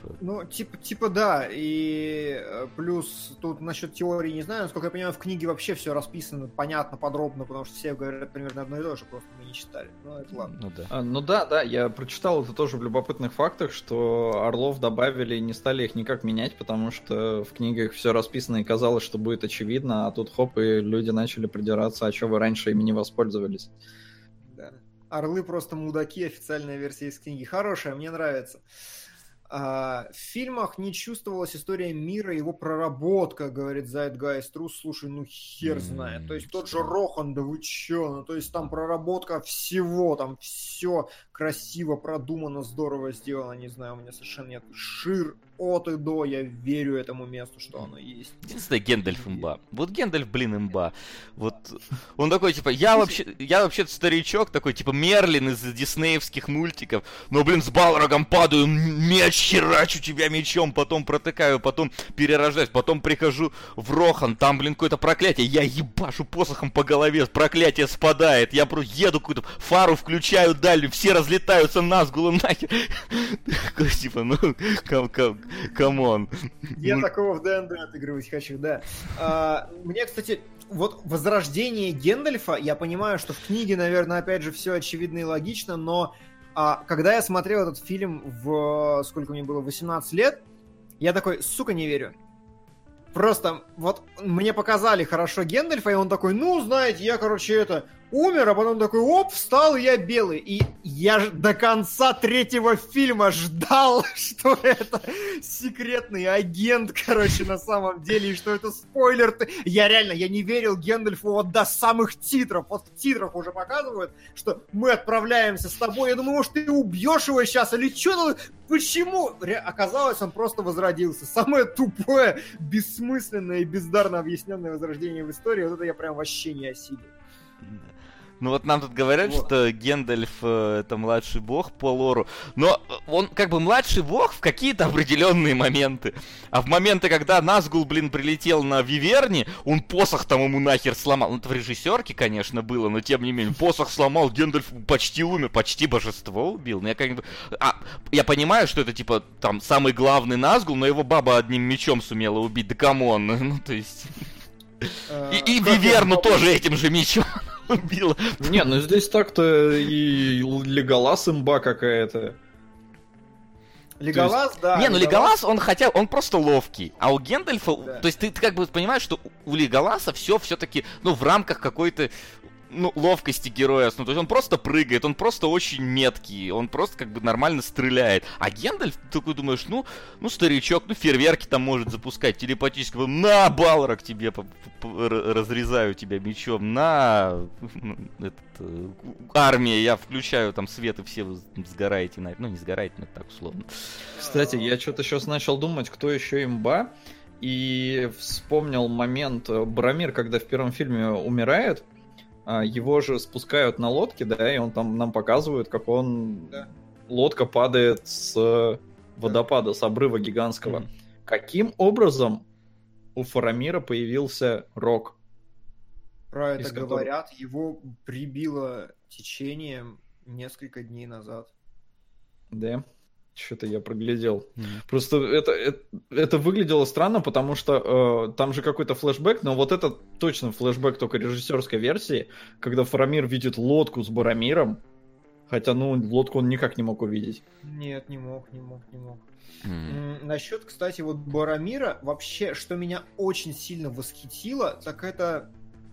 типа... Ну, типа, типа да, и э, плюс тут насчет теории не знаю, насколько я понимаю, в книге вообще все расписано понятно, подробно, потому что все говорят примерно одно и то же, просто мы не читали. Ну, это ладно. Ну да. А, ну да, да, я прочитал это тоже в любопытных фактах, что Орлов добавили и не стали их никак менять, потому что в книгах все расписано и казалось, что будет очевидно, а тут хоп, и люди начали придираться, а что вы раньше ими не воспользовались. Да. Орлы просто мудаки, официальная версия из книги. Хорошая, мне нравится. А, в фильмах не чувствовалась история мира, его проработка, говорит Zeitgeist True. Слушай, ну хер знает. То есть тот же Рохан, да вы чё? Ну, то есть там проработка всего, там все красиво продумано, здорово сделано. Не знаю, у меня совершенно нет шир от и до. Я верю этому месту, что оно есть. Единственное, Гендальф имба. Вот Гендальф, блин, имба. Вот он такой, типа, я вообще, я вообще-то старичок, такой, типа, Мерлин из диснеевских мультиков, но, блин, с Балрогом падаю, меч херачу тебя мечом, потом протыкаю, потом перерождаюсь, потом прихожу в Рохан, там, блин, какое-то проклятие, я ебашу посохом по голове, проклятие спадает, я просто еду какую-то фару, включаю дальнюю, все разлетаются назгулом нахер. Типа, ну, камон. Я такого в ди энд ди отыгрывать хочу, да. А, мне, кстати, вот возрождение Гендальфа, я понимаю, что в книге, наверное, опять же, все очевидно и логично, но а, когда я смотрел этот фильм в, сколько мне было, восемнадцать лет, я такой, сука, не верю. Просто вот мне показали хорошо Гендальфа, и он такой, ну, знаете, я, короче, это, умер, а потом такой, оп, встал, и я белый. И я ж до конца третьего фильма ждал, что это секретный агент, короче, на самом деле, и что это спойлер. Я реально, я не верил Гендальфу вот до самых титров. Вот в титрах уже показывают, что мы отправляемся с тобой. Я думаю, может, ты убьешь его сейчас, или что? Почему? Оказалось, он просто возродился. Самое тупое, бессмысленное и бездарно объясненное возрождение в истории, вот это я прям вообще не осилил. Ну вот нам тут говорят, вот, что Гендальф э, это младший бог по лору, но он как бы младший бог в какие-то определенные моменты. А в моменты, когда Назгул, блин, прилетел на Виверни, он посох там ему нахер сломал. Ну это в режиссерке, конечно, было, но тем не менее, посох сломал, Гендальф почти умер, почти божество убил. Ну, я, как бы... а, я понимаю, что это типа там самый главный Назгул, но его баба одним мечом сумела убить, да камон, ну то есть... И, и Виверну тоже этим же мечом убила. Не, ну здесь так-то и Леголас имба какая-то. Леголас, да. Не, ну Леголас, он хотя он просто ловкий. А у Гендальфа, да. То есть ты, ты как бы понимаешь, что у Леголаса все все-таки, ну, в рамках какой-то, ну, ловкости героя. Ну, то есть он просто прыгает, он просто очень меткий, он просто как бы нормально стреляет. А Гендальф, ты такой думаешь, ну, ну, старичок, ну, фейерверки там может запускать телепатически. На, Балрог, тебе разрезаю тебя мечом, на, этот, армия, я включаю там свет, и все вы сгораете на это. Ну, не сгораете, но так условно. Кстати, я что-то сейчас начал думать, кто еще имба, и вспомнил момент Боромир, когда в первом фильме умирает. Его же спускают на лодке, да, и он там нам показывает, как он... Да. Лодка падает с водопада, с обрыва гигантского. Mm-hmm. Каким образом у Фарамира появился рог? Про это которого... говорят, его прибило течением несколько дней назад. Да, что-то я проглядел. Mm-hmm. Просто это, это, это выглядело странно, потому что э, там же какой-то флешбэк, но вот это точно флешбэк только режиссерской версии, когда Фарамир видит лодку с Боромиром, хотя, ну, лодку он никак не мог увидеть. Нет, не мог, не мог, не мог. Mm-hmm. Насчет, кстати, вот Боромира, вообще, что меня очень сильно восхитило, так это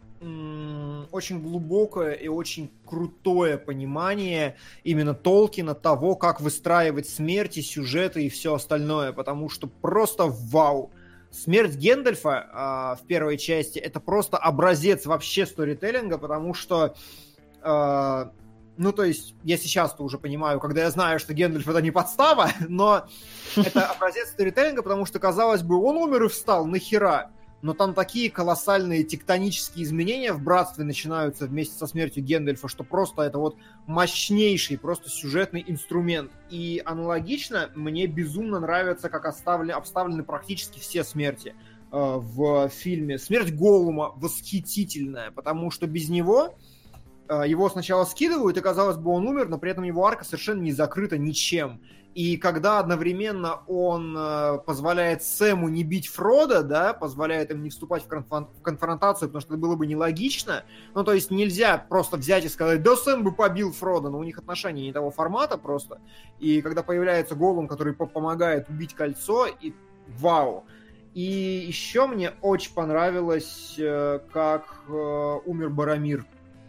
очень глубокое и очень крутое понимание именно Толкина того, как выстраивать смерти, сюжеты и все остальное, потому что просто вау. Смерть Гендальфа а, в первой части это просто образец вообще сторителлинга, потому что а, ну, то есть, я сейчас-то уже понимаю, когда я знаю, что Гендальф это не подстава, но это образец сторителлинга, потому что, казалось бы, он умер и встал, нахера? Но там такие колоссальные тектонические изменения в Братстве начинаются вместе со смертью Гендальфа, что просто это вот мощнейший, просто сюжетный инструмент. И аналогично мне безумно нравится, как оставлены, обставлены практически все смерти э, в фильме. Смерть Голлума восхитительная, потому что без него его сначала скидывают, и, казалось бы, он умер, но при этом его арка совершенно не закрыта ничем. И когда одновременно он э, позволяет Сэму не бить Фродо, да, позволяет им не вступать в, конфрон- в конфронтацию, потому что это было бы нелогично, ну, то есть нельзя просто взять и сказать, да, Сэм бы побил Фродо, но у них отношения не того формата просто. И когда появляется Голлум, который помогает убить кольцо, и вау. И еще мне очень понравилось, э, как э, умер Боромир.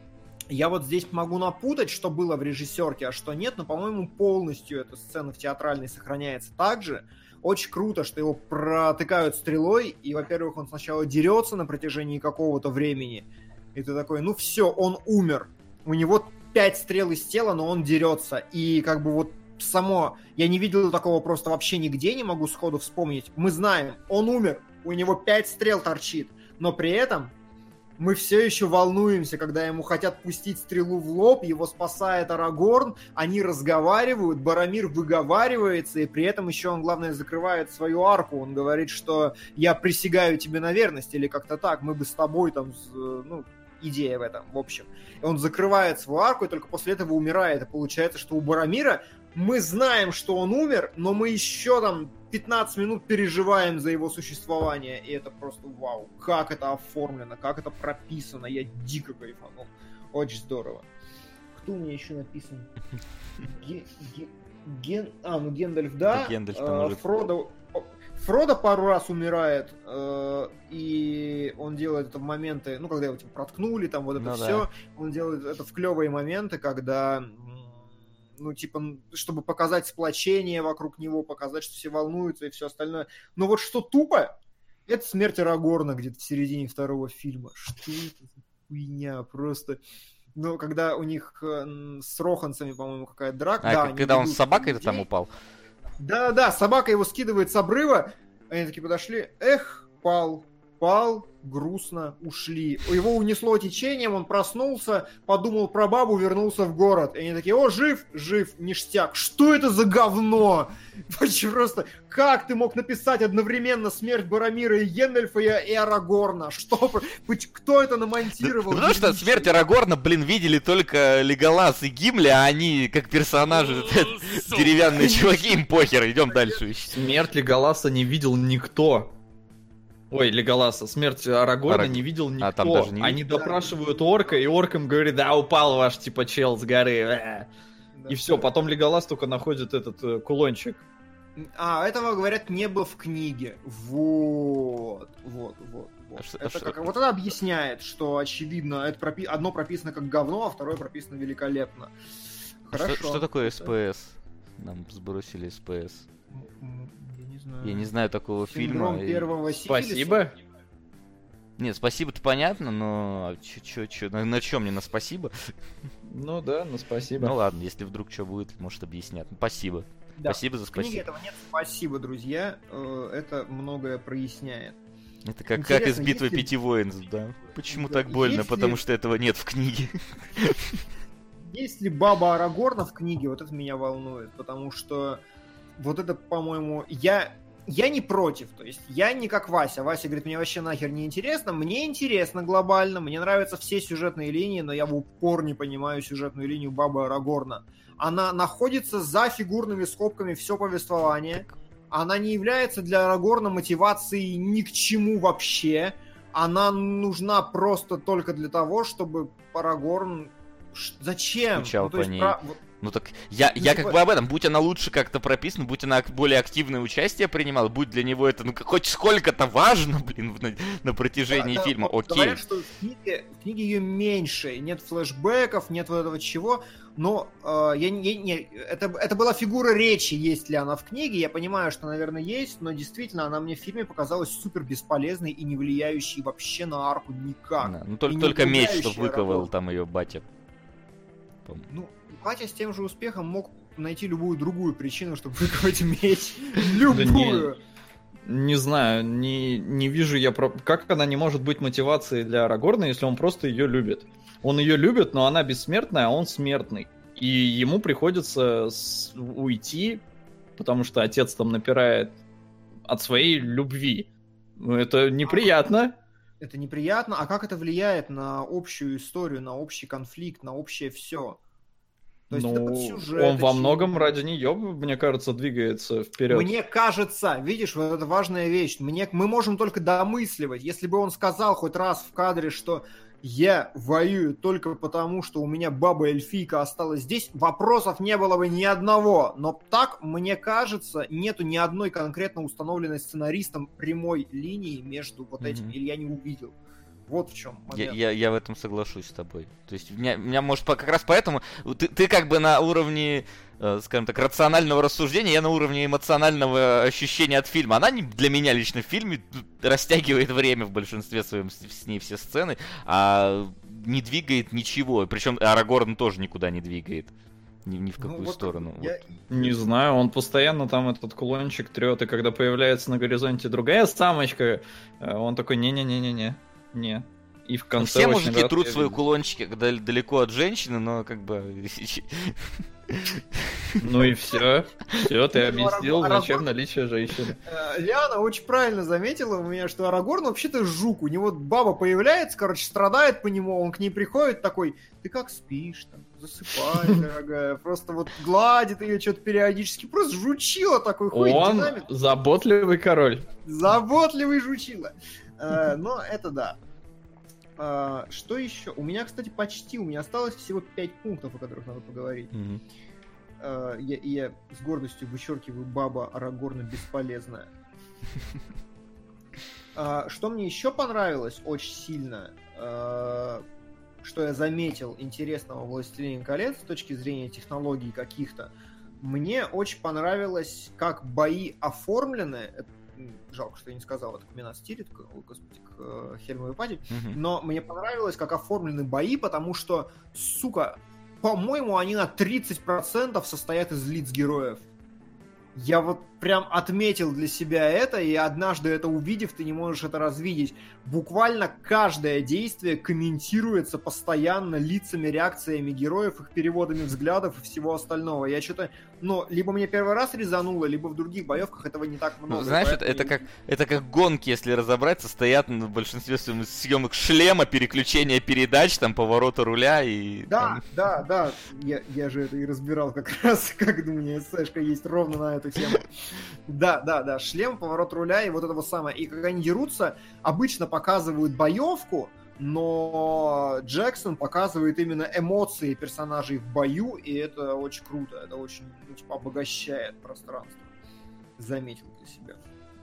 Я вот здесь могу напутать, что было в режиссерке, а что нет, но, по-моему, полностью эта сцена в театральной сохраняется так же. Очень круто, что его протыкают стрелой, и, во-первых, он сначала дерется на протяжении какого-то времени, и ты такой, ну все, он умер. У него пять стрел из тела, но он дерется. И как бы вот само, я не видел такого просто вообще нигде, не могу сходу вспомнить. Мы знаем, он умер, у него пять стрел торчит, но при этом... Мы все еще волнуемся, когда ему хотят пустить стрелу в лоб, его спасает Арагорн, они разговаривают, Боромир выговаривается, и при этом еще он, главное, закрывает свою арку. Он говорит, что я присягаю тебе на верность, или как-то так, мы бы с тобой там, ну, идея в этом, в общем. И он закрывает свою арку, и только после этого умирает. И получается, что у Боромира мы знаем, что он умер, но мы еще там пятнадцать минут переживаем за его существование, и это просто вау. Как это оформлено, как это прописано, я дико кайфанул. Очень здорово. Кто у меня еще написан? Ге- ге- Ген... А, ну Гендальф, да. Да, Гендальф там А, уже- Фродо... Фродо пару раз умирает, э, и он делает это в моменты, ну, когда его типа проткнули, там вот это Ну все, да. он делает это в клевые моменты, когда, ну, типа, чтобы показать сплочение вокруг него, показать, что все волнуются и все остальное. Но вот что тупо, это смерть Арагорна где-то в середине второго фильма. Что это за хуйня просто... Ну, когда у них э, с роханцами, по-моему, какая-то драка. А, да, к- они когда он ведут с собакой людей. там упал? Да-да-да, собака его скидывает с обрыва, они такие подошли, эх, пал, пал, грустно, ушли. Его унесло течением, он проснулся, подумал про бабу, вернулся в город. И они такие, о, жив, жив, ништяк. Что это за говно? Просто, как ты мог написать одновременно смерть Боромира и Гендальфа и Арагорна? Что, кто это намонтировал? Да потому что смерть Арагорна, блин, видели только Леголас и Гимли, а они как персонажи деревянные чуваки, им похер, идем дальше. Смерть Леголаса не видел никто. Ой, Леголаса, смерть Арагорна Араг- не видел никто. А, там даже не Они видел. допрашивают орка, и орк им говорит, да, упал ваш, типа, чел с горы. э». Да. И все, потом Леголас только находит этот э, кулончик. А, этого, говорят, не было в книге. Вот, вот, вот. вот. А что- а это что- как, вот это объясняет, что, очевидно, это пропи- одно прописано как говно, а второе прописано великолепно. Хорошо. Что, что такое СПС? Нам сбросили СПС. М, Я не знаю. Я не знаю такого Синдром фильма. и- первого сифилиса. Спасибо. Нет, спасибо-то понятно, но чё, чё, чё, на, на чем мне на спасибо? Ну да, ну спасибо. Ну ладно, если вдруг что будет, может объяснят. Ну, спасибо. Да. Спасибо за В книге спасибо. этого нет. Спасибо, друзья. Э, Это многое проясняет. Это как, как из Интересно, битвы если- пяти воинств, да. Почему Да, так больно? если- Потому что этого нет в книге. Есть ли баба Арагорна в книге, вот это меня волнует, потому что вот это, по-моему, я, я не против, то есть я не как Вася. Вася говорит, мне вообще нахер не интересно, мне интересно глобально, мне нравятся все сюжетные линии, но я в упор не понимаю сюжетную линию бабы Арагорна. Она находится за фигурными скобками все повествование, она не является для Арагорна мотивацией ни к чему вообще, она нужна просто только для того, чтобы Арагорн... Ш- Зачем? Скучал Ну, то по есть, ней. про- вот- Ну так, я, Ну, я типа- как бы об этом, будь она лучше как-то прописана, будь она ак- более активное участие принимала, будь для него это, ну, как- хоть сколько-то важно, блин, в- на, на протяжении Да, да, фильма, вот окей. Говорят, что в книге, в книге ее меньше, нет флешбеков, нет вот этого чего, но э, я, не- не, это, это была фигура речи, есть ли она в книге, я понимаю, что, наверное, есть, но действительно она мне в фильме показалась супер бесполезной и не влияющей вообще на арку никак. Да, ну, И только, не только меч, влияющей что выковал Арагорн. там ее батя. Ну, Катя с тем же успехом мог найти любую другую причину, чтобы выковать меч. Да Любую. Не знаю, не, не вижу я... Про... Как она не может быть мотивацией для Арагорна, если он просто ее любит? Он ее любит, но она бессмертная, а он смертный. И ему приходится с- уйти, потому что отец там напирает от своей любви. Ну, это неприятно. Это неприятно. А как это влияет на общую историю, на общий конфликт, на общее все? То есть ну, сюжет, он во многом ради нее, мне кажется, двигается вперед. Мне кажется, видишь, вот это важная вещь. Мне, мы можем только домысливать. Если бы он сказал хоть раз в кадре, что я воюю только потому, что у меня баба-эльфийка осталась здесь, вопросов не было бы ни одного. Но так, мне кажется, нету ни одной конкретно установленной сценаристом прямой линии между вот этим. Mm-hmm. Или я не увидел. Вот в чем я, я, я в этом соглашусь с тобой. То есть, у меня, у меня может, как раз поэтому... Ты, ты как бы на уровне, э, скажем так, рационального рассуждения, я на уровне эмоционального ощущения от фильма. Она не, для меня лично в фильме растягивает время в большинстве своем с, с ней все сцены, а не двигает ничего. Причем Арагорн тоже никуда не двигает. Ни, ни в какую ну, вот сторону. Я... Вот. Не знаю, он постоянно там этот кулончик трет, и когда появляется на горизонте другая самочка, он такой не-не-не-не-не. Не. И в конце все мужики трут свои кулончики когда далеко от женщины, но как бы... Ну и все. Все, ты объяснил, зачем наличие женщины. Лиана очень правильно заметила у меня, что Арагорн вообще-то жук. У него баба появляется, короче, страдает по нему, он к ней приходит такой, ты как спишь там? Засыпай, дорогая. Просто вот гладит ее что-то периодически. Просто жучила такой ходит. Он динамит. Заботливый король. Заботливый жучила. Uh, но это да. Uh, что еще? У меня, кстати, почти, у меня осталось всего пять пунктов, о которых надо поговорить. Mm-hmm. Uh, я, я с гордостью вычеркиваю баба Арагорна бесполезная. uh, что мне еще понравилось очень сильно, uh, что я заметил интересного в «Властелине колец» с точки зрения технологий каких-то, мне очень понравилось, как бои оформлены. Жалко, что я не сказал это к Минас Тирит, к, о, господи, к э, Хельму и Пати. Mm-hmm. Но мне понравилось, как оформлены бои, потому что, сука, по-моему, они на тридцать процентов состоят из лиц героев. Я вот прям отметил для себя это, и однажды это увидев, ты не можешь это развидеть. Буквально каждое действие комментируется постоянно лицами, реакциями героев, их переводами взглядов и всего остального. Я что-то, ну, либо мне первый раз резануло, либо в других боевках этого не так много. Ну, знаешь, это, это, как, это как гонки, если разобраться, стоят на большинстве съемок шлема, переключения передач, там, поворота руля и... Да, там... да, да, я, я же это и разбирал как раз, как у меня эсэшка есть ровно на эту тему. Да, да, да, шлем, поворот руля и вот это вот самое. И когда они дерутся, обычно показывают боевку, но Джексон показывает именно эмоции персонажей в бою, и это очень круто, это очень, ну, типа, обогащает пространство. Заметил для себя.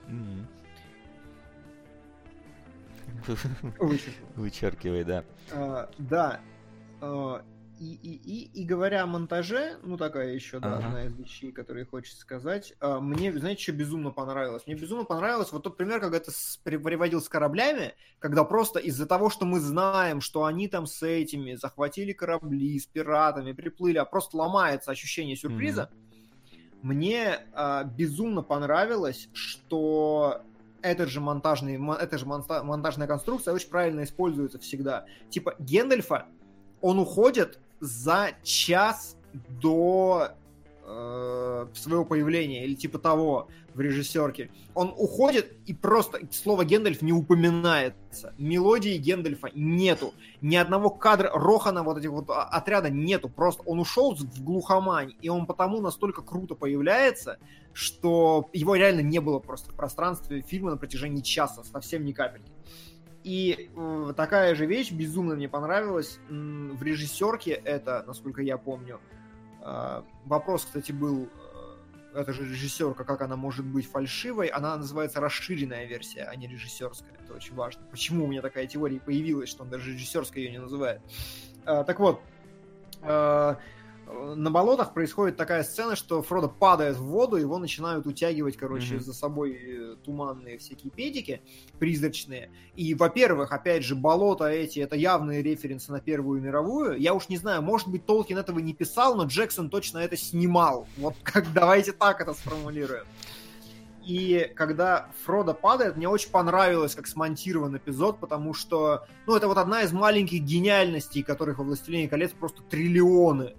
Mm-hmm. Вычеркивай, да. А, да. А, И, и, и, и говоря о монтаже, ну такая еще да, ага. одна из вещей, которые хочется сказать, а, мне, знаете, что безумно понравилось? Мне безумно понравилось вот тот пример, когда ты с, приводил с кораблями, когда просто из-за того, что мы знаем, что они там с этими захватили корабли, с пиратами, приплыли, а просто ломается ощущение сюрприза, mm-hmm. мне а, безумно понравилось, что... Этот же монтажный, эта же монтажная конструкция очень правильно используется всегда. Типа Гендальфа, он уходит за час до э, своего появления, или типа того, в режиссерке. Он уходит, и просто слово Гендальф не упоминается. Мелодии Гендальфа нету. Ни одного кадра Рохана, вот этих вот отряда нету. Просто он ушел в глухомань, и он потому настолько круто появляется, что его реально не было просто в пространстве фильма на протяжении часа, совсем ни капельки. И э, такая же вещь безумно мне понравилась. В режиссерке это, насколько я помню, э, вопрос, кстати, был, э, это же режиссерка, как она может быть фальшивой, она называется расширенная версия, а не режиссерская. Это очень важно. Почему у меня такая теория появилась, что он даже режиссерской ее не называет. Э, так вот, э, на болотах происходит такая сцена, что Фродо падает в воду, его начинают утягивать, короче, mm-hmm. за собой туманные всякие педики призрачные. И, во-первых, опять же, болота эти, это явные референсы на Первую мировую. Я уж не знаю, может быть, Толкин этого не писал, но Джексон точно это снимал. Вот как, давайте так это сформулируем. И когда Фродо падает, мне очень понравилось, как смонтирован эпизод, потому что, ну, это вот одна из маленьких гениальностей, которых во «Властелине колец» просто триллионы.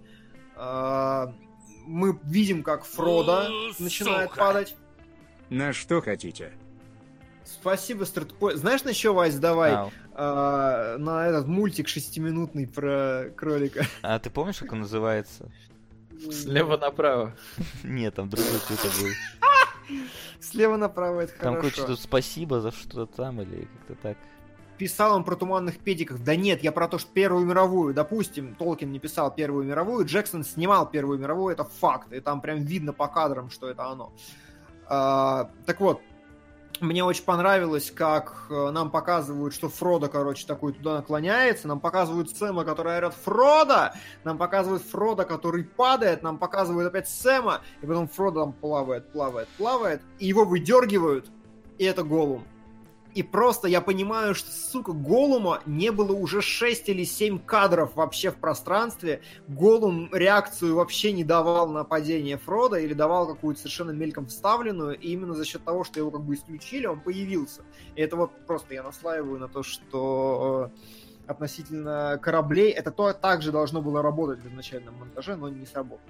Мы видим, как Фродо начинает падать. На что хотите? Спасибо, Стратпо. Знаешь, на что, Вась, давай? Ау. А, на этот мультик шестиминутный про кролика. А ты помнишь, как он называется? Слева направо. Нет, там другой кто-то был. Слева направо, это Там хорошо. какое-то спасибо за что-то там, или как-то так. Писал он про туманных педиков. Да нет, я про то, что Первую мировую. Допустим, Толкин не писал Первую мировую, Джексон снимал Первую мировую, это факт. И там прям видно по кадрам, что это оно. А, так вот, мне очень понравилось, как нам показывают, что Фродо, короче, такой туда наклоняется. Нам показывают Сэма, который орет «Фродо!» Нам показывают Фродо, который падает. Нам показывают опять Сэма. И потом Фродо там плавает, плавает, плавает. И его выдергивают. И это Голлум. И просто я понимаю, что, сука, Голлума не было уже шесть или семь кадров вообще в пространстве. Голлум реакцию вообще не давал на падение Фродо или давал какую-то совершенно мельком вставленную. И именно за счет того, что его как бы исключили, он появился. И это вот просто я наслаиваю на то, что э, относительно кораблей это то также должно было работать в изначальном монтаже, но не сработало.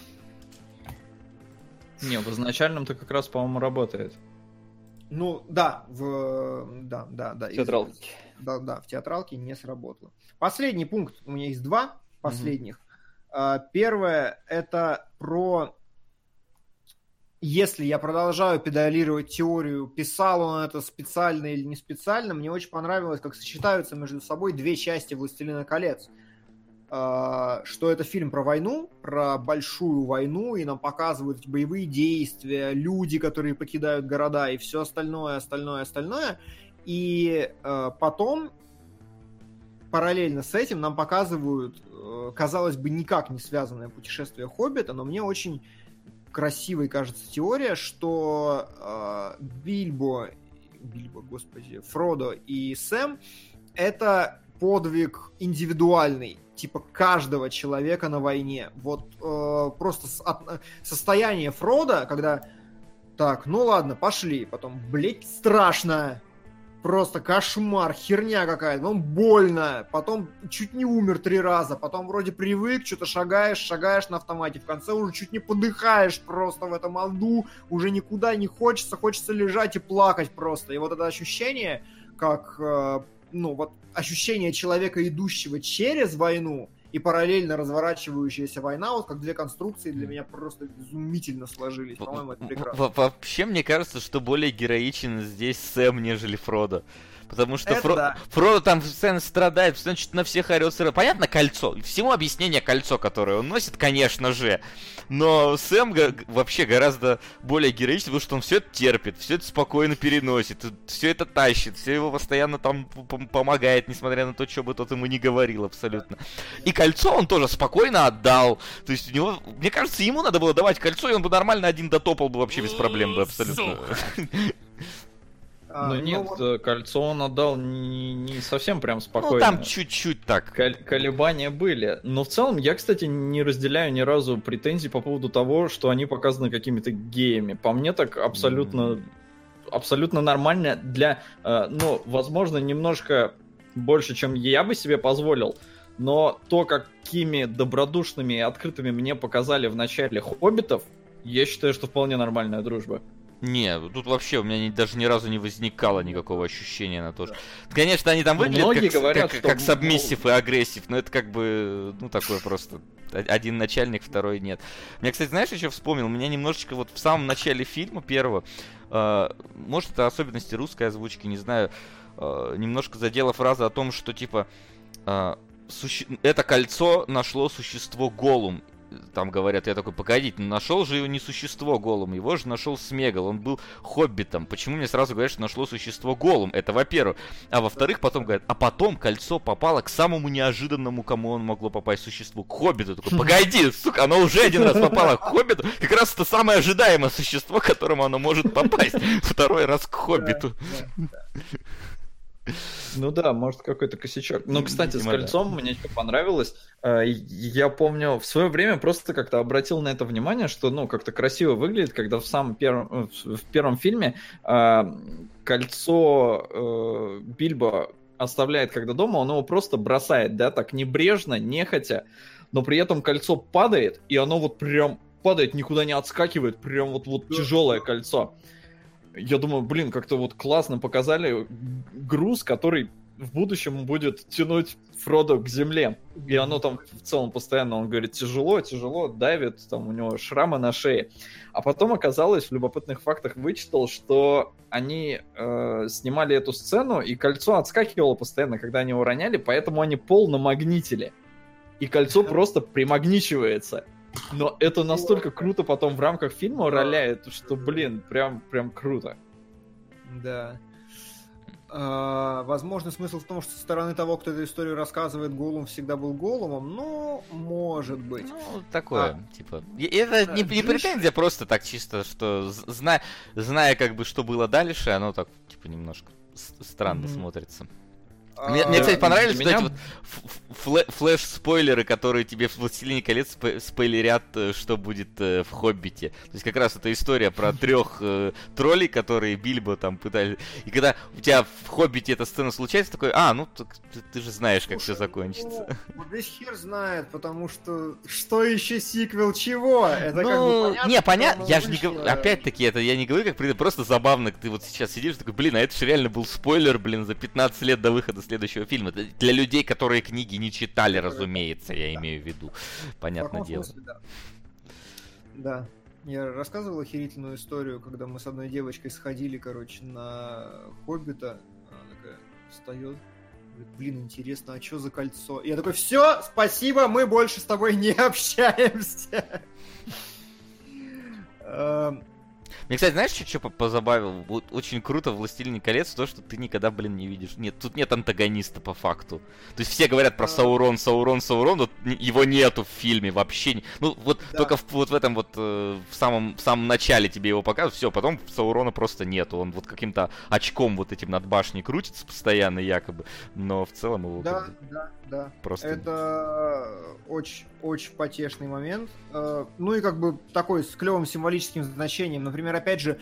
Не, в изначальном-то как раз, по-моему, работает. Ну, да, в... Да, да, да. Театралке. Из... Да, да, в театралке не сработало. Последний пункт. У меня есть два последних. Mm-hmm. Первое, это про... Если я продолжаю педалировать теорию, писал он это специально или не специально, мне очень понравилось, как сочетаются между собой две части «Властелина колец». Что это фильм про войну, про большую войну, и нам показывают боевые действия, люди, которые покидают города, и все остальное, остальное, остальное. И э, потом, параллельно с этим, нам показывают, э, казалось бы, никак не связанное путешествие Хоббита, но мне очень красивой кажется теория, что э, Бильбо, Бильбо, господи, Фродо и Сэм — это подвиг индивидуальный, типа каждого человека на войне. Вот э, просто с, от, состояние Фродо, когда так, ну ладно, пошли, потом, блять, страшно, просто кошмар, херня какая-то, потом больно, потом чуть не умер три раза, потом вроде привык, что-то шагаешь, шагаешь на автомате, в конце уже чуть не подыхаешь просто в этом аду, уже никуда не хочется, хочется лежать и плакать просто. И вот это ощущение, как... Э, ну, вот ощущение человека, идущего через войну, и параллельно разворачивающаяся война, вот как две конструкции для меня просто изумительно сложились. По-моему, это прекрасно. Вообще, мне кажется, что более героичен здесь Сэм, нежели Фродо. Потому что Фро... да. Фродо там постоянно страдает, постоянно что-то на всех орёт. Понятно, кольцо. Всему объяснение кольцо, которое он носит, конечно же. Но Сэм г- вообще гораздо более героичен, потому что он все это терпит, все это спокойно переносит, все это тащит, все его постоянно там помогает, несмотря на то, что бы тот ему не говорил абсолютно. И кольцо он тоже спокойно отдал. То есть у него, мне кажется, ему надо было давать кольцо, и он бы нормально один дотопал бы вообще без проблем бы абсолютно. Ну а, нет, ну, вот... кольцо он отдал не, не совсем прям спокойно. Ну там чуть-чуть так. Кол- колебания были. Но в целом я, кстати, не разделяю ни разу претензий по поводу того, что они показаны какими-то геями. По мне так абсолютно, mm. абсолютно нормально для, э, ну, возможно, немножко больше, чем я бы себе позволил. Но то, какими добродушными и открытыми мне показали в начале «Хоббитов», я считаю, что вполне нормальная дружба. Не, тут вообще у меня ни, даже ни разу не возникало никакого ощущения на то, что... Конечно, они там выглядят Многие как, говорят, как, что... как сабмиссив и агрессив, но это как бы, ну, такое просто... Один начальник, второй нет. Меня, кстати, знаешь, еще вспомнил? Меня немножечко вот в самом начале фильма первого, э, может, это особенности русской озвучки, не знаю, э, немножко задела фраза о том, что, типа, э, суще... это кольцо нашло существо Голлум. Там говорят, я такой, погодите, нашел же его не существо Голлум, его же нашел Смегол, он был хоббитом. Почему мне сразу говорят, что нашло существо Голлум? Это во-первых. А во-вторых, потом говорят, а потом кольцо попало к самому неожиданному, кому он могло попасть, существу, к хоббиту. Такой, погоди, сука, оно уже один раз попало к хоббиту, как раз это самое ожидаемое существо, к которому оно может попасть. Второй раз к хоббиту. Ну да, может какой-то косячок. Ну, кстати, Видимо, с кольцом да. мне что понравилось. Я помню, в свое время просто как-то обратил на это внимание, что, ну, как-то красиво выглядит, когда в самом первом, в первом фильме кольцо Бильбо оставляет когда дома, он его просто бросает, да, так небрежно, нехотя, но при этом кольцо падает, и оно вот прям падает, никуда не отскакивает, прям вот, вот тяжелое кольцо. я думаю, блин, как-то вот классно показали груз, который в будущем будет тянуть Фродо к земле. И оно там в целом постоянно, он говорит, тяжело, тяжело, давит, там у него шрамы на шее. А потом оказалось, в любопытных фактах вычитал, что они э, снимали эту сцену, и кольцо отскакивало постоянно, когда они его роняли, поэтому они пол намагнитили. И кольцо просто примагничивается. Но это настолько круто потом в рамках фильма роляет, что, блин, прям, прям круто. Да. А, возможно, смысл в том, что со стороны того, кто эту историю рассказывает, Голум всегда был Голумом, но может быть. Ну, такое, а, типа. Это не, не претензия, просто так чисто, что зная, зная как бы, что было дальше, оно так, типа, немножко странно mm-hmm. смотрится. Мне, мне, кстати, понравились вот эти вот флэ- флэш-спойлеры, которые тебе в «Властелине колец» сп- спойлерят, что будет э, в «Хоббите». То есть как раз эта история про трех э, троллей, которые Бильбо там пытались... И когда у тебя в «Хоббите» эта сцена случается, такой, а, ну ты, ты же знаешь, как все закончится. Ну, весь хер знает, потому что что еще сиквел чего? Это ну, как бы понятно, не, понятно, я же не говорю, опять-таки, это я не говорю, как при... просто забавно, ты вот сейчас сидишь такой, блин, а это же реально был спойлер, блин, за пятнадцать лет до выхода следующего фильма. Для людей, которые книги не читали, разумеется, я имею в виду. Понятное дело. Смысле, да. да. Я рассказывал охерительную историю, когда мы с одной девочкой сходили, короче, на Хоббита. Она такая встает. Говорит, блин, интересно, а что за кольцо? И я такой, все, спасибо, мы больше с тобой не общаемся. Мне, кстати, знаешь, что, что позабавил? Вот очень круто в «Властелине колец» то, что ты никогда, блин, не видишь. Нет, тут нет антагониста по факту. То есть все говорят про Саурон, Саурон, Саурон, вот его нету в фильме вообще. Ну, вот да. только в, вот в этом вот, э, в, самом, в самом начале тебе его показывают, все, потом Саурона просто нету. Он вот каким-то очком вот этим над башней крутится постоянно якобы, но в целом его... Да, да, да. Просто... Это очень, очень потешный момент. Ну и как бы такой с клевым символическим значением. Например, опять же,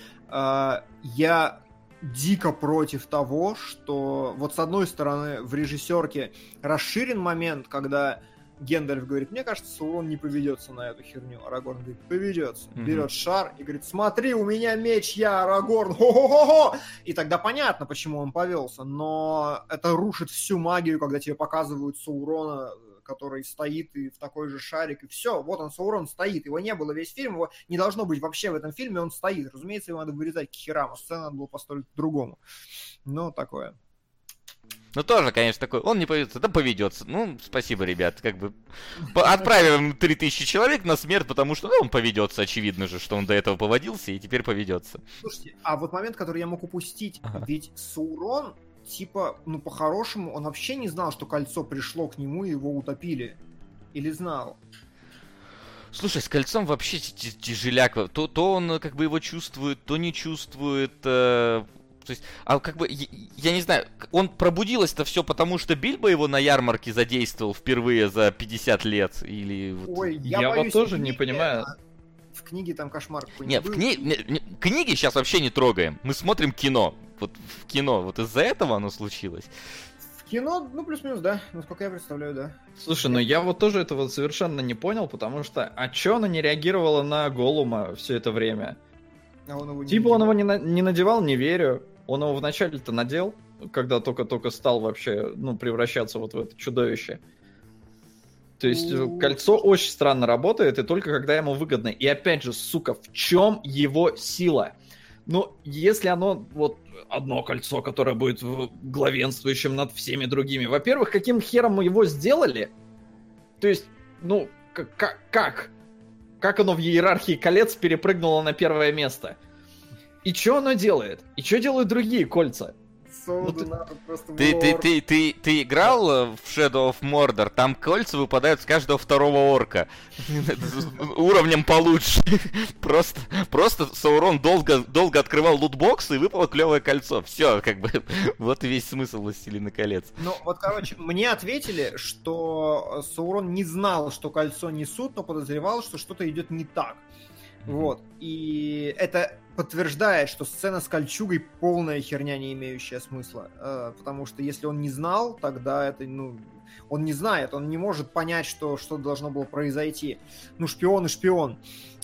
я дико против того, что вот с одной стороны в режиссерке расширен момент, когда Гендальф говорит, мне кажется, Саурон не поведется на эту херню. Арагорн говорит, поведется. Mm-hmm. Берет шар и говорит, смотри, у меня меч, я Арагорн, хо-хо-хо-хо! И тогда понятно, почему он повелся, но это рушит всю магию, когда тебе показывают Саурона, который стоит и в такой же шарик, и все, вот он, Саурон стоит, его не было весь фильм, его не должно быть вообще в этом фильме, он стоит. Разумеется, его надо вырезать к херам, а сцену надо было построить по-другому. Ну, такое. Ну, тоже, конечно, такой, он не поведется, да поведется. Ну, спасибо, ребят, как бы отправим три тысячи человек на смерть, потому что, ну, он поведется, очевидно же, что он до этого поводился и теперь поведется. Слушайте, а вот момент, который я мог упустить, ага. ведь Саурон, типа, ну, по-хорошему, он вообще не знал, что кольцо пришло к нему и его утопили. Или знал? Слушай, с кольцом вообще тяжеляк. То, то он как бы его чувствует, то не чувствует... Э... То есть, а как бы, я, я не знаю, он пробудилось-то все потому, что Бильбо его на ярмарке задействовал впервые за пятьдесят лет, или... Вот... Ой, я, я боюсь, вот тоже книги, не понимаю. В книге там кошмар какой-нибудь Нет, был. в кни... не, не, книги сейчас вообще не трогаем, мы смотрим кино. Вот в кино, вот из-за этого оно случилось. В кино, ну, плюс-минус, да, насколько я представляю, да. Слушай, ну я вот тоже этого совершенно не понял, потому что, а чё она не реагировала на Голума все это время? А он его не типа он его не, на... не надевал, не верю. Он его вначале-то надел, когда только-только стал вообще, ну, превращаться вот в это чудовище. То есть У... кольцо очень странно работает, и только когда ему выгодно. И опять же, сука, в чем его сила? Ну, если оно, вот, одно кольцо, которое будет главенствующим над всеми другими. Во-первых, каким хером мы его сделали? То есть, ну, как? Как? Как оно в иерархии колец перепрыгнуло на первое место? И что оно делает? И что делают другие кольца? Ну, ты, ты, ты, ты, ты, ты играл в Shadow of Mordor? Там кольца выпадают с каждого второго орка. Уровнем получше. Просто, просто Саурон долго, долго открывал лутбокс и выпало клевое кольцо. Все, как бы, вот и весь смысл «Властелина колец». Ну, вот, короче, мне ответили, что Саурон не знал, что кольцо несут, но подозревал, что что-то идет не так. Вот. И это подтверждает, что сцена с кольчугой полная херня, не имеющая смысла. Э, потому что если он не знал, тогда это, ну... Он не знает, он не может понять, что что должно было произойти. Ну, шпион и шпион.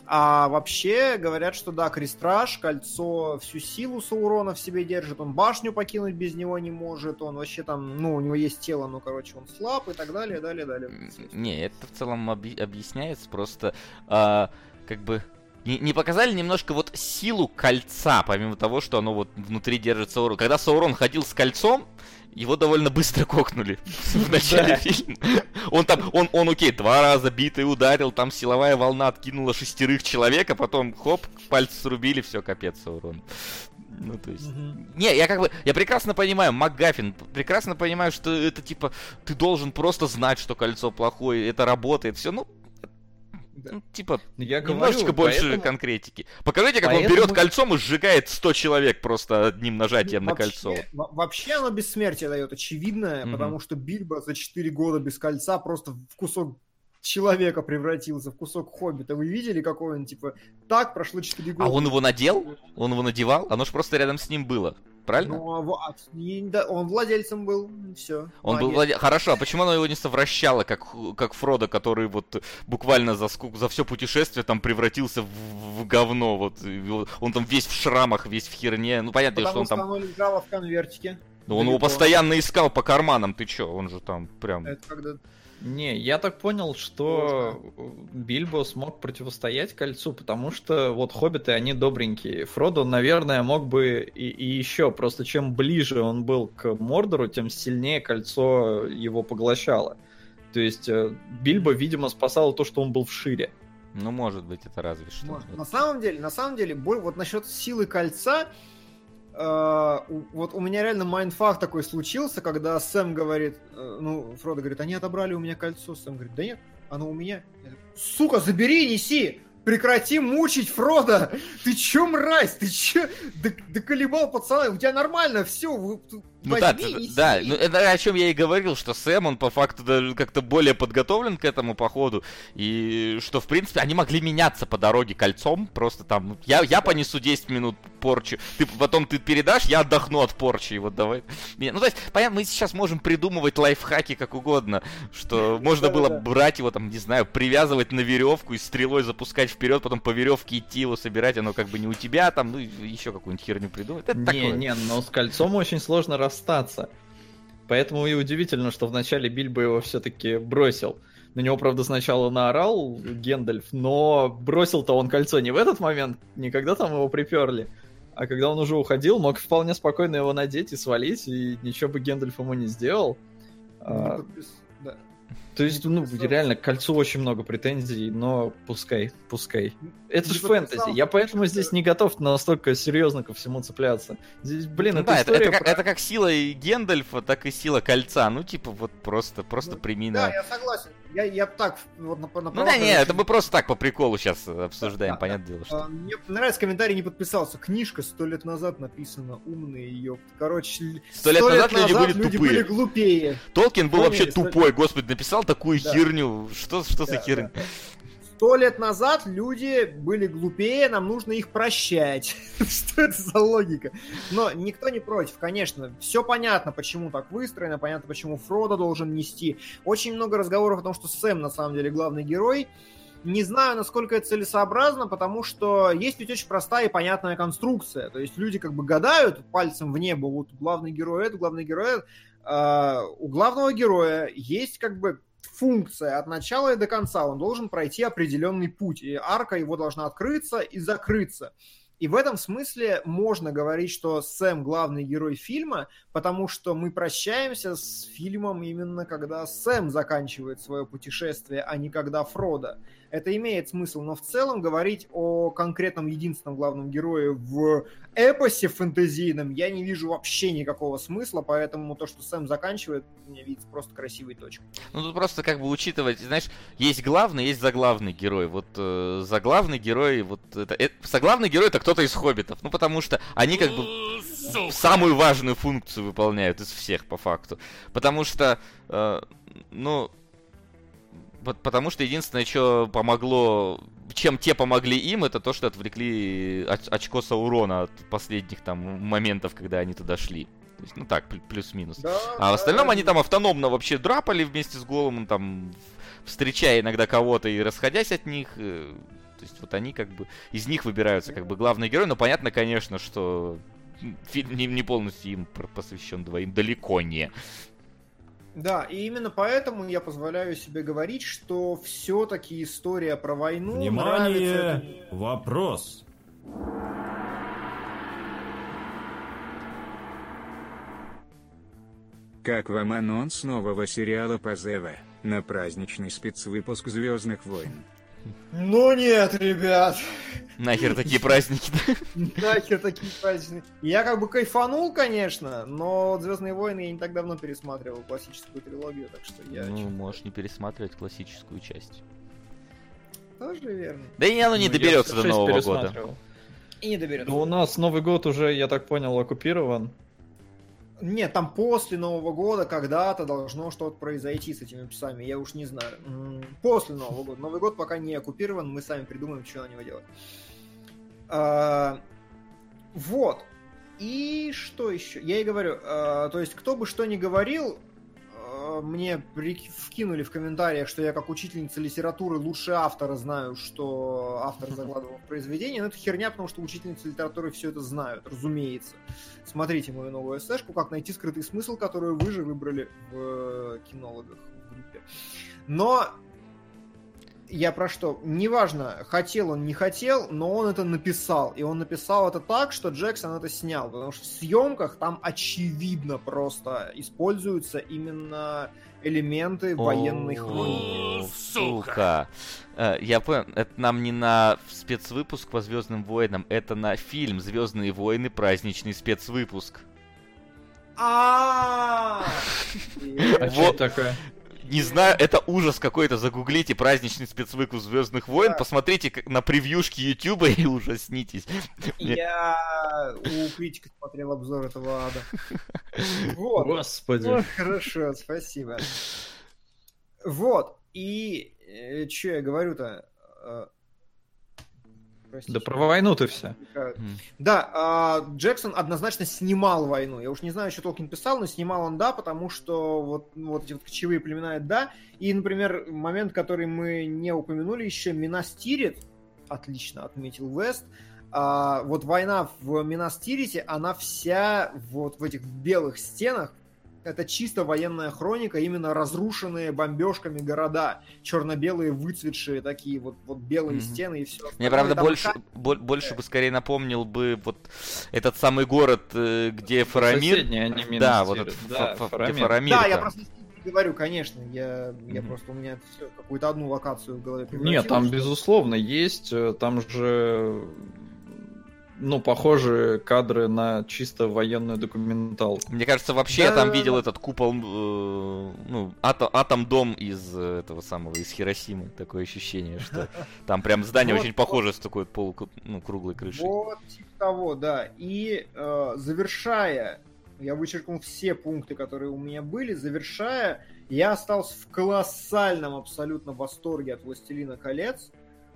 А вообще говорят, что да, Крестраж, кольцо всю силу Саурона в себе держит, он башню покинуть без него не может, он вообще там, ну, у него есть тело, ну, короче, он слаб и так далее, далее, далее. Не, это в целом объ- объясняется, просто а, как бы не, не показали немножко вот силу кольца, помимо того, что оно вот внутри держит Саурон. Когда Саурон ходил с кольцом, его довольно быстро кокнули в начале фильма. Он там, он, он, окей, два раза битый ударил, там силовая волна откинула шестерых человек, а потом, хоп, пальцы срубили, все, капец Саурон. Ну, то есть... Mm-hmm. Не, я как бы, я прекрасно понимаю, МакГаффин, прекрасно понимаю, что это, типа, ты должен просто знать, что кольцо плохое, это работает, все, ну, ну, типа, я немножечко говорю, больше поэтому... конкретики. Покажите, как поэтому... он берет кольцом и сжигает сто человек просто одним нажатием ну, на вообще, кольцо. Вообще оно бессмертие дает, очевидное, mm-hmm. потому что Бильбо за четыре года без кольца просто в кусок человека превратился, в кусок хоббита. Вы видели, какой он, типа, так прошло четыре года. А он его надел? Он его надевал? Оно же просто рядом с ним было. Правильно? Ну, он владельцем был, все. Он был владельцем. Хорошо, а почему оно его не совращало, как, как Фродо, который вот буквально за, скук... за все путешествие там превратился в, в говно. Вот. Он там весь в шрамах, весь в херне. Ну, понятно, потому что он что там... оно лежало в конвертике. Ну, он его постоянно искал по карманам, ты чё? Он же там прям... Это когда... Не, я так понял, что Бильбо смог противостоять кольцу, потому что вот хоббиты, они добренькие. Фродо, наверное, мог бы и, и еще, просто чем ближе он был к Мордору, тем сильнее кольцо его поглощало. То есть Бильбо, видимо, спасало то, что он был вшире. Ну, может быть, это разве что. Может. На самом деле, на самом деле, вот насчет силы кольца, Uh, вот у меня реально майндфак такой случился, когда Сэм говорит, uh, ну, Фродо говорит, они отобрали у меня кольцо. Сэм говорит, да нет, оно у меня. Сука, забери, неси! Прекрати мучить Фродо! Ты чё, мразь? Ты чё? Доколебал пацана, у тебя нормально, все. Ну да, да, ну это о чем я и говорил, что Сэм, он по факту даже как-то более подготовлен к этому походу, и что, в принципе, они могли меняться по дороге кольцом, просто там, я, я понесу десять минут порчу, ты потом ты передашь, я отдохну от порчи, и вот давай. Ну, то есть, понятно, мы сейчас можем придумывать лайфхаки как угодно, что можно было брать его, там, не знаю, привязывать на веревку и стрелой запускать вперед, потом по веревке идти его собирать, оно как бы не у тебя, там, ну, еще какую-нибудь херню придумать. Это не, такое. не, но с кольцом очень сложно расстаться. Поэтому и удивительно, что вначале Бильбо его все-таки бросил. На него, правда, сначала наорал Гендальф, но бросил-то он кольцо не в этот момент, не когда там его приперли, а когда он уже уходил, мог вполне спокойно его надеть и свалить, и ничего бы Гендальф ему не сделал. А, да. То есть, ну, реально, к кольцу очень много претензий, но пускай, пускай. Это же фэнтези, я поэтому здесь не готов настолько серьезно ко всему цепляться. Здесь, блин, ну, это да, история это, это, про... как, это как сила и Гендальфа, так и сила кольца. Ну, типа, вот просто, просто ну, прими да, на... я согласен. Я, я так вот на, на Ну да, не, это мы просто так по приколу сейчас обсуждаем, да, понятное да. дело, что... Мне нравится комментарий, не подписался. Книжка сто лет назад написана, умные, ёпт. Короче, сто лет назад, лет люди, были, люди тупые. были глупее. Толкин был Поняли, вообще тупой, лет... господи, написал такую да. херню. Что, что да, за херня? Да. Сто лет назад люди были глупее, нам нужно их прощать. Что это за логика? Но никто не против, конечно. Все понятно, почему так выстроено, понятно, почему Фродо должен нести. Очень много разговоров о том, что Сэм на самом деле главный герой. Не знаю, насколько это целесообразно, потому что есть ведь очень простая и понятная конструкция. То есть люди как бы гадают пальцем в небо, вот главный герой это, главный герой это. А у главного героя есть как бы функция от начала и до конца. Он должен пройти определенный путь, и арка его должна открыться и закрыться. И в этом смысле можно говорить, что Сэм главный герой фильма, потому что мы прощаемся с фильмом именно когда Сэм заканчивает свое путешествие, а не когда Фродо. Это имеет смысл, но в целом говорить о конкретном единственном главном герое в эпосе фэнтезийном я не вижу вообще никакого смысла, поэтому то, что Сэм заканчивает, мне видится просто красивой точкой. Ну тут просто как бы учитывать, знаешь, есть главный, есть заглавный герой. Вот э, заглавный герой, вот это, это, заглавный герой это кто-то из хоббитов, ну потому что они как бы самую важную функцию выполняют из всех по факту, потому что, э, ну... Потому что единственное, что помогло, чем те помогли им, это то, что отвлекли очко Саурона от последних там моментов, когда они туда шли. То есть, ну так, плюс-минус. Да, а в остальном да, они там автономно вообще драпали вместе с Голлумом, там, встречая иногда кого-то и расходясь от них. То То есть вот они как бы, из них выбираются как бы главные герои, но понятно, конечно, что фильм не, не полностью им посвящен двоим, далеко не. Да, и именно поэтому я позволяю себе говорить, что все-таки история про войну Внимание! нравится... Вопрос! Как вам анонс нового сериала по ЗВ на праздничный спецвыпуск «Звездных войн»? Ну нет, ребят. Нахер такие праздники, да? Нахер такие праздники. Я как бы кайфанул, конечно, но «Звездные войны» я не так давно пересматривал классическую трилогию, так что я... Ну, можешь не пересматривать классическую часть. Тоже верно. Да и оно не Ну, доберется я до шесть Нового года. пересматривал. И не доберется. Ну, у нас Новый год уже, я так понял, оккупирован. Нет, там после Нового года когда-то должно что-то произойти с этими псами, я уж не знаю. М, После Нового года. Новый год пока не оккупирован, мы сами придумаем, что на него делать. А, вот. И что еще? Я и говорю, а, то есть кто бы что ни говорил, а, мне при- вкинули в комментариях, что я как учительница литературы лучше автора знаю, что автор закладывал в произведение, но это херня, потому что учительницы литературы все это знают, разумеется. Смотрите мою новую эсэшку «Как найти скрытый смысл», которую вы же выбрали в кинологах в группе. Но я про что? Неважно, хотел он, не хотел, но он это написал. И он написал это так, что Джексон это снял. Потому что в съемках там очевидно просто используются именно элементы военной хроники. О, сука. Э, Я понял, это нам не на спецвыпуск по Звездным войнам, это на фильм «Звездные войны. Праздничный спецвыпуск». А А что Вот. это такое? Не знаю, это ужас какой-то. Загуглите праздничный спецвыпуск Звездных войн, Да. посмотрите как- на превьюшки Ютуба и ужаснитесь. Мне- Я у критика смотрел обзор этого ада. Вот. Господи. Ну, хорошо, спасибо. Вот. И что я говорю-то? Э, простите. Да про войну ты все. М. Да, а, Джексон однозначно снимал войну. Я уж не знаю, что Толкин писал, но снимал он, да, потому что вот, вот эти вот кочевые племена, да. И, например, момент, который мы не упомянули еще, Минас Тирит, отлично отметил Вест. А, вот война в Минас Тирите, она вся вот в этих белых стенах. Это чисто военная хроника, именно разрушенные бомбежками города, черно-белые выцветшие такие вот, вот белые Мгм. стены и все. Мне, правда, больше, бо- больше бы скорее напомнил бы вот этот самый город, э, где Фарамир. Соседние они Минас Да, вот Тирит. этот Да, Фа- Фа- Фарамир. где Фарамир. Да, я там. просто не говорю, конечно. Я, я Мгм. просто у меня это все какую-то одну локацию в голове превратилось. Нет, там безусловно есть, э, там же, ну, похожие кадры на чисто военную документалку. Мне кажется, вообще я Да, там да, видел да. этот купол, э, ну, ато- атом-дом из э, этого самого, из Хиросимы. Такое ощущение, что там прям здание Вот, очень похоже с такой полу, ну, круглой крышей. Вот, типа того, да. И э, завершая, я вычеркнул все пункты, которые у меня были, завершая, я остался в колоссальном абсолютно восторге от «Властелина колец».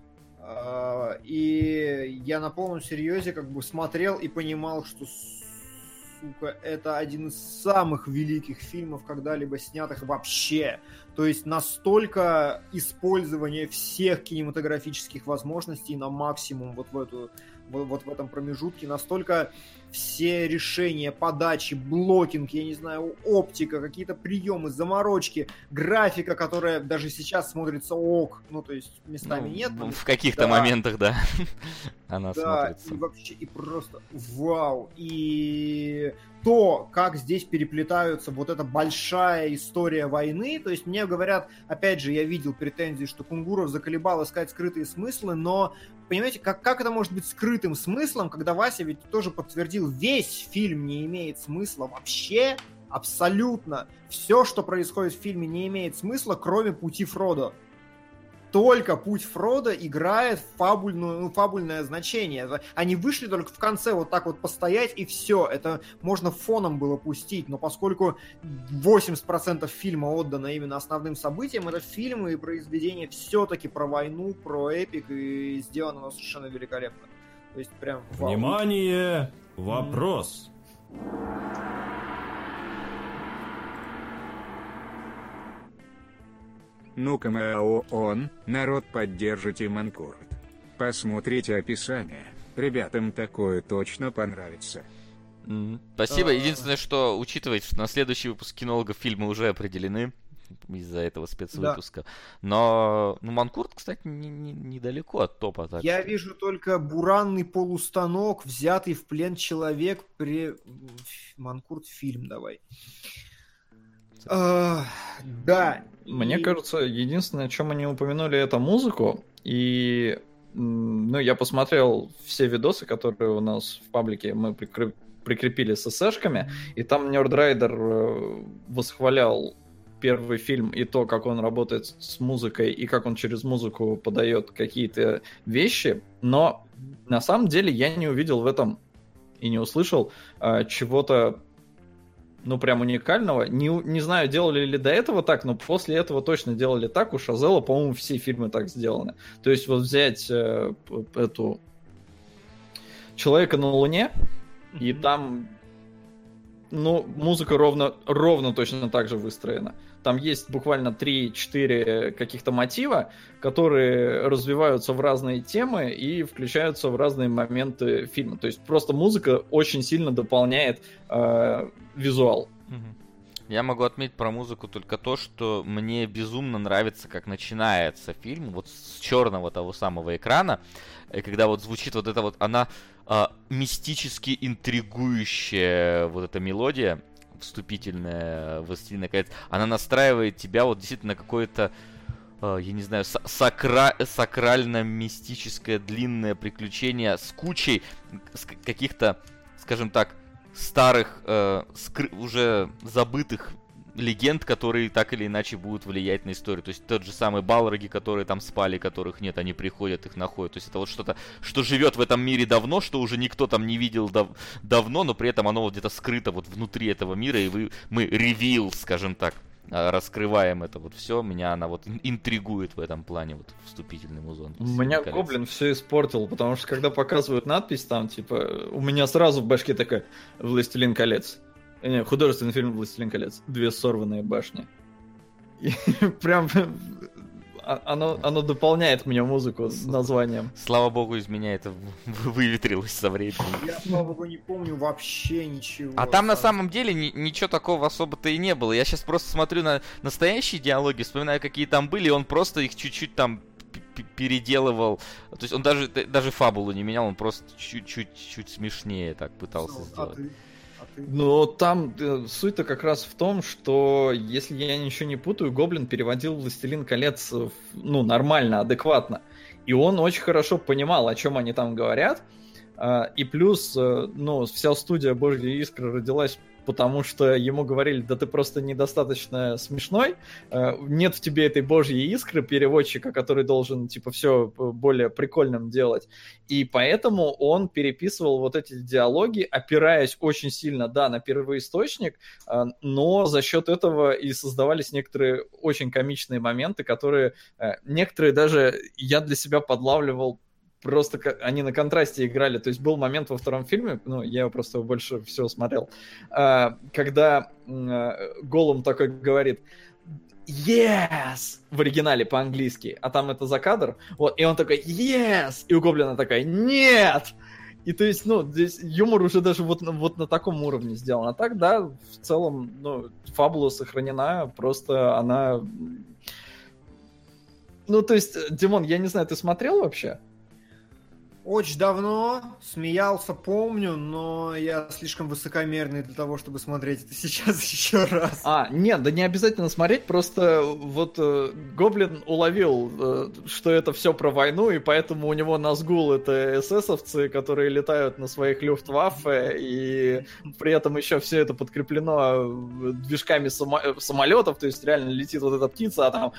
Э, и я на полном серьезе как бы смотрел и понимал, что, сука, это один из самых великих фильмов, когда-либо снятых вообще. То есть настолько использование всех кинематографических возможностей на максимум вот в эту вот, вот в этом промежутке, настолько все решения, подачи, блокинг, я не знаю, оптика, какие-то приемы, заморочки, графика, которая даже сейчас смотрится ок, ну то есть местами Ну, нет. ну, но- в каких-то да. моментах, да, она Да, смотрится. и вообще, и просто вау. И то, как здесь переплетаются вот эта большая история войны, то есть мне говорят, опять же, я видел претензии, что Кунгуров заколебал искать скрытые смыслы, но, понимаете, как, как это может быть скрытым смыслом, когда Вася ведь тоже подтвердил, весь фильм не имеет смысла вообще, абсолютно. Все, что происходит в фильме, не имеет смысла, кроме пути Фродо. Только путь Фродо играет фабульную, ну, фабульное значение. Они вышли только в конце вот так вот постоять, и все. Это можно фоном было пустить, но поскольку восемьдесят процентов фильма отдано именно основным событиям, это фильмы и произведения все-таки про войну, про эпик, и сделано оно совершенно великолепно. То есть прям вау. Внимание! Вопрос! Ну-ка, МАО он, народ, поддержите Манкурт. Посмотрите описание. Ребятам такое точно понравится. М, Спасибо. А. Единственное, что учитывайте, что на следующий выпуск кинологов фильмы уже определены из-за этого спецвыпуска. Но, ну, Манкурт, кстати, не- не- недалеко от топа. Так Я что- вижу только буранный полустанок, взятый в плен человек при... Манкурт фильм давай. А, да. Мне и- кажется, единственное, о чем мы не упомянули, это музыку. И м, ну, я посмотрел все видосы, которые у нас в паблике мы прикреп- прикрепили с эсэшками, и там Нёрдрайдер э, восхвалял первый фильм и то, как он работает с музыкой, и как он через музыку подает какие-то вещи, но на самом деле я не увидел в этом и не услышал э, чего-то, ну, прям уникального. Не, у- не знаю, делали ли до этого так, но после этого точно делали так. У Шазела, по-моему, все фильмы так сделаны. То есть вот взять э, п- эту «Человека на Луне», и там, ну, музыка ровно, ровно точно так же выстроена. Там есть буквально три-четыре каких-то мотива, которые развиваются в разные темы и включаются в разные моменты фильма. То есть просто музыка очень сильно дополняет э, визуал. Мгм. Я могу отметить про музыку только то, что мне безумно нравится, как начинается фильм, вот с черного того самого экрана, и когда вот звучит вот эта вот, она а, мистически интригующая вот эта мелодия, вступительная «Властелина колец», она настраивает тебя вот действительно на какое-то, а, я не знаю, са- сакра... сакрально-мистическое длинное приключение с кучей с к- каких-то, скажем так, старых, э, скры- уже забытых легенд, которые так или иначе будут влиять на историю. То есть тот же самый Балроги, которые там спали, которых нет, они приходят, их находят. То есть это вот что-то, что живет в этом мире давно, что уже никто там не видел дав- давно, но при этом оно вот где-то скрыто вот внутри этого мира, и вы, мы ревил, скажем так, э, раскрываем это вот все. Меня она вот ин- интригует в этом плане, вот вступительный музон. У меня Колец. Гоблин все испортил, потому что когда показывают надпись там, типа, у меня сразу в башке такая «Властелин колец». Э, Не, художественный фильм «Властелин колец». Две сорванные башни. И прям а- оно, оно дополняет мне музыку с названием. Слава богу, из меня это в- выветрилось со временем. Я, слава богу, не помню вообще ничего. А там на самом деле ни- ничего такого особо-то и не было. Я сейчас просто смотрю на настоящие диалоги, вспоминаю, какие там были, и он просто их чуть-чуть там п- п- переделывал. То есть он даже, д- даже фабулу не менял, он просто чуть-чуть чуть смешнее так пытался А сделать. ты? А ты? Но там э, суть-то как раз в том, что, если я ничего не путаю, Гоблин переводил «Властелин колец» в- ну, нормально, адекватно. И он очень хорошо понимал, о чем они там говорят. А, И плюс, э, ну, вся студия «Божья искра» родилась потому, что ему говорили: да ты просто недостаточно смешной, э, нет в тебе этой божьей искры переводчика, который должен, типа, все более прикольным делать. И поэтому он переписывал вот эти диалоги, опираясь очень сильно, да, на первоисточник, э, но за счет этого и создавались некоторые очень комичные моменты, которые э, некоторые даже я для себя подлавливал. Просто ка- они на контрасте играли. То есть был момент во втором фильме, ну, я его просто больше всего смотрел, а, когда м, а, Голум такой говорит «Yes!» в оригинале по-английски, а там это за кадр. Вот, и он такой «Yes!» И у Гоблина такая «Нет!» И то есть, ну, здесь юмор уже даже вот, на- вот на таком уровне сделан. А так, да, в целом, ну, фабула сохранена, просто она... Ну, то есть, Димон, я не знаю, ты смотрел вообще? Очень давно, смеялся, помню, но я слишком высокомерный для того, чтобы смотреть это сейчас еще раз. А, нет, да не обязательно смотреть, просто вот э, Гоблин уловил, э, что это все про войну, и поэтому у него Назгул — это эсэсовцы, которые летают на своих люфтваффе, и при этом еще все это подкреплено э, движками само- самолетов, то есть реально летит вот эта птица, а там...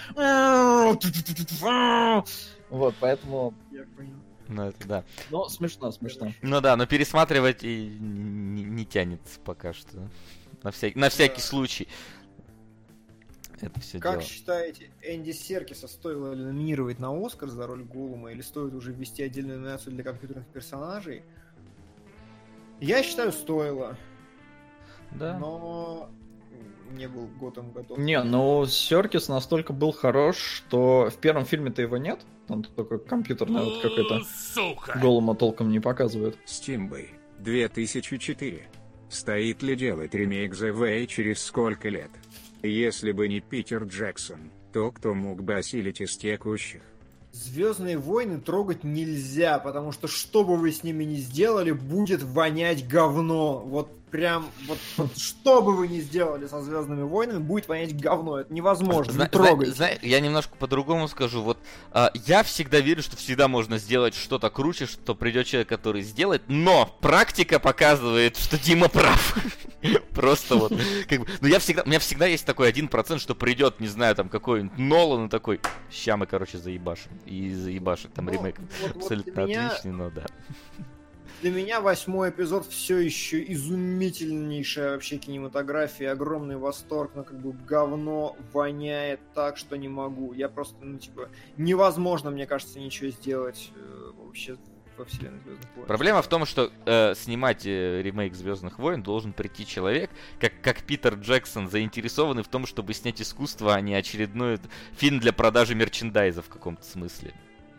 Вот, поэтому... Я понял. Ну, это да. Ну, смешно, смешно. Ну да, но пересматривать и не, не тянет пока что. На, вся... на всякий Да. случай. Это все Как дело. считаете, Энди Серкиса стоило ли номинировать на Оскар за роль Голума, или стоит уже ввести отдельную номинацию для компьютерных персонажей? Я считаю, стоило. Да. Но не был к Готэм готов. Не, ну Серкис настолько был хорош, что в первом фильме-то его нет. Там только компьютерный вот какой-то голому толком не показывает. Стимбэй, две тысячи четыре. Стоит ли делать ремейк The Way через сколько лет? Если бы не Питер Джексон, то кто мог бы осилить из текущих? Звездные войны трогать нельзя, потому что что бы вы с ними ни сделали, будет вонять говно. Вот прям, вот, вот что бы вы ни сделали со Звездными войнами, будет вонять говно. Это невозможно, Зна- не трогайте. зна- зна- я немножко по-другому скажу. Вот а, я всегда верю, что всегда можно сделать что-то круче, что придет человек, который сделает, но практика показывает, что Дима прав. Просто вот, как бы, ну я всегда, у меня всегда есть такой один процент, что придет, не знаю, там какой-нибудь Нолан и такой, ща мы, короче, заебашим. И заебашим, там Ну, ремейк вот- вот абсолютно для меня- отличный, но да. Для меня восьмой эпизод все еще изумительнейшая вообще кинематография, огромный восторг, но как бы говно воняет так, что не могу. Я просто, ну типа, невозможно, мне кажется, ничего сделать э, вообще во вселенной Звездных войн. Проблема в том, что э, снимать э, ремейк Звездных войн должен прийти человек, как, как Питер Джексон, заинтересованный в том, чтобы снять искусство, а не очередной фильм для продажи мерчендайза в каком-то смысле.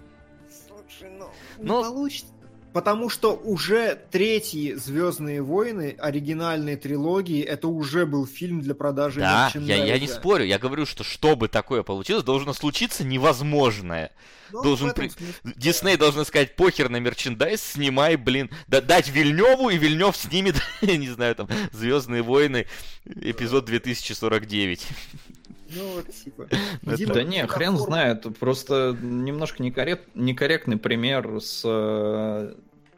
Слушай, ну, Ну, не получится. Потому что уже третьи Звездные войны, оригинальные трилогии, это уже был фильм для продажи Да, мерчендайза. я, я не спорю, я говорю, что чтобы такое получилось, должно случиться невозможное. Ну, должен в этом при- смысле, Дисней должен сказать, похер на мерчендайз, снимай, блин, да, дать Вильневу, и Вильнев снимет, я не знаю, там, Звездные войны, эпизод две тысячи сорок девять. Ну, вот, типа... Это- Дима, Да не, хрен метафор- знает. Просто немножко некоррект, некорректный пример с... э,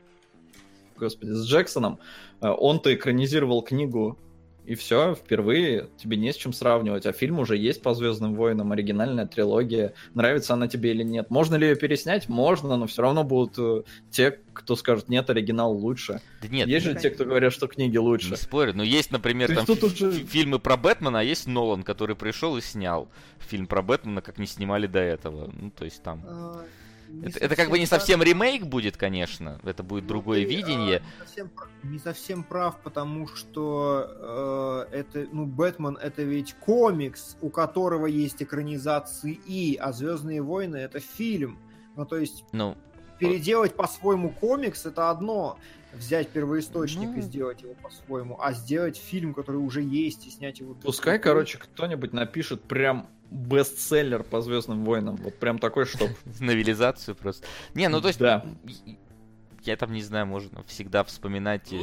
Господи, с Джексоном. Э, Он-то экранизировал книгу, и все, впервые тебе не с чем сравнивать. А фильм уже есть по Звездным войнам, оригинальная трилогия. Нравится она тебе или нет? Можно ли ее переснять? Можно, но все равно будут э, те, кто скажет, нет, оригинал лучше. Да нет, есть же ну, те, кто говорят, что книги лучше. не спорю, но есть, например, То там есть тут фи- уже- фи- фильмы про Бэтмена, а есть Нолан, который пришел и снял фильм про Бэтмена, как не снимали до этого. Ну, то есть там... А, не Это, это как бы не так. совсем ремейк будет, конечно, это будет Ну, другое ты, видение. а, не, совсем, прав- не совсем прав, потому что э, это, ну, Бэтмен это ведь комикс, у которого есть экранизации, и, а Звездные войны это фильм. Ну, то есть Ну, переделать по-своему комикс это одно, взять первоисточник Ну. и сделать его по-своему, а сделать фильм, который уже есть, и снять его. Пускай, короче, кто-нибудь напишет прям бестселлер по Звездным войнам. Вот прям такой, что... новелизацию просто. Не, ну то есть... Да. и- Я там не знаю, можно всегда вспоминать... э,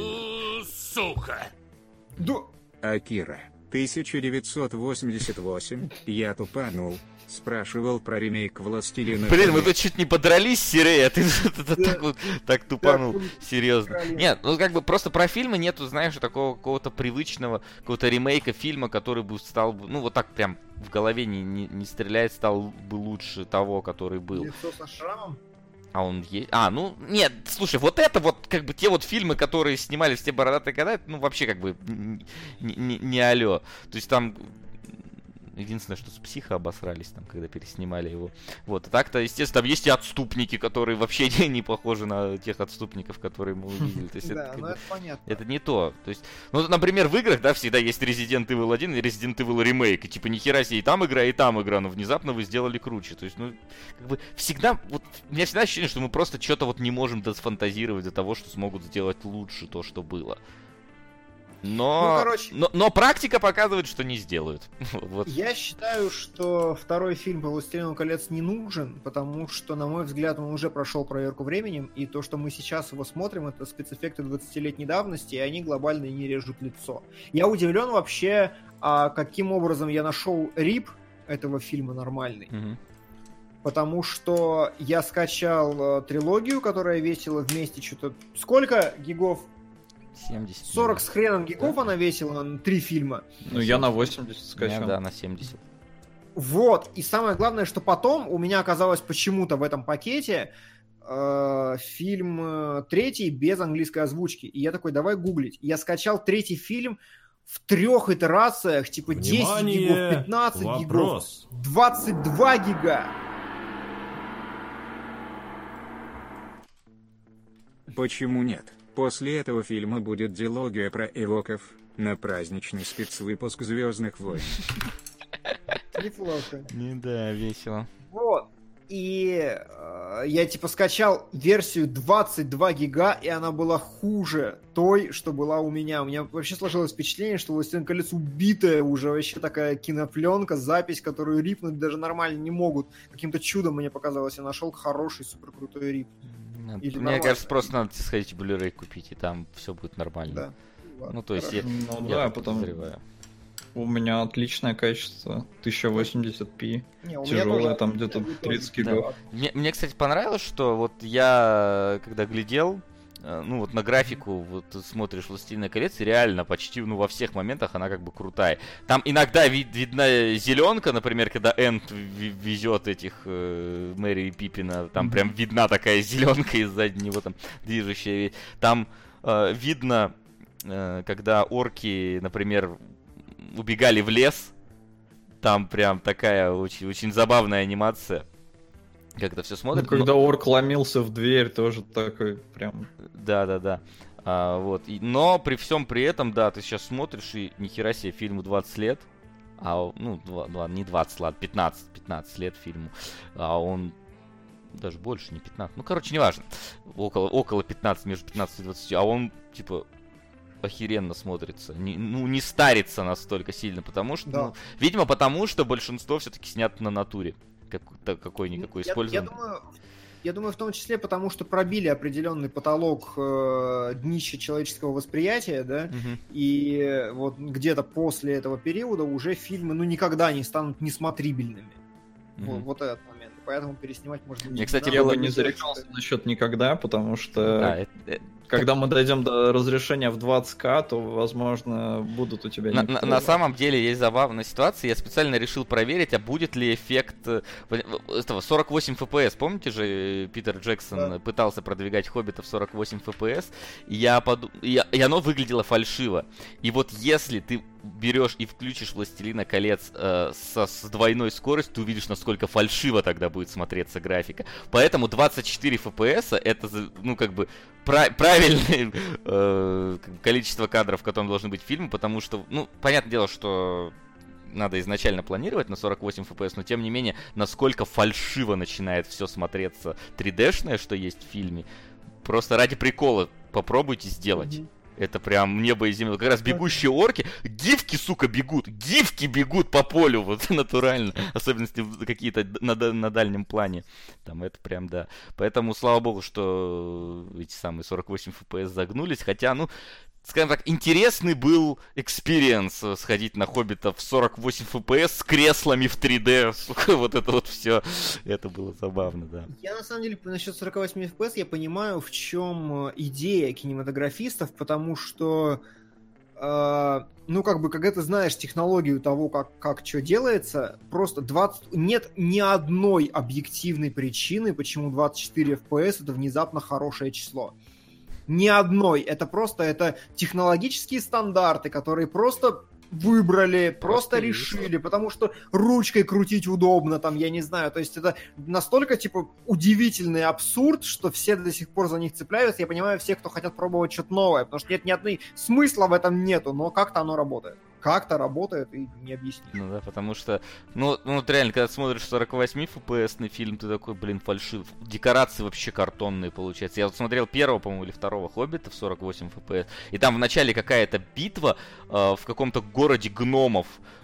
Да, Акира, тысяча девятьсот восемьдесят восемь, я тупанул, спрашивал про ремейк «Властелина Блин, мы колец». тут чуть не подрались, Сирей, а ты так вот так тупанул. Да, Серьезно. подрались. Нет, ну как бы просто про фильмы нету, знаешь, такого какого-то привычного, какого-то ремейка фильма, который бы стал бы, ну вот так прям в голове не, не, не стреляет, стал бы лучше того, который был. лицо со шрамом. А он есть? А, ну, нет, слушай, вот это вот, как бы, те вот фильмы, которые снимались в те бородатые года, это, ну, вообще, как бы, н- не, не, не алё. То есть там, единственное, что с Психо обосрались там, когда переснимали его. Вот, а так-то, естественно, там есть и отступники, которые вообще не, не похожи на тех отступников, которые мы увидели. То есть это, Да, как ну бы, это понятно. это не то. То есть, ну, например, в играх, да, всегда есть Resident Evil один и Resident Evil ремейк. И типа, нихера себе, и там игра, и там игра, но внезапно вы сделали круче. То есть, ну, как бы, всегда, вот, у меня всегда ощущение, что мы просто что-то вот не можем досфантазировать до того, что смогут сделать лучше то, что было. Но, Ну, короче. но, но практика показывает, что не сделают. Вот. Я считаю, что второй фильм по «Властелину колец» не нужен, потому что, на мой взгляд, он уже прошел проверку временем, и то, что мы сейчас его смотрим, это спецэффекты двадцатилетней давности, и они глобально не режут лицо. Я удивлен вообще, а каким образом я нашел рип этого фильма нормальный. Мгм. Потому что я скачал э, трилогию, которая весила вместе что-то... Сколько гигов? семьдесят. сорок с хреном гигов она весила на три фильма. Ну, я на восемьдесят У меня, скачал. да, на семьдесят. Вот, и самое главное, что потом у меня оказалось почему-то в этом пакете э, фильм э, третий без английской озвучки. И я такой, давай гуглить. И я скачал третий фильм в трех итерациях, типа десять гигов, Внимание! пятнадцать гигов, Вопрос. двадцать два гига. Почему нет? После этого фильма будет дилогия про эвоков. на праздничный спецвыпуск «Звездных войн». Неплохо. Не, да, весело. Вот. И э, я типа скачал версию двадцать два гига, и она была хуже той, что была у меня. У меня вообще сложилось впечатление, что «Властелин колец» убитая уже вообще такая кинопленка, запись, которую рипнуть даже нормально не могут. Каким-то чудом мне показалось, я нашел хороший, супер крутой рип. Или Мне нормально. Кажется, просто надо сходить в Blu-ray купить, и там все будет нормально. Да. Ладно, ну, то есть, я, ну, я да, потом... подозреваю. У меня отличное качество, тысяча восемьдесят пи, тяжелое, там где-то тридцать гигов. Да. Мне, мне, кстати, понравилось, что вот я, когда глядел, ну вот на графику, вот ты смотришь «Властелин колец», и реально почти, ну, во всех моментах она как бы крутая. Там иногда вид, видна зеленка, например, когда Энд везет этих э, Мэри и Пиппина, там mm-hmm. прям видна такая зеленка из-за него там движущая. Там э, видно, э, когда орки, например, убегали в лес, там прям такая очень, очень забавная анимация. Как это все смотрит. Ну, когда но... орк ломился в дверь, тоже такой прям... Да-да-да. А, вот. И, но при всем при этом, да, ты сейчас смотришь, и нихера себе фильму двадцать лет, а, ну, два, не двадцать, ладно, пятнадцать, пятнадцать лет фильму, а он даже больше, не пятнадцать, ну, короче, неважно, около, около пятнадцати, между пятнадцатью и двадцатью, а он, типа, охеренно смотрится, не, ну, не старится настолько сильно, потому что, да. ну, видимо, потому что большинство все-таки снято на натуре. Как, какой-никакой я, использован. Я думаю, я думаю, в том числе потому, что пробили определенный потолок э, днища человеческого восприятия, да, угу. и вот где-то после этого периода уже фильмы, ну, никогда не станут несмотрибельными. Угу. Вот, вот этот момент. Поэтому переснимать можно... Мне, кстати, я бы не зарекался насчет никогда, потому что... Да, это... Когда мы дойдем до разрешения в двадцать ка, то, возможно, будут у тебя... На, на, на самом деле есть забавная ситуация. Я специально решил проверить, а будет ли эффект этого сорок восемь эф пи эс. Помните же, Питер Джексон да. пытался продвигать «Хоббита» в сорок восемь эф пи эс, и, я поду... и, и оно выглядело фальшиво. И вот если ты берешь и включишь «Властелина колец» э, со, с двойной скоростью, ты увидишь, насколько фальшиво тогда будет смотреться графика. Поэтому двадцать четыре эф пи эс это, ну, как бы, пра- правильное э, количество кадров, в котором должны быть фильмы, потому что, ну, понятное дело, что надо изначально планировать на сорок восемь эф пи эс, но тем не менее, насколько фальшиво начинает все смотреться три дэ-шное, что есть в фильме, просто ради прикола попробуйте сделать. Mm-hmm. Это прям небо и земля. Как раз бегущие орки, гифки, сука, бегут. Гифки бегут по полю, вот, натурально. Особенно если какие-то на, на дальнем плане. Там это прям, да. Поэтому, слава богу, что эти самые сорок восемь эф пи эс загнулись. Хотя, ну, скажем так, интересный был экспириенс сходить на «Хоббита» в сорок восемь эф пи эс с креслами в три дэ. Сука, вот это вот все. Это было забавно, да. Я, на самом деле, насчет сорок восемь эф пи эс я понимаю, в чем идея кинематографистов, потому что, э, ну, как бы, когда ты знаешь технологию того, как, как что делается, просто двадцать... нет ни одной объективной причины, почему двадцать четыре эф пи эс это внезапно хорошее число. Ни одной. Это просто это технологические стандарты, которые просто выбрали, просто, просто решили, потому что ручкой крутить удобно, там, я не знаю. То есть это настолько, типа, удивительный абсурд, что все до сих пор за них цепляются. Я понимаю всех, кто хотят пробовать что-то новое, потому что нет ни одной смысла в этом нету, но как-то оно работает. Как-то работает и не объяснишь. Ну да, потому что, ну, ну вот реально, когда ты смотришь сорок восемь эф пи эс-ный фильм, ты такой, блин, фальшив. Декорации вообще картонные получаются. Я вот смотрел первого, по-моему, или второго «Хоббита» в сорок восемь эф пи эс, и там вначале какая-то битва э, в каком-то городе гномов,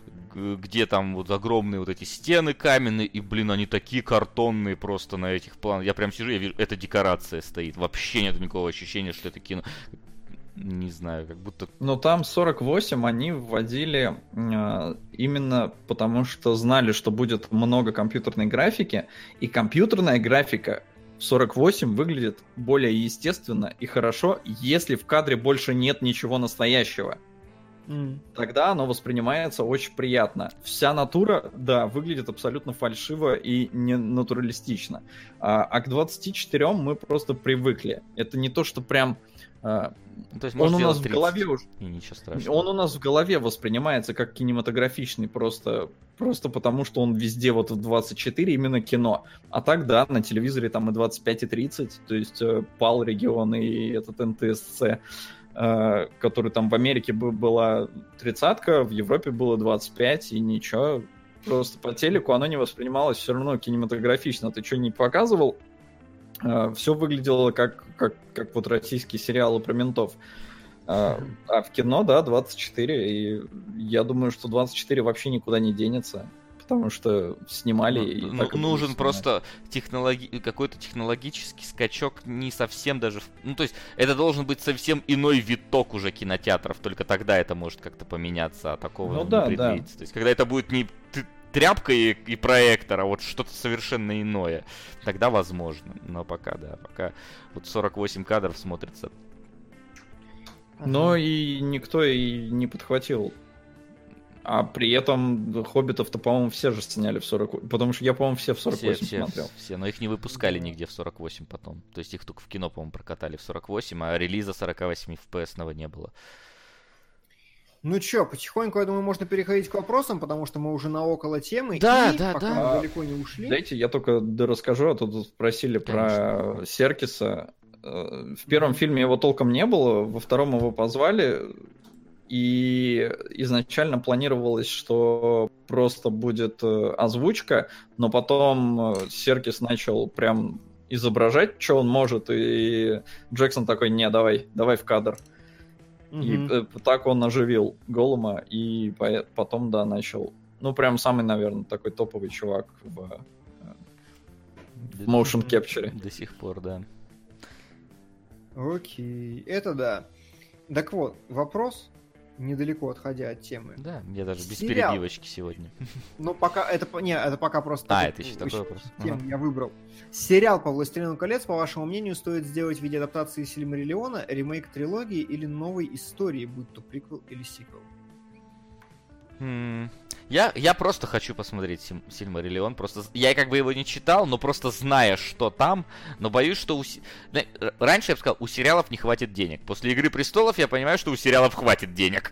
где там вот огромные вот эти стены каменные, и, блин, они такие картонные просто на этих планах. Я прям сижу, я вижу, это декорация стоит. Вообще нет никакого ощущения, что это кино. Не знаю, как будто... Но там сорок восемь они вводили э, именно потому, что знали, что будет много компьютерной графики, и компьютерная графика в сорок восемь выглядит более естественно и хорошо, если в кадре больше нет ничего настоящего. Mm. Тогда оно воспринимается очень приятно. Вся натура, да, выглядит абсолютно фальшиво и не натуралистично. А, а к двадцати четырем мы просто привыкли. Это не то, что прям... Uh, то есть он у нас в голове уже. И ничего страшного. Он у нас в голове воспринимается как кинематографичный просто, просто потому, что он везде вот в двадцать четыре именно кино. А так, да, на телевизоре там и двадцать пять, и тридцать, то есть PAL регион и этот эн тэ эс цэ. э, который там в Америке бы была тридцатка, в Европе было двадцать пять, и ничего. Просто по телеку оно не воспринималось все равно кинематографично. Ты что не показывал, э, все выглядело как, как, как вот российские сериалы про ментов. А, а в кино, да, двадцать четыре, и я думаю, что двадцать четыре вообще никуда не денется, потому что снимали... Ну, и ну, так и нужен будут просто технологи... какой-то технологический скачок, не совсем даже... в- Ну, то есть, это должен быть совсем иной виток уже кинотеатров, только тогда это может как-то поменяться, а такого Ну не да, предвидится. То есть, когда это будет не т- тряпка и, и проектор, а вот что-то совершенно иное, тогда возможно. Но пока, да, пока вот сорок восемь кадров смотрится. Но и никто и не подхватил. А при этом «Хоббитов»-то, по-моему, все же сняли в сорок восемь. Потому что я, по-моему, все в сорок Все, восемь все, смотрел. все, но их не выпускали нигде в сорок восемь потом. То есть их только в кино, по-моему, прокатали в сорок восемь, а релиза сорок восемь эф пи эс-ного не было. Ну чё, потихоньку, я думаю, можно переходить к вопросам, потому что мы уже на около темы. Да, и да, пока да. мы далеко не ушли. Дайте я только расскажу, а то тут спросили Конечно. про Серкиса. Э, В первом фильме его толком не было, во втором его позвали, и изначально планировалось, что просто будет э, озвучка, но потом э, Серкис начал прям изображать, что он может, и Джексон такой: не, давай, давай в кадр. И Мгм. э, так он оживил Голума, и по- потом, да, начал... Ну, прям самый, наверное, такой топовый чувак в, э, в motion capture. До сих пор, да. Окей, это да. Так вот, вопрос, недалеко отходя от темы. Да, я даже без Сериал. перебивочки сегодня. Но пока это по- не, это пока просто. А, такой, это еще ну, такой вопрос. Тему Ага. я выбрал. Сериал по «Властелину колец», по вашему мнению, стоит сделать в виде адаптации Сильмариллиона, ремейк трилогии или новой истории, будь то приквел или сиквел? М, Я, я просто хочу посмотреть Сим- Сильмариллион. Просто з- я как бы его не читал, но просто зная, что там, но боюсь, что у си- Зна- р- раньше я бы сказал, у сериалов не хватит денег. После Игры престолов я понимаю, что у сериалов хватит денег.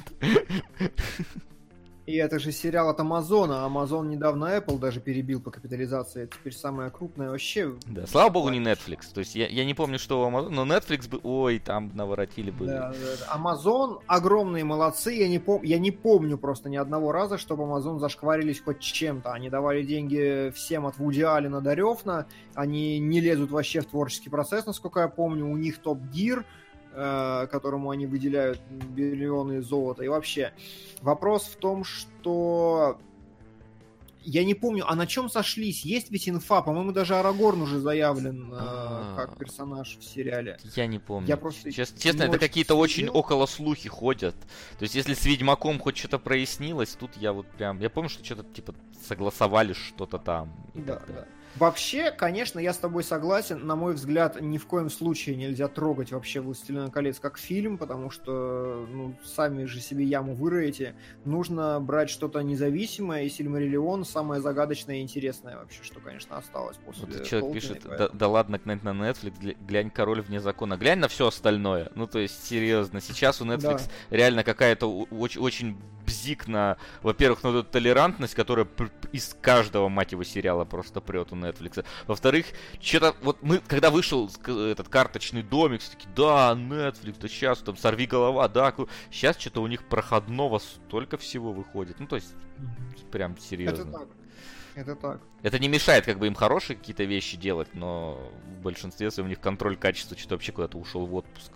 И это же сериал от Амазона. Амазон недавно Apple даже перебил по капитализации. Это теперь самое крупное вообще. Да, слава богу, не Netflix. То есть я, я не помню, что у Amazon, но Netflix бы, ой, там наворотили бы. Да, да, да. Amazon огромные молодцы. Я не, пом... я не помню просто ни одного раза, чтобы Amazon зашкварились хоть чем-то. Они давали деньги всем от Вуди Аллена до Рёфна. Они не лезут вообще в творческий процесс, насколько я помню. У них Топ Гир, э, которому они выделяют миллионы золота. И вообще, вопрос в том, что... Я не помню, а на чем сошлись? Есть ведь инфа? По-моему, даже Арагорн уже заявлен э, А. как персонаж в сериале. Я не помню. Я просто Чес- не честно, это очень какие-то очень следил. около слухи ходят. То есть, если с Ведьмаком хоть что-то прояснилось, тут я вот прям... Я помню, что что-то типа согласовали что-то там. и Да, так далее. да. Вообще, конечно, я с тобой согласен. На мой взгляд, ни в коем случае нельзя трогать вообще «Властелина колец» как фильм, потому что, ну, сами же себе яму выроете. Нужно брать что-то независимое, и «Сильмариллион» самое загадочное и интересное вообще, что, конечно, осталось после Вот человек Толкина, пишет, и да, поэтому- да ладно, глянь на Netflix, гля- глянь «Король вне закона», глянь на все остальное. Ну, то есть, серьезно, сейчас у Netflix Да. реально какая-то у- очень, очень бзик на, во-первых, на вот эту толерантность, которая пр- из каждого, мать его, сериала просто прет у Netflix. Во-вторых, что-то, вот мы, когда вышел ск- этот карточный домик, все таки да, Netflix, да сейчас, там, сорви голова, да, сейчас что-то у них проходного столько всего выходит. Ну, то есть, прям Это серьезно. так. Это так. Это не мешает как бы им хорошие какие-то вещи делать, но в большинстве своем у них контроль качества что-то вообще куда-то ушел в отпуск.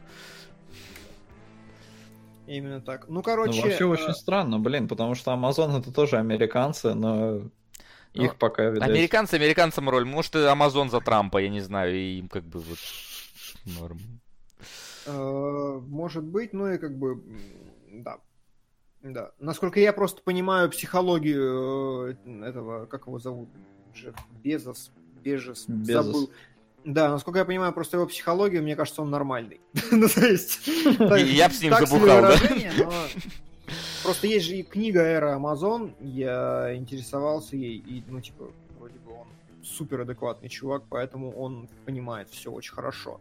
Именно так. Ну, Ну, короче... вообще э, очень странно, блин, потому что Amazon это тоже американцы, но их Ну, пока, видать... Американцы американцам роль. Может, и Amazon за Трампа, я не знаю, и им как бы вот норм. Э, Может быть, ну и как бы, м, да. Да. Насколько я просто понимаю психологию э, этого, как его зовут, Джефф Безос, Безос, Безос. забыл. Да, насколько я понимаю просто его психологию, мне кажется, он нормальный. Ну, то есть... так- И я б с ним так себе забухал, да? выражение, но просто есть же и книга «Эра Амазон», я интересовался ей, и, ну, типа, вроде бы он супер адекватный чувак, поэтому он понимает все очень хорошо.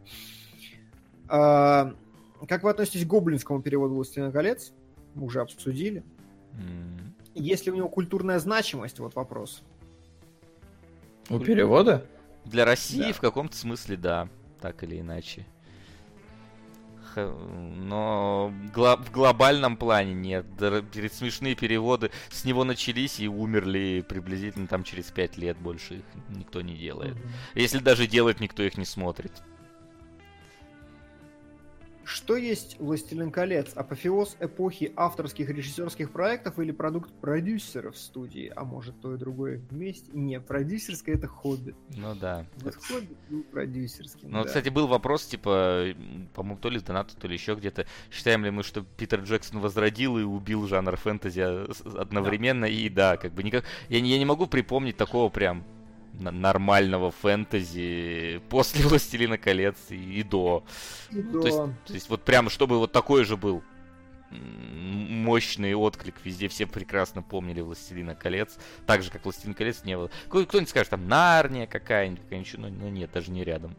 А, как вы относитесь к гоблинскому переводу «Властелина колец»? Мы уже обсудили. М. Есть ли у него культурная значимость? Вот вопрос. У перевода? Для России Да. в каком-то смысле, да, так или иначе. х- но гла- в глобальном плане нет. Др- перед- Смешные переводы с него начались и умерли приблизительно там через пять лет. Больше их никто не делает. Если даже делает, никто их не смотрит. Что есть «Властелин колец»? Апофеоз эпохи авторских и режиссерских проектов или продукт продюсеров студии? А может, то и другое вместе? Не, продюсерское — это «Хоббит». Ну да. Вот «Хоббит» был продюсерским, Ну, да. кстати, был вопрос, типа, по-моему, то ли с донату, то ли еще где-то. Считаем ли мы, что Питер Джексон возродил и убил жанр фэнтези одновременно? И да, как бы никак... Я, не- я не могу припомнить такого прям н- нормального фэнтези после «Властелина колец» и, и до. И Ну, то, есть, да. то есть вот прям, чтобы вот такой же был м, мощный отклик везде, все прекрасно помнили «Властелина колец», так же, как «Властелин колец» не было. Кто- Кто-нибудь скажет, там, Нарния какая-нибудь, какая-нибудь, но, но нет, даже не рядом.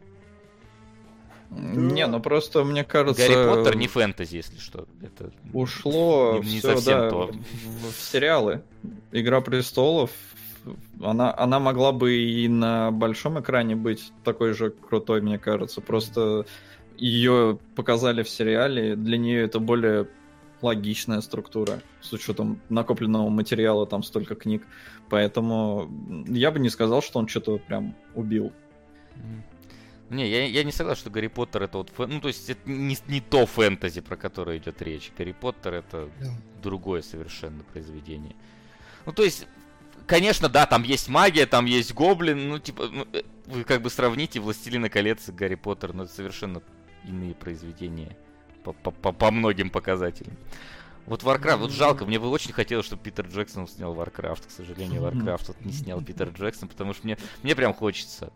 Не, ну просто, мне кажется... Гарри Поттер не фэнтези, если что. Это Ушло не- не всё, совсем да, то. В, в сериалы. «Игра престолов», она, она могла бы и на большом экране быть такой же крутой, мне кажется. Просто ее показали в сериале, для нее это более логичная структура, с учетом накопленного материала, там столько книг. Поэтому я бы не сказал, что он что-то прям убил. Мгм. Не, я, я не согласен, что Гарри Поттер это вот фэн... Ну, то есть это не, не то фэнтези, про которое идет речь. Гарри Поттер это Да. другое совершенно произведение. Ну, то есть, конечно, да, там есть магия, там есть гоблин, ну, типа, ну, э, вы как бы сравните «Властелина колец» и «Гарри Поттер», но это совершенно иные произведения по, по, по- по многим показателям. Вот Warcraft, вот жалко, мне бы очень хотелось, чтобы Питер Джексон снял Warcraft. К сожалению, Warcraft вот не снял Питер Джексон, потому что мне, мне прям хочется,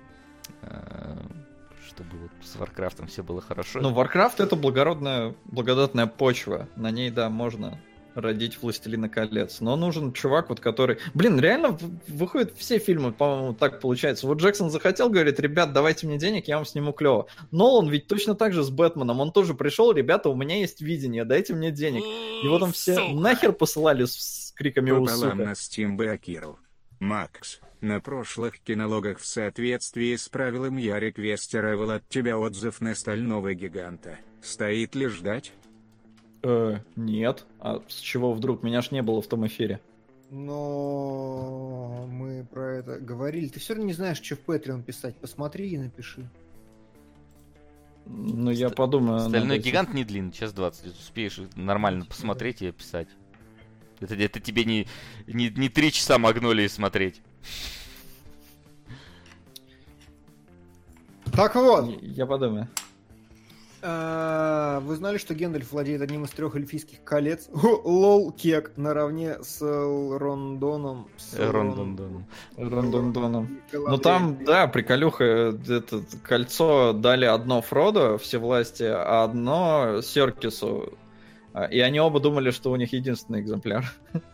э, чтобы вот с Warcraft все было хорошо. Ну, Warcraft — это благородная, благодатная почва. На ней, да, можно родить «Властелина колец». Но нужен чувак, вот который... Блин, реально в- выходят все фильмы, по-моему, так получается. Вот Джексон захотел, говорит, ребят, давайте мне денег, я вам сниму клево. Нолан ведь точно так же с Бэтменом. Он тоже пришел, ребята, у меня есть видение, дайте мне денег. Его там все нахер посылали с, с криками «У, Пополам сука». на Steam Бакиру. Макс, на прошлых кинологах в соответствии с правилом я реквестировал от тебя отзыв на «Стального гиганта». Стоит ли ждать? Э, нет. А с чего вдруг? Меня ж не было в том эфире. Но мы про это говорили. Ты все равно не знаешь, что в Patreon писать. Посмотри и напиши. Ну, я подумаю. над Стальной этим. гигант не длинный, час двадцать. Успеешь нормально посмотреть и описать. Это, это тебе не, не, не три часа Магнолии смотреть. Так вот, Я подумаю. э, вы знали, что Гендальф владеет одним из трех эльфийских колец? О, лол, кек, наравне с Элрондоном. с Рондондоном. Рондондоном. Ну Галадриэль. там, да, приколюха, это кольцо дали одно Фродо, Всевластие, а одно Серкису. А, И они оба думали, что у них единственный экземпляр.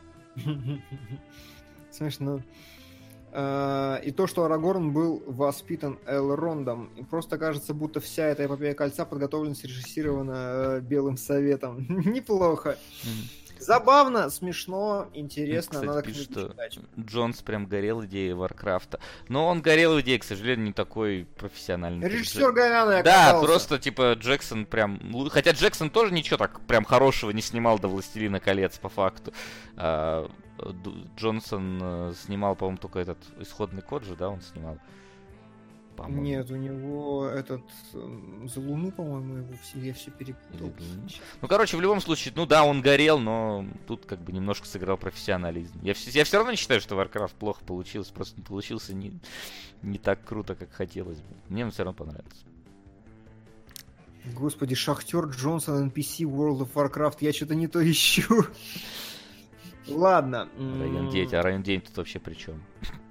Смешно. Э, И то, что Арагорн был воспитан Элрондом. И просто кажется, будто вся эта эпопея кольца подготовлена, срежиссирована э, Белым Советом. Неплохо. Забавно, смешно, интересно. Кстати, Надо пишет, книгу что читать. Джонс прям горел идеей Варкрафта. Но он горел идеей, к сожалению, не такой профессиональный. как Режиссер Джек- говяный Да, оказался. просто типа Джексон прям... лу- Хотя Джексон тоже ничего так прям хорошего не снимал до «Властелина колец» по факту. А, Д- Джонсон э, снимал, по-моему, только этот «Исходный код» же, да, он снимал? По-моему. Нет, у него этот эм, за Луну, по-моему, его все, я все перепутал. Или- Ну, короче, в любом случае, ну да, он горел, но тут как бы немножко сыграл профессионализм. Я, вс- я все равно не считаю, что Warcraft плохо получился, просто не получился не, не так круто, как хотелось бы. Мне он все равно понравился. Господи, Шахтер Джонсон, эн пи си World of Warcraft, я что-то не то ищу. Ладно. м, Район девять, а Район девять тут вообще при чем?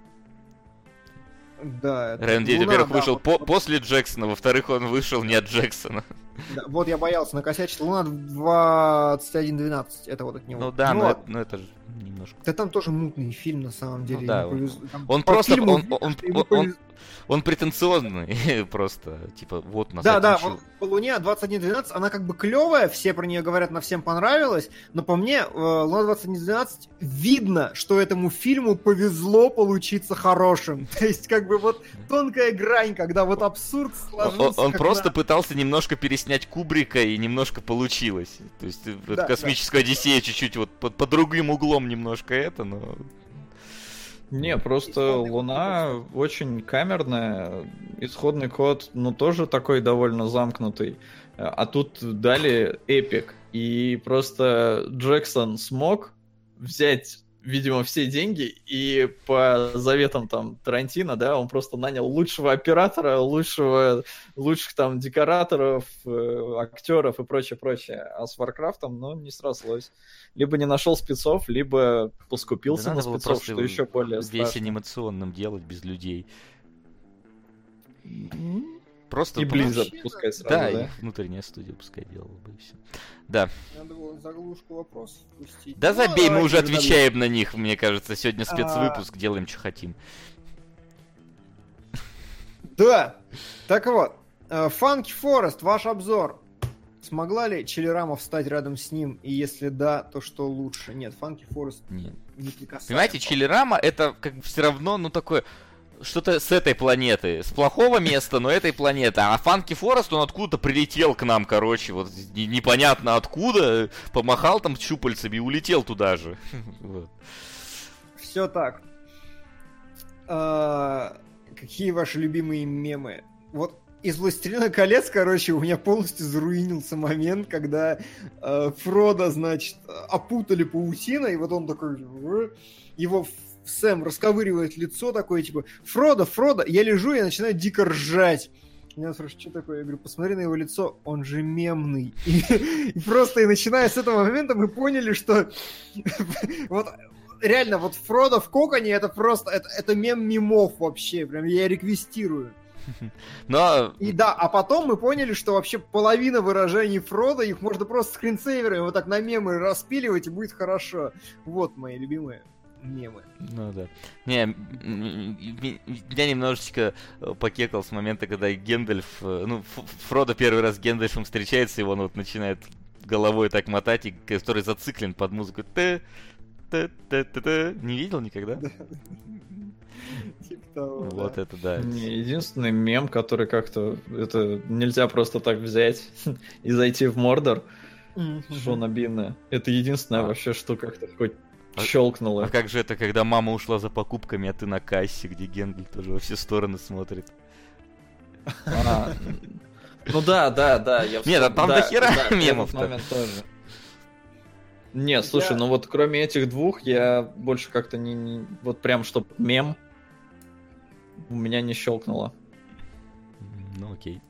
Да. это Район девять, Луна, во-первых, да, вышел вот- по- вот- после Джексона, во-вторых, он вышел не от Джексона. да, вот я боялся накосячить. Луна двадцать один двенадцать, это вот от него. Ну да, Ну но, ладно. это, ну это же немножко. Да там тоже мутный фильм, на самом деле. Ну, да, ему повезло. Там Он по просто, фильму он, видно, он, что ему он, он, повез- он претенциозный, просто, типа, вот нас Да, да, отучил. вот по Луне двадцать один двенадцать, она как бы клевая, все про нее говорят, на всем понравилась, но по мне, э, Луна двадцать один двенадцать видно, что этому фильму повезло получиться хорошим. То есть, как бы вот тонкая грань, когда вот абсурд Он, сложился. он как просто надо. пытался немножко переснять Кубрика, и немножко получилось. То есть, э, Да, космическая Одиссея чуть-чуть вот под, под другим углом немножко это, но... Не, просто Луна очень камерная, исходный код, ну, тоже такой довольно замкнутый. А тут дали эпик, и просто Джексон смог взять, видимо, все деньги, и по заветам там Тарантино, да, он просто нанял лучшего оператора, лучшего, лучших там декораторов, э, актеров и прочее-прочее. А с Варкрафтом, ну, не срослось. Либо не нашел спецов, либо поскупился Да на надо было спецов, просто что еще более весь страшно. анимационным делать без людей. Просто И по- Blizzard пускай сразу, Да, да? и внутренняя студия пускай делала бы и все. Да. Надо было заглушку вопросов пустить. Да Ну, забей, мы давайте уже заглушку. отвечаем на них, мне кажется. Сегодня А. спецвыпуск, делаем, что хотим. Да. Так вот, Funky Forest, ваш обзор. Смогла ли Челерама встать рядом с ним? И если да, то что лучше? Нет, Funky Forest Нет. не прикасается. Понимаете, Чилерама это как бы все равно, ну, такое, что-то с этой планеты. С плохого места, но этой планеты. А Фанки Форест, он откуда-то прилетел к нам, короче, вот не- непонятно откуда, помахал там щупальцами и улетел туда же. Вот. Все так. А, какие ваши любимые мемы? Вот из «Властелина колец», короче, у меня полностью заруинился момент, когда э, Фродо, значит, опутали паутиной, и вот он такой... э, Его ф- Сэм расковыривает лицо такое, типа, Фродо, Фродо, я лежу и начинаю дико ржать. Меня спрашивают, что такое? Я говорю, посмотри на его лицо, он же мемный. И, и просто, и начиная с этого момента, мы поняли, что вот реально, вот Фродо в коконе, это просто, это, это мем мемов вообще, прям я реквестирую. Но И да, а потом мы поняли, что вообще половина выражений Фродо, их можно просто скринсейверами вот так на мемы распиливать, и будет хорошо. Вот мои любимые мемы. Ну да. Не, м- м- м- меня немножечко э, покекал с момента, когда Гендальф, э, ну, Ф- Фродо первый раз с Гендальфом встречается, и он вот начинает головой так мотать, и который зациклен под музыку. Т- т- т- т- т. Не видел никогда? Типа того, Вот да. это да. Не, единственный мем, который как-то... Это нельзя просто так взять и зайти в Мордор, Мгм. Шона Бина. Это единственная А. вообще, что как-то хоть А- щелкнуло. А как же это, когда мама ушла за покупками, а ты на кассе, где Гендальф тоже во все стороны смотрит? А, ну да, да, да. Я Нет, вспом- там да, дохера да, этот мемов-то. момент тоже. Не, слушай, Я- ну вот кроме этих двух, я больше как-то не, не- вот прям чтоб мем у меня не щелкнуло. Ну окей.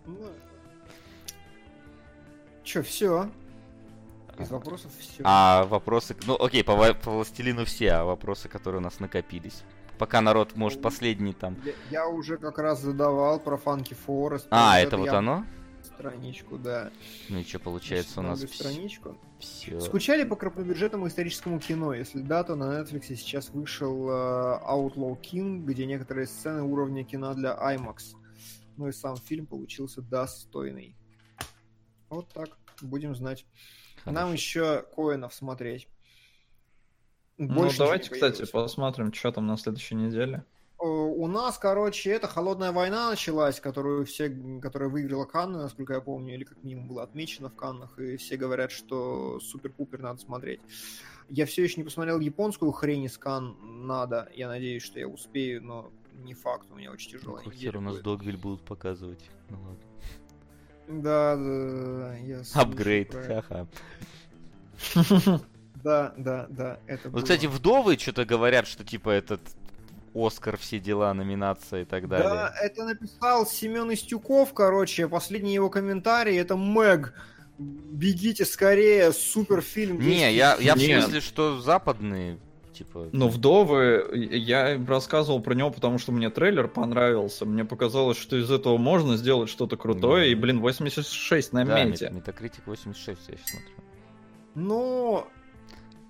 Че, все? Из вопросов все. А вопросы... Ну окей, по, Ва- по Властелину все, а вопросы, которые у нас накопились. Пока народ, может, последний там... Я, я уже как раз задавал про Funky Forest. А, Вот это вот я оно? Страничку, да. Ну и что получается у нас? Ставлю страничку. Все. Скучали по крупнобюджетному историческому кино? Если да, то на Netflix сейчас вышел э, Outlaw King, где некоторые сцены уровня кино для IMAX. Ну и сам фильм получился достойный. Вот так. Будем знать. Нам еще Коэнов смотреть. Ну Больше давайте, ничего не кстати, появилось. посмотрим, что там на следующей неделе. Э, У нас, короче, это холодная война началась, которую все, которая выиграла Канны, насколько я помню, или как минимум была отмечена в Каннах, и все говорят, что супер-пупер надо смотреть. Я все еще не посмотрел японскую хрень из Канн, надо. Я надеюсь, что я успею, но не факт, у меня очень тяжелая Какой неделя хер у нас будет. Догвиль будут показывать? Ну ладно. Да, да, да, я слышал Апгрейд, про это. ха-ха. Да, да, да, это Вот, было. кстати, вдовы что-то говорят, что типа этот Оскар, все дела, номинация и так Да, далее. это написал Семен Истюков, короче, последний его комментарий, это Мэг. Бегите скорее, суперфильм. Не, я, я в Нет. смысле, что западные, типа... Ну, «Вдовы», я рассказывал про него, потому что мне трейлер понравился. Мне показалось, что из этого можно сделать что-то крутое. И, блин, восемьдесят шесть на да, мете. Метакритик восемьдесят шесть, я сейчас смотрю. Но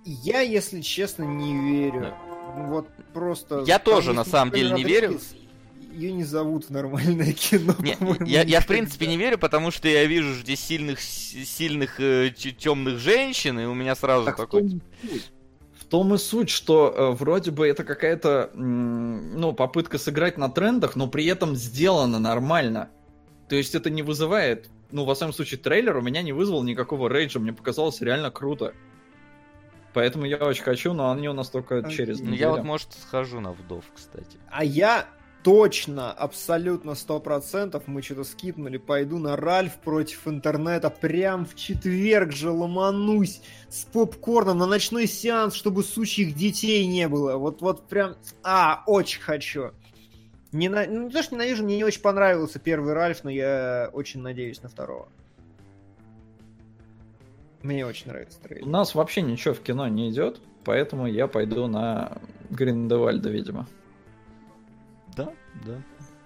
Я, если честно, не верю. Да. Вот просто... Я там тоже, есть на самом деле, не Родригес, верю. Ее не зовут в нормальное кино. Не, по-моему, я, я в никогда. принципе не верю, потому что я вижу здесь сильных, с- сильных э, ч- темных женщин, и у меня сразу Так в такой... том и суть. В том и суть, что э, вроде бы это какая-то м, ну, попытка сыграть на трендах, но при этом сделано нормально. То есть это не вызывает, ну, во всяком случае, трейлер у меня не вызвал никакого рейджа, мне показалось реально круто. Поэтому я очень хочу, но они у нас только Окей. через Ну, неделю. я вот, может, схожу на вдов, кстати. А я точно, абсолютно сто процентов, мы что-то скипнули, пойду на Ральф против интернета прям в четверг же ломанусь с попкорном на ночной сеанс, чтобы сучьих детей не было. Вот, вот прям, а, очень хочу. Не, на... ну, не то, что ненавижу, мне не очень понравился первый Ральф, но я очень надеюсь на второго. Мне очень нравится У трейлер. нас вообще ничего в кино не идет, поэтому я пойду на Гриндевальда, видимо. Да, да.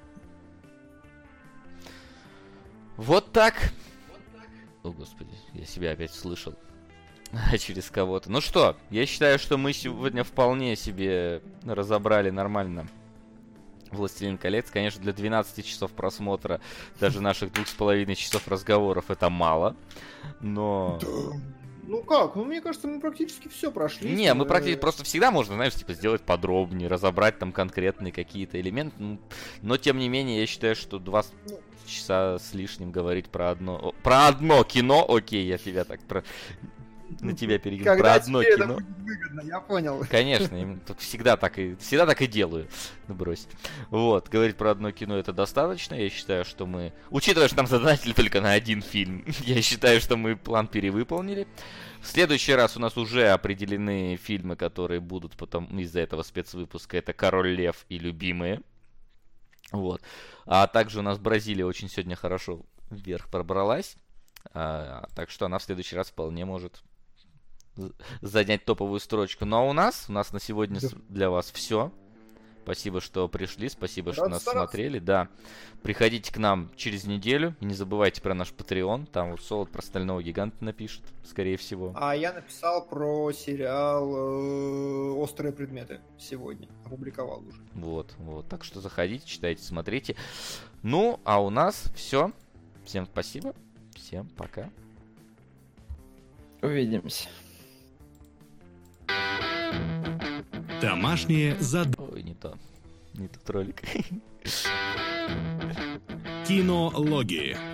Вот так. О, господи, я себя опять слышал. Через кого-то. Ну что, я считаю, что мы сегодня вполне себе разобрали нормально «Властелин колец». Конечно, для двенадцати часов просмотра, даже наших двух с половиной часов разговоров, это мало. Но... Ну как, ну мне кажется, мы практически все прошли. Не, мы Э, практически просто всегда можно, знаешь, типа сделать подробнее, разобрать там конкретные какие-то элементы. Ну, но тем не менее, я считаю, что два с- часа с лишним говорить про одно, о, про одно кино, окей, я тебя так про на тебя перейду. Про Когда одно тебе это кино. будет выгодно, я понял. Конечно, им тут всегда так и всегда так и делаю. Ну брось. Вот, говорить про одно кино это достаточно. Я считаю, что мы, учитывая, что нам задонатили только на один фильм, я считаю, что мы план перевыполнили. В следующий раз у нас уже определены фильмы, которые будут потом из-за этого спецвыпуска. Это «Король Лев» и «Любимые». Вот. А также у нас Бразилия очень сегодня хорошо вверх пробралась. А, так что она в следующий раз вполне может з- занять топовую строчку. Ну а у нас, у нас на сегодня с- для вас все. Спасибо, что пришли, спасибо, что Рад нас стараться. смотрели. Да, приходите к нам через неделю. И не забывайте про наш Patreon. Там вот Солод про Стального Гиганта напишет, скорее всего. А я написал про сериал э, «Острые предметы» сегодня. Опубликовал уже. Вот, вот. Так что заходите, читайте, смотрите. Ну, а у нас все. Всем спасибо. Всем пока. Увидимся. Домашнее задание. Ой, не то. Не тот ролик. Кинологии.